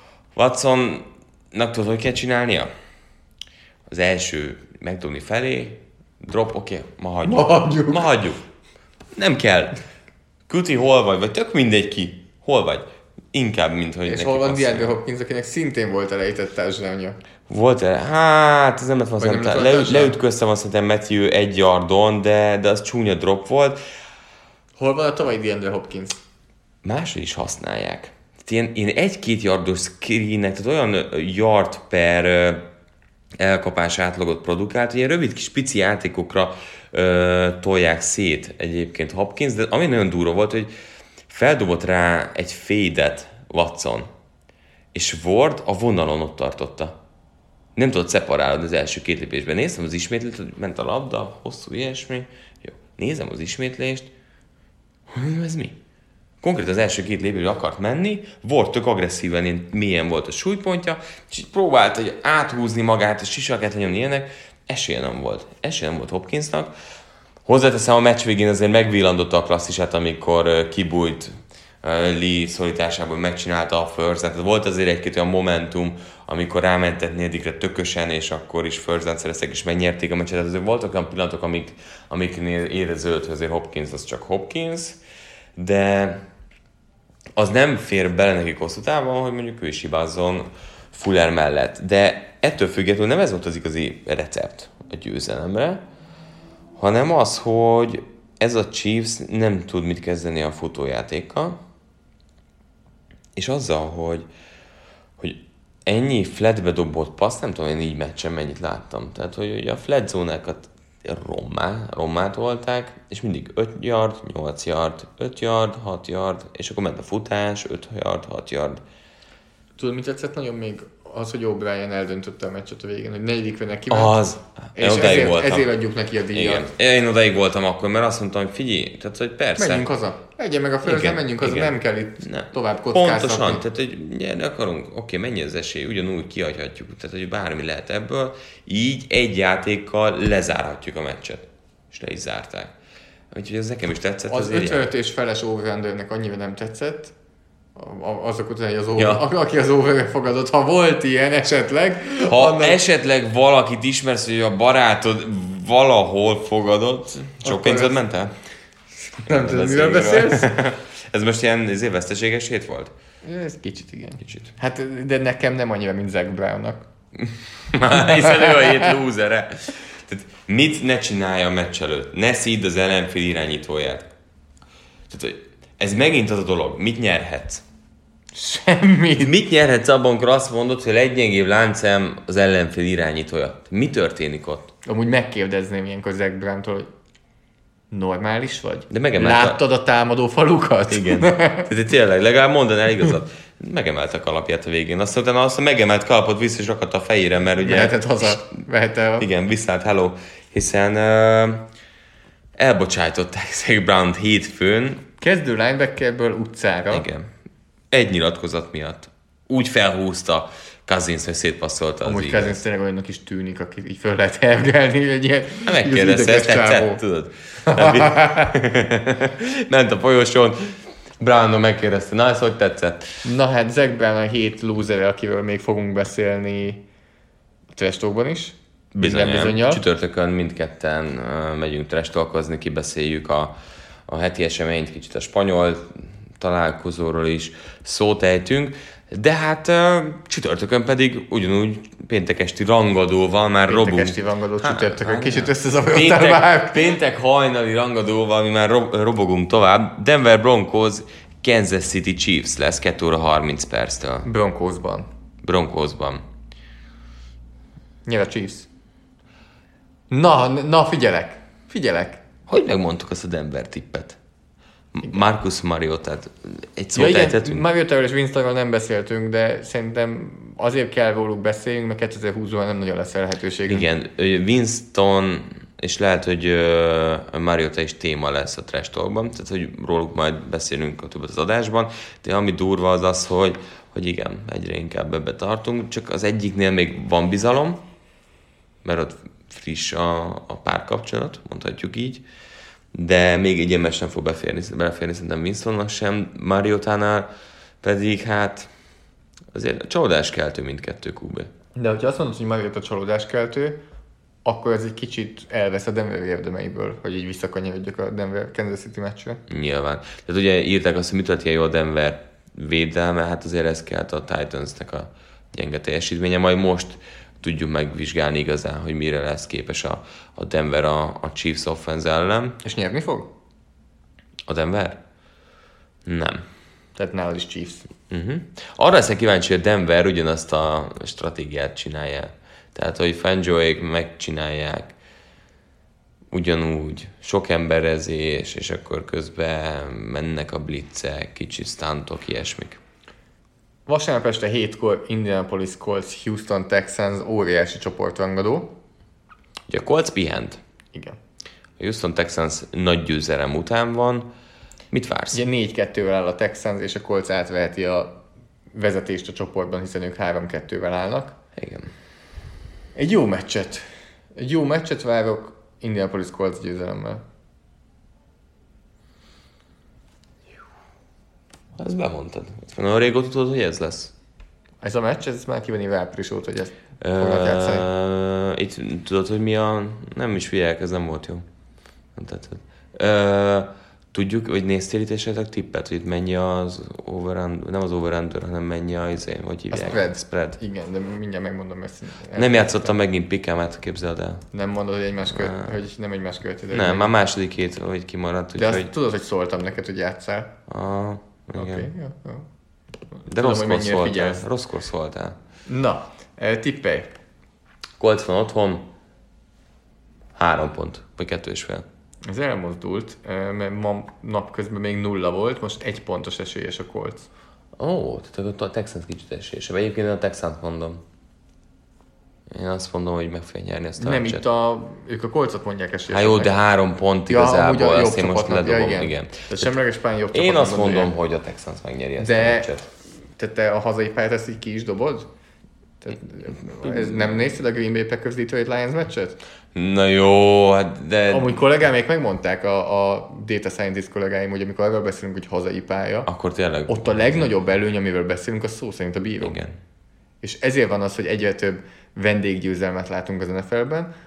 Watsonnak tudod, hogy kell csinálnia? Az első megdobni felé, drop, oké, okay, ma hagyjuk. Ma hagyjuk. Ma hagyjuk. Nem kell. Kuti, hol vagy? Vagy tök mindegy ki. Hol vagy? Inkább, mint hogy És neki hol van passzolja. DeAndre Hopkins, akinek szintén volt elejtett touchdownja. Volt el? Hát, ez nem lett Vagy volna, nem nem lett le, volna touchdown? leütköztem azt szerintem Matthew egy yardon, de, de az csúnya drop volt. Hol van a tavalyi DeAndre Hopkins? Máshogy is használják. Tehát ilyen, ilyen egy-két yardos screenek, tehát olyan yard per ö, elkapás átlagot produkált, hogy ilyen rövid kis pici játékokra ö, tolják szét egyébként Hopkins, de ami nagyon durva volt, hogy feldobott rá egy fade-et Watson, és Ward a vonalon ott tartotta. Nem tudott szeparálni az első két lépésben. Néztem az ismétlést, hogy ment a labda, hosszú ilyesmi. Jó, nézem az ismétlést. Hm, ez mi? Konkrétan az első két lépésben akart menni, Ward tök agresszíven, ilyen mélyen volt a súlypontja, és így próbált hogy áthúzni magát, és sisakát lenyomni ilyenek. Esélye nem volt. Esélye nem volt Hopkinsnak. Hozzáteszem, a meccs végén azért megvillandotta a klasszisát, amikor uh, kibújt uh, Lee szorításából, megcsinálta a first, tehát volt azért egy-két olyan momentum, amikor rámentett négyedikre tökösen, és akkor is first down szereztek, és megnyerték a meccset. Tehát azért voltak olyan pillanatok, amik, amiknél éreződött, hogy azért Hopkins az csak Hopkins, de az nem fér bele nekik hosszú távon, hogy mondjuk ő is hibázzon Fuller mellett. De ettől függetlenül nem ez volt az igazi recept a győzelemre, hanem az, hogy ez a Chiefs nem tud mit kezdeni a futójátékkal, és azzal, hogy, hogy ennyi flatbe dobott passz, nem tudom, én így meccsen mennyit láttam. Tehát, hogy ugye a flat zónákat rommá, rommát volták, és mindig öt yard, nyolc yard, öt yard, hat yard, és akkor ment a futás, öt yard, hat yard. Tudod, mit tetszett nagyon még? Az, hogy O'Brien eldöntötte a meccset a végén, hogy negyedikre kiment. Az, és én odáig ezért, voltam. ezért adjuk neki a díjat. Igen, én odáig voltam akkor, mert azt mondtam, hogy figyelj, tehát, hogy persze. Menjünk haza. Egyen meg a föld, Igen, menjünk haza, igen. nem kell itt Nem. tovább kockáztatni. Pontosan, tehát hogy nyerni akarunk, oké, mennyi az esély, ugyanúgy kihagyhatjuk, tehát hogy bármi lehet ebből, így egy játékkal lezárhatjuk a meccset. És le is zárták. Úgyhogy ez nekem is tetszett. Az azért ötvenöt és feles over-undernek annyira nem tetszett, A- a- azok után, hogy az over, Ja. aki az over fogadott, ha volt ilyen esetleg, Ha annak esetleg valakit ismersz, hogy a barátod valahol fogadott, sok Akkor pénzed ez- ment el? Nem tudom, miről beszélsz? Ez most ilyen ezért veszteséges hét volt? Ez kicsit, igen. Kicsit. Hát, de nekem nem annyira, mint Zach Brownnak. Hiszen ő a hét lúzere. Tehát mit ne csinálja a meccs előtt? Ne szídd az ellenfél irányítóját. Tehát, hogy ez megint az a dolog. Mit nyerhetsz? Semmit. Mit nyerhetsz abban, amikor azt mondod, hogy a leggyengébb láncszem az ellenfél irányítója? Mi történik ott? Amúgy megkérdezném ilyenkor Zach Browntól, hogy normális vagy? De megemelte... Láttad a támadó falukat? Igen. Tehát tényleg, legalább mondaná el igazat. Megemelte a kalapját a végén. Aztán utána azt a megemelt kalapot vissza is rakott a fejére, mert ugye... Mehetett haza. Mehetett. Igen, viszlát, hello. Hiszen uh, elbocsájtották Zach Brownt hétfőn. Kezdő linebackerből utcára. Igen. Egy nyilatkozat miatt. Úgy felhúzta Cousins, hogy szétpasszolta az Amúgy ígát. Cousins tényleg olyannak is tűnik, aki így föl lehet hergelni, egy ilyen Megkérdezte, ezt tetszett, tudod? Ment a folyosón, Brownon megkérdezte, na ez hogy tetszett? Na hát Zach Brown a hét lúzere, akivel még fogunk beszélni a trash talkban is. Bizonyán. Csütörtökön mindketten uh, megyünk trash talkozni, kibeszéljük a, a heti eseményt, kicsit a spanyol találkozóról is szót ejtünk, de hát uh, csütörtökön pedig ugyanúgy péntek esti rangadóval már péntek robunk. Péntek esti rangadó hát, csütörtökön, hát, kicsit összezavarodtál péntek, már. Péntek hajnali rangadóval mi már rob- robogunk tovább. Denver Broncos, Kansas City Chiefs lesz kettő óra harminc perctől. Broncosban. Broncosban. Nyer a Chiefs. Na, na figyelek. Figyelek. Hogy megmondtuk azt a Denver tippet? Marcus Mariotát egy szót ja, ejtettünk? Mariotáról és Winstonról nem beszéltünk, de szerintem azért kell róluk beszéljünk, mert kétezer-húszban nem nagyon lesz lehetőségünk. Igen, Winston, és lehet, hogy Mariota is téma lesz a trash talkban, tehát hogy róluk majd beszélünk a többet az adásban, de ami durva az az, hogy, hogy igen, egyre inkább ebbe tartunk, csak az egyiknél még van bizalom, mert ott friss a, a párkapcsolat, mondhatjuk így, de még egy ilyen meccs nem fog beférni, beleférni szerintem Winstonnak sem, Mariotánál pedig hát azért csalódáskeltő mindkettő kú bé. De hogyha azt mondod, hogy Mariota csalódáskeltő, akkor ez egy kicsit elvesz a Denver érdemeiből, hogy így visszakanyarodjak a Denver Kansas City meccsre. Nyilván. Tehát ugye írták azt, hogy mit tett ilyen jó a Denver védelme, hát azért ez kellett a Titansnek a gyenge teljesítménye, majd most tudjuk megvizsgálni igazán, hogy mire lesz képes a, a Denver a, a Chiefs offense ellen. És nyerni fog? A Denver? Nem. Tehát nálad is Chiefs. Uh-huh. Arra leszek kíváncsi, hogy a Denver ugyanazt a stratégiát csinálja. Tehát, hogy Fangioék megcsinálják ugyanúgy, sok emberezés, és akkor közben mennek a blitzek, kicsi stuntok, ilyesmik. Vasárnap este hétkor Indianapolis Colts, Houston Texans, óriási csoportrangadó. Ugye a Colts pihent. Igen. A Houston Texans nagy győzelem után van. Mit vársz? Ugye négy kettővel áll a Texans, és a Colts átveheti a vezetést a csoportban, hiszen ők három kettővel állnak. Igen. Egy jó meccset. Egy jó meccset várok Indianapolis Colts győzelemmel. Ezt bemondtad. Nagyon régóta tudod, hogy ez lesz. Ez a meccs, ez már kivenni április óta, hogy ezt fognak játszani. Itt tudod, hogy mi a... Nem is figyelják, ez nem volt jó. Nem tetszett. Uh, tudjuk, hogy néztél itt esetleg tippet, hogy itt mennyi az over nem az over hanem mennyi a izé, hogy hívják? A spread. spread. Igen, de mindjárt megmondom ezt. Nem játszottam megint pikámát, képzeld el. Nem mondod, hogy egymás költ, uh, hogy nem egymás követő. Nem, már második hét, hogy kimaradt. De azt hogy... tudod, hogy szóltam neked, hogy játsszál. Ah, igen. Okay, jó, jó. De rosszkor szóltál. Rosszkor szóltál. Na, tippelj. Colts van otthon. Három pont, vagy kettő és fél. Ez elmozdult, mert ma napközben még nulla volt, most egy pontos esélyes a Colts. Ó, tehát a Texans kicsit esélyesebb. Egyébként a Texans mondom. Én azt mondom, hogy meg fogja nyerni ezt a Nem, meccset. itt a, ők a Coltsot mondják esélyesebb. Hát jó, de három pont ja, igazából, a ezt én most ledobom. Ja, igen. igen. De semleges pályán jobb Én azt mondom, gondolja. hogy a Texans megnyeri ezt de, a meccset. De te a hazai pályát ezt így ki is dobod? Tehát, ez nem nézted a Green Bay Packers Detroit Lions meccset? Na jó, hát de... Amúgy kollégámék megmondták, a, a data scientist kollégáim, hogy amikor arról beszélünk, hogy hazai pálya, akkor tényleg... ott a legnagyobb előny, amiről beszélünk, az szó szerint a bíró. Igen. És ezért van az, hogy egyre több vendéggyőzelmet látunk az en ef el-ben,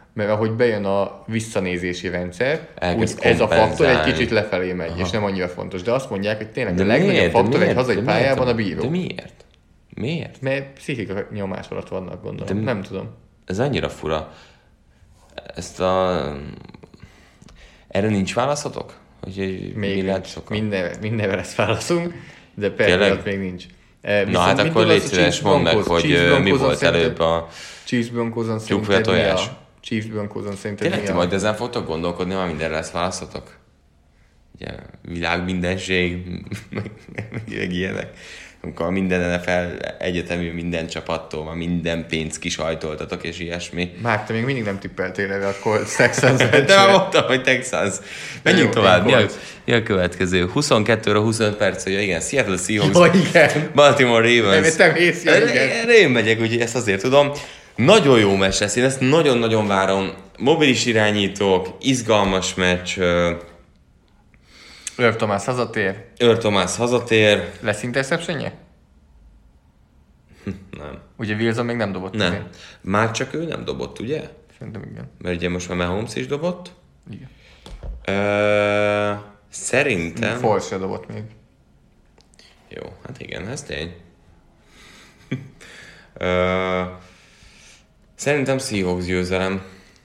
mert ahogy bejön a visszanézési rendszer, Elkezd úgy ez a faktor egy kompenzálni. kicsit lefelé megy, aha. és nem annyira fontos. De azt mondják, hogy tényleg De a legnagyobb miért? faktor De egy miért? hazai De pályában miért? a bíró. De miért? Miért? Mert pszichikai nyomás alatt vannak, gondolom. De- Nem tudom. Ez annyira fura. Ezt a... Erre nincs válaszotok? Hogy hogy Még mi nincs. lehet sokan? Minden, mindenvel ezt válaszunk, de per Tényleg? pillanat még nincs. Eh, Na viszont hát mit akkor gondolsz légy a szíves, Chiefs mondd meg, Broncos? hogy Chiefs ö, mi Broncos-on volt szerinted- előbb a... Chiefs Broncos-on Tyúkféle szerinted mi a... tojás? Chiefs Broncos-on szerinted Tényleg mi ti a... majd ezen fogtok gondolkodni, ha mindenre lesz válaszotok? Ugye, világ mindenség, meg, meg, meg ilyenek. Amikor minden en ef el egyetemű minden csapattól, már minden pénzt kisajtoltatok, és ilyesmi. Márk, te még mindig nem tippeltél erre a Colts Texans De már meccsre. mondtam, hogy Texans. Menjünk Jó, tovább. Mi én a, Colts. mi a következő? huszonkettőre huszonöt perc, hogy igen, Seattle Seahawks, Ja, igen. Baltimore Nem, Ravens. te mész, ja, igen. Erre én megyek, úgyhogy ezt azért tudom. Nagyon jó meccs lesz, én ezt nagyon-nagyon várom. Mobilis irányítók, izgalmas meccs, ö, Irv Thomas hazatér. Earl Thomas hazatér. Lesz interceptionje? Nem. Ugye Wilson még nem dobott. Nem. azért? Már csak ő nem dobott, ugye? Szerintem igen. Mert ugye most már Mahomes is dobott. Igen. Ö, szerintem... Foles se dobott még. Jó, hát igen, ez tény. Ö, szerintem Seahawks győzelem.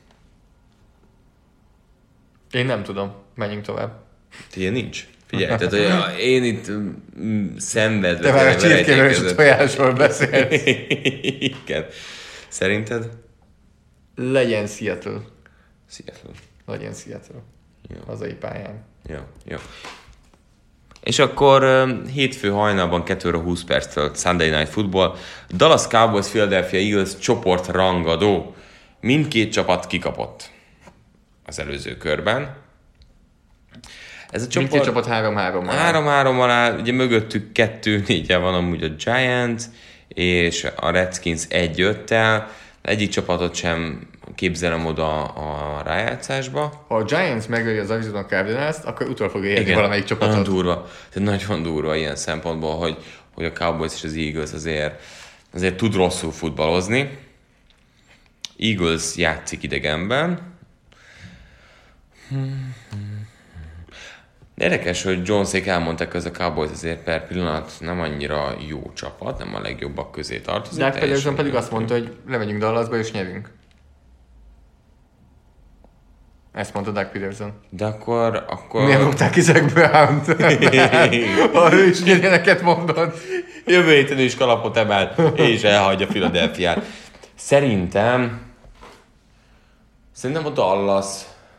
Én nem tudom. Menjünk tovább. Ilyen nincs. Figyelj, tehát hogy én itt mm, szenvedve... Te már a tényleg csirkéről és a verejtékezett. tojásról beszélsz. Igen. Szerinted? Legyen Seattle. Seattle. Legyen Seattle. Jó. Hazai pályán. Jó, jó. És akkor um, hétfő hajnalban kettő óra húsz perctől Sunday Night Football. Dallas Cowboys, Philadelphia Eagles csoport rangadó. Mindkét csapat kikapott az előző körben. Ez a csoport... Mindkét csapat három-három. három-három alá, ugye mögöttük kettő négyen van amúgy a Giants, és a Redskins egy-öttel. Egyik csapatot sem képzelem oda a rájátszásba. Ha a Giants megöli az Arizona Cardinals-t, akkor utol fogja érni Igen, valamelyik nagyon csapatot. durva. Tehát nagyon durva ilyen szempontból, hogy, hogy a Cowboys és az Eagles azért, azért tud rosszul futballozni. Eagles játszik idegenben. Érdekes, hogy Jonesék elmondták, hogy ez a Cowboys azért per pillanat nem annyira jó csapat, nem a legjobbak közé tartozik. Doug teljesen Peterson pedig jó. azt mondta, hogy lemegyünk Dallasba és nyerünk. Ezt mondta Doug Peterson. De akkor... akkor... Miért rúgták ki Zach Brown-t? Ha ő is ilyeneket mondott. Jövő héten is kalapot emel, és elhagyja Philadelphiát. Szerintem... Szerintem a Dallas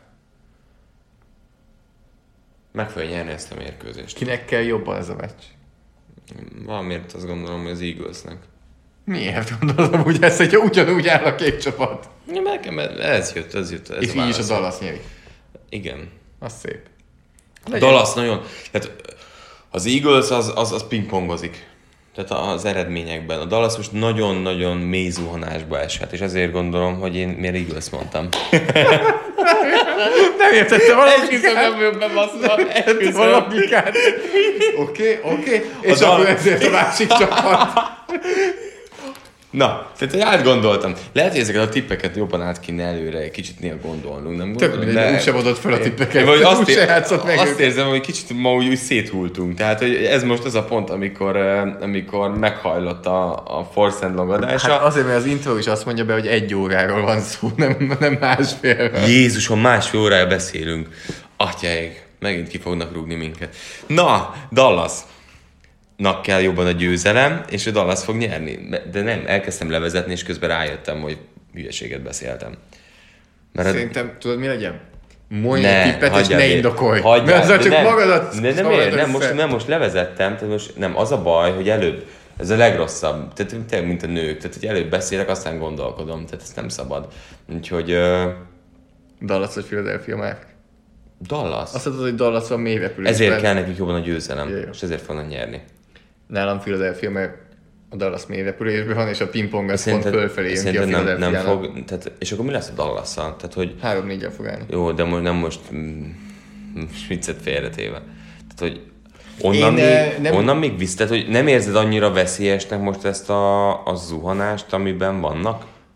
meg fogja nyerni ezt a mérkőzést. Kinek kell jobban ez a meccs? Valamiért azt gondolom, hogy az Eaglesnek. Miért gondolom, hogy ez, hogyha ugyanúgy áll a két csapat? Ja, nekem ez jött, ez jött. Ez És így is a válasz. Dallas nyeri. Igen. Az szép. A Dallas nagyon... Tehát az Eagles az, az, az pingpongozik. Tehát az eredményekben. A Dallas most nagyon-nagyon mély zuhanásba esett, és ezért gondolom, hogy én miért Eagles mondtam. Nem értettem a Esküszöm, logikát. nem jön bebaszva. Nem értettem a logikát. Oké, oké. És A akkor Dal- ezért a másik csapat. Na, tehát hogy átgondoltam. Lehet, hogy ezeket a tippeket jobban át kéne előre egy kicsit néha gondolnunk, nem Tök gondolod? mindegy, úgy sem adott fel a tippeket. Én vagy azt, Úgy se ér, játszott meg azt őket. érzem, hogy kicsit ma úgy, úgy széthultunk. Tehát, hogy ez most az a pont, amikor, eh, amikor meghajlott a, a Force and Long adása. Hát azért, mert az intro is azt mondja be, hogy egy óráról van szó, nem, nem másfélről. Jézusom, másfél órája beszélünk. Atyaik, megint ki fognak rúgni minket. Na, Dallas. Nak kell jobban a győzelem, és a Dallas fog nyerni. De nem, elkezdtem levezetni, és közben rájöttem, hogy hülyeséget beszéltem. Mert Szerintem, tudod mi legyen? Mondj ne, egy tippet, és hagyjál, ne de- indokolj. hagyjál, Mert azzal de csak nem, magadat de nem, szabad ér, nem, össze. most, nem, most levezettem, tehát most nem, az a baj, hogy előbb, ez a legrosszabb, tehát tényleg, mint a nők, tehát hogy előbb beszélek, aztán gondolkodom, tehát ez nem szabad. Úgyhogy uh, Dallas vagy Philadelphia már. Dallas. Azt mondod, hogy Dallas van mély repülésben. Ezért kell nekik jobban a győzelem, Jó, jó. és ezért fognak nyerni. Nálam Philadelphia, mert a Dallas mély repülésben van, és a pingpong az pont Szerinted, fölfelé jön ki a szerinted nem, nem Philadelphia-nak. fog, tehát, és akkor mi lesz a Dallasszal? Tehát, hogy három-négyen fog állni. jó, de most nem most mm, viccet félretéve. Tehát, hogy onnan, Én, még, eh, nem- onnan még visz, tehát, hogy nem érzed annyira veszélyesnek most ezt a, a zuhanást, amiben vannak?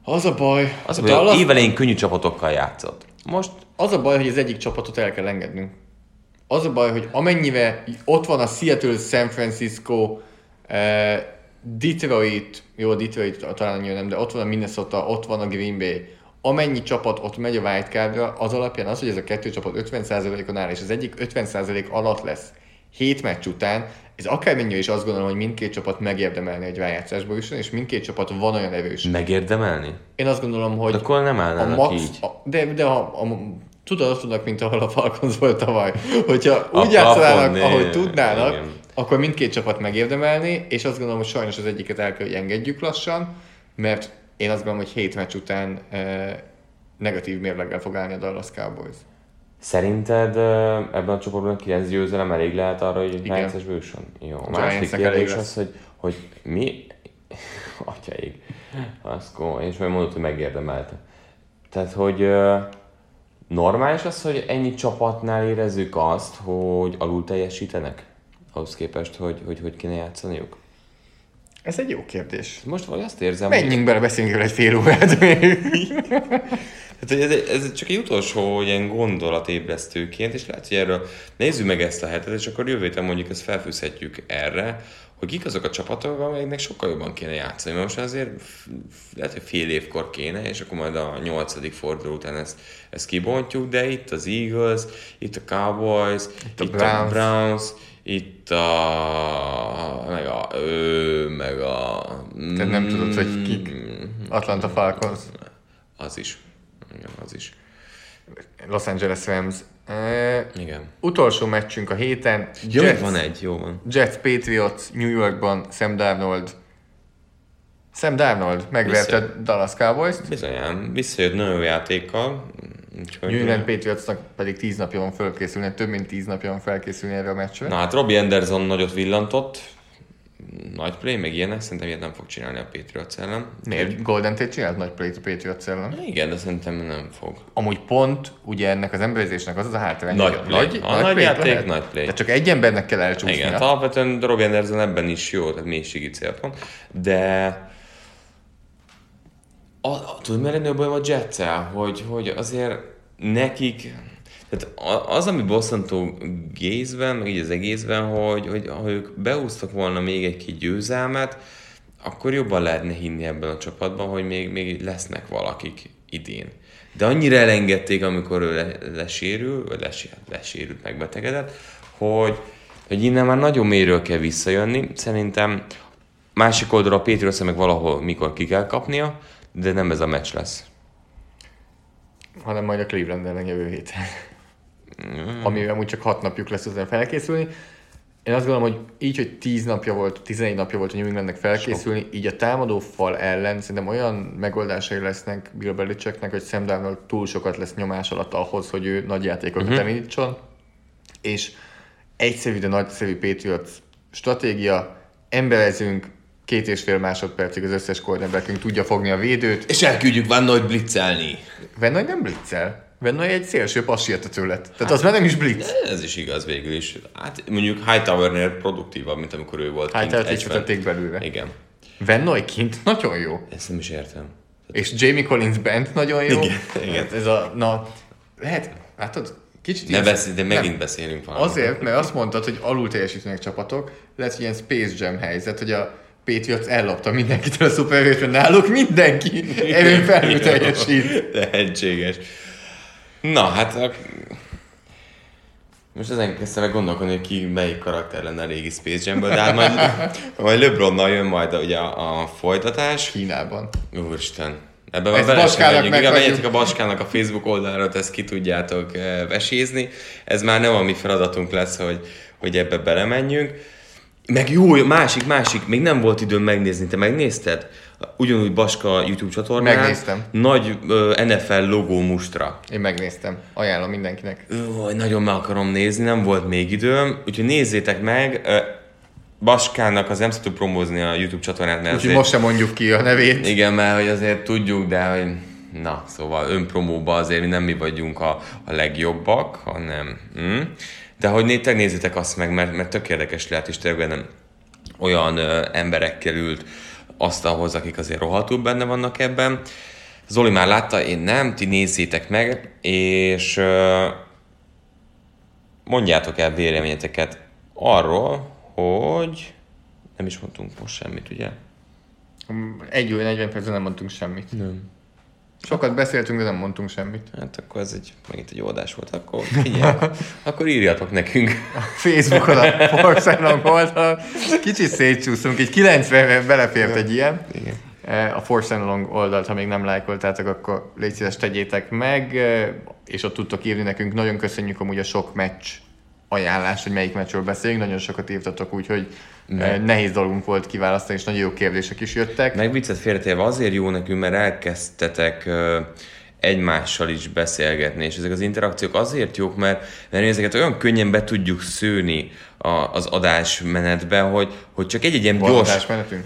Az a baj, az a baj, Dallas... hogy évelején könnyű csapatokkal játszott. Most Az a baj, hogy az egyik csapatot el kell engednünk. Az a baj, hogy amennyivel ott van a Seattle, San Francisco, eh, Detroit, jó, Detroit talán annyira nem, de ott van a Minnesota, ott van a Green Bay. Amennyi csapat ott megy a wildcardra, az alapján az, hogy ez a kettő csapat ötven százalékon áll, és az egyik ötven százalék alatt lesz hét meccs után, ez akármennyire is azt gondolom, hogy mindkét csapat megérdemelni egy rájátszásba jusson, és mindkét csapat van olyan erős. megérdemelni? Én azt gondolom, hogy De akkor nem a állnának max, így. a, de, de a, a, tudod, azt tudnak, mint ahol a Falcons volt tavaly, hogyha A úgy játszanának, plafon, ahogy né, tudnának, igen. akkor mindkét csapat megérdemelni, és azt gondolom, hogy sajnos az egyiket el kell, hogy engedjük lassan, mert én azt gondolom, hogy hét meccs után eh, negatív mérleggel fog állni a Dallas Cowboys. Szerinted ö, ebben a csoportban kilenc győzelem elég lehet arra, hogy egy rájátszásba jusson? Jó, a második Giantsnek elég kérdés lesz. az, hogy, hogy mi... Atyaig. Az komoly. És majd mondod, hogy megérdemelte. Tehát, hogy ö, normális az, hogy ennyi csapatnál érezzük azt, hogy alul teljesítenek? Ahhoz képest, hogy hogy, hogy kéne játszaniuk? Ez egy jó kérdés. Most vagy azt érzem, Menjünk bele, beszéljünk róla egy fél órát még. Hát ez, ez csak egy utolsó ilyen gondolatébresztőként, és lehet, hogy erről nézzük meg ezt a hetet, és akkor jövő héten mondjuk ezt felfűzhetjük erre, hogy kik azok a csapatok, amelyeknek sokkal jobban kéne játszani. Mert most azért f- lehet, hogy fél évkor kéne, és akkor majd a nyolcadik forduló után ezt, ezt kibontjuk, de itt az Eagles, itt a Cowboys, itt a, a itt Browns. a Browns, itt a... meg a... Ő, meg a... Te nem tudod, hogy kik. Atlanta Falcons, Az is. Igen, az is. Los Angeles Rams. Uh, Igen. utolsó meccsünk a héten. Jó, Jets, van egy, jó van. Jets Patriots New Yorkban, Sam Darnold. Sam Darnold megverte Vissza. Dallas Cowboys-t. Bizonyán, visszajött nagyon jó játékkal. Úgyhogy... New England Patriotsnak pedig tíz napja van felkészülni, több mint tíz napja van felkészülni erre a meccsre. Na hát Robbie Anderson nagyot villantott. Nagy play, meg ilyenek. Szerintem ilyet nem fog csinálni a Patriots ellen. Miért? Golden Tate csinált nagy play-t a Patriots ellen. Igen, de szerintem nem fog. Amúgy pont, ugye ennek az emberezésnek az az a hátrány, Nagy hogy play. A nagy play játék, lehet. nagy play. Tehát csak egy embernek kell Igen, elcsúsznia. alapvetően Robbie Anderson ebben is jó, tehát mélységi célpont. De... A, a, tudod, miért lenne a bajom a Jets-el? Hogy, hogy azért nekik... Tehát az, ami bosszantó Gaze-ben, meg így az egészben, hogy, hogy ha ők beúztak volna még egy-két győzelmet, akkor jobban lehetne hinni ebben a csapatban, hogy még, még lesznek valakik idén. De annyira elengedték, amikor ő le, lesérül, vagy les, lesérült, megbetegedett, hogy, hogy innen már nagyon mélyről kell visszajönni. Szerintem másik oldalra a Patriots meg valahol mikor ki kell kapnia, de nem ez a meccs lesz. Hanem majd a Cleveland ellen jövő héten. Mm. Ami amúgy csak hat napjuk lesz hozzá felkészülni. Én azt gondolom, hogy így, hogy tíz napja volt, tizenegy napja volt a New Englandnek felkészülni, Sok. így a támadó fal ellen szerintem olyan megoldásai lesznek Bill Belichicknek, hogy Sam Darnold túl sokat lesz nyomás alatt ahhoz, hogy ő nagy játékokat uh-huh. elindítson. És egyszerű, de nagyszerű Patriots stratégia, emberezünk, két és fél másodpercig az összes cornerbackünk tudja fogni a védőt. És elküldjük Van Noy blitzelni. Van Noy nem blitzel. Van Noy egy szélső passértető lett. Tehát hát, az már nem is blitz. Ez is igaz végül is. Hát mondjuk Hightowernél produktívabb, mint amikor ő volt kint. Hightower-t is vetették belőle. Igen. Van Noy kint nagyon jó. Ezt nem is értem. És Jamie Collins bent nagyon jó. Igen, igen. Ez a, na, lehet, látod, kicsit Ne ilyen- beszélj, de megint nem. beszélünk valamit. Azért, mert azt mondtad, hogy alul teljesítenek csapatok, lehet, hogy ilyen Space Jam helyzet, hogy a Patriots ellopta mindenkitől a szuperhőt, mert náluk mindenki erőn felül teljesít. Lehetséges. Na, hát a... most ezen kezdtem meg gondolkodni, hogy ki melyik karakter lenne a régi Space Jamből, de hát majd, majd LeBronnal jön majd ugye a, a folytatás. Kínában. Úristen. Ebben Ezt már bele sem Baskának megyünk. Igen, meghagyjuk. menjetek a Baskának a Facebook oldalra, ezt ki tudjátok eh, vesézni. Ez már nem a mi feladatunk lesz, hogy, hogy ebbe belemenjünk. Meg jó, másik, másik, még nem volt időm megnézni. Te megnézted? Ugyanúgy Baska YouTube csatornán. Megnéztem. Nagy uh, en ef el logó mustra. Én megnéztem. Ajánlom mindenkinek. Ó, nagyon meg akarom nézni, nem volt még időm. Úgyhogy nézzétek meg. Uh, Baskának az nem tudtuk promózni a YouTube csatornát, mert Úgyhogy azért... most sem mondjuk ki a nevét. Igen, mert hogy azért tudjuk, de hogy... Na, szóval önpromóban azért nem mi vagyunk a, a legjobbak, hanem... Hm? De hogy né- nézzétek azt meg, mert, mert tök érdekes lehet, és tényleg nem olyan ö, emberekkel ült asztalhoz, akik azért rohadtul benne vannak ebben. Zoli már látta, én nem, ti nézzétek meg, és mondjátok el véleményeteket arról, hogy nem is mondtunk most semmit, ugye? Egy óra negyven percben nem mondtunk semmit. Nem. Sokat beszéltünk, de nem mondtunk semmit. Hát akkor ez egy, megint egy oldás volt. Akkor figyelj, akkor írjatok nekünk. A Facebookon a Force oldal. Kicsit szétcsúszunk, így kilencvenben belefért egy ilyen. Igen. A Force Long oldalt, ha még nem lájkoltátok, akkor légy szíves, tegyétek meg, és ott tudtok írni nekünk. Nagyon köszönjük amúgy a sok meccs ajánlást, hogy melyik meccsről beszélünk. Nagyon sokat írtatok, úgyhogy meg. nehéz dolgunk volt kiválasztani, és nagyon jó kérdések is jöttek. Meg viccet félretéve azért jó nekünk, mert elkezdtetek egymással is beszélgetni, és ezek az interakciók azért jók, mert, mert ezeket olyan könnyen be tudjuk szőni a, az adásmenetbe, hogy, hogy csak egy-egy ilyen van gyors... adásmenetünk?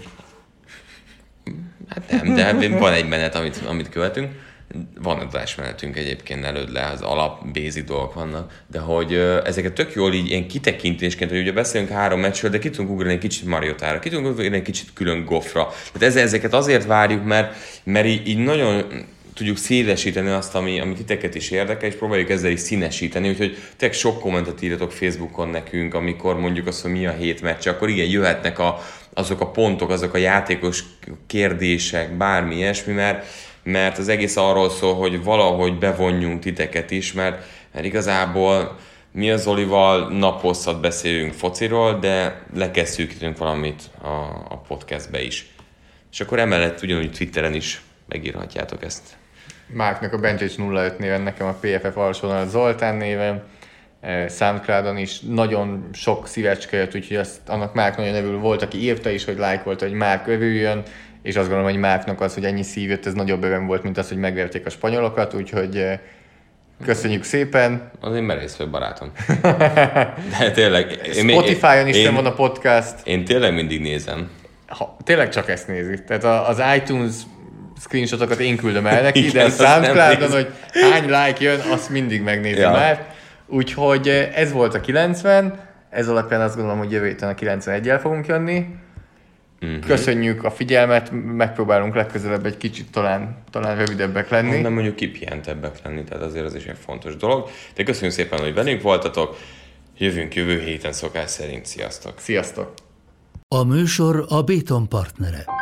Hát nem, de van egy menet, amit, amit követünk. Van adásmenetünk egyébként előtt le, az alap, basic dolgok vannak, de hogy ö, ezeket tök jól így ilyen kitekintésként, hogy ugye beszélünk három meccsről, de ki tudunk ugrani egy kicsit Mariotára, ki tudunk ugrani egy kicsit külön Goffra. Tehát ezeket azért várjuk, mert, mert így, így nagyon tudjuk szélesíteni azt, ami, ami titeket is érdekel, és próbáljuk ezzel is színesíteni, úgyhogy tényleg sok kommentet írjatok Facebookon nekünk, amikor mondjuk azt, hogy mi a hét meccs, akkor igen, jöhetnek a, azok a pontok, azok a játékos kérdések, bármi ilyesmi, mert, mert az egész arról szól, hogy valahogy bevonjunk titeket is, mert, mert igazából mi az Zolival naphosszat beszélünk fociról, de le kell szűkítenünk valamit a, a podcastbe is. És akkor emellett ugyanúgy Twitteren is megírhatjátok ezt. Márknak a Bencsics nulla öt néven, nekem a pé ef ef alsónál Zoltán néven, Soundcloudon is nagyon sok szívecske jött, úgyhogy azt, annak Márk nagyon nevül volt, aki írta is, hogy lájkolta, hogy Márk övüljön, és azt gondolom, hogy Márknak az, hogy ennyi szív jött, ez nagyobb öröm volt, mint az, hogy megverték a spanyolokat, úgyhogy köszönjük szépen. Az én merész vagy barátom. De tényleg. Spotify-on is van a podcast. Én tényleg mindig nézem. Ha, tényleg csak ezt nézi. Tehát az iTunes screenshotokat én küldöm el neki, igen, de a Soundcloudon, hogy hány like jön, azt mindig megnézi ja. már. Úgyhogy ez volt a kilencven, ez alapján azt gondolom, hogy jövő héten a kilencvenegyel fogunk jönni. Mm-hmm. Köszönjük a figyelmet, megpróbálunk legközelebb egy kicsit talán, talán rövidebbek lenni. Nem mondjuk kipihentebbek lenni, tehát azért az is egy fontos dolog. De köszönjük szépen, hogy velünk voltatok. Jövünk jövő héten szokás szerint. Sziasztok! Sziasztok! A műsor a Béton partnere.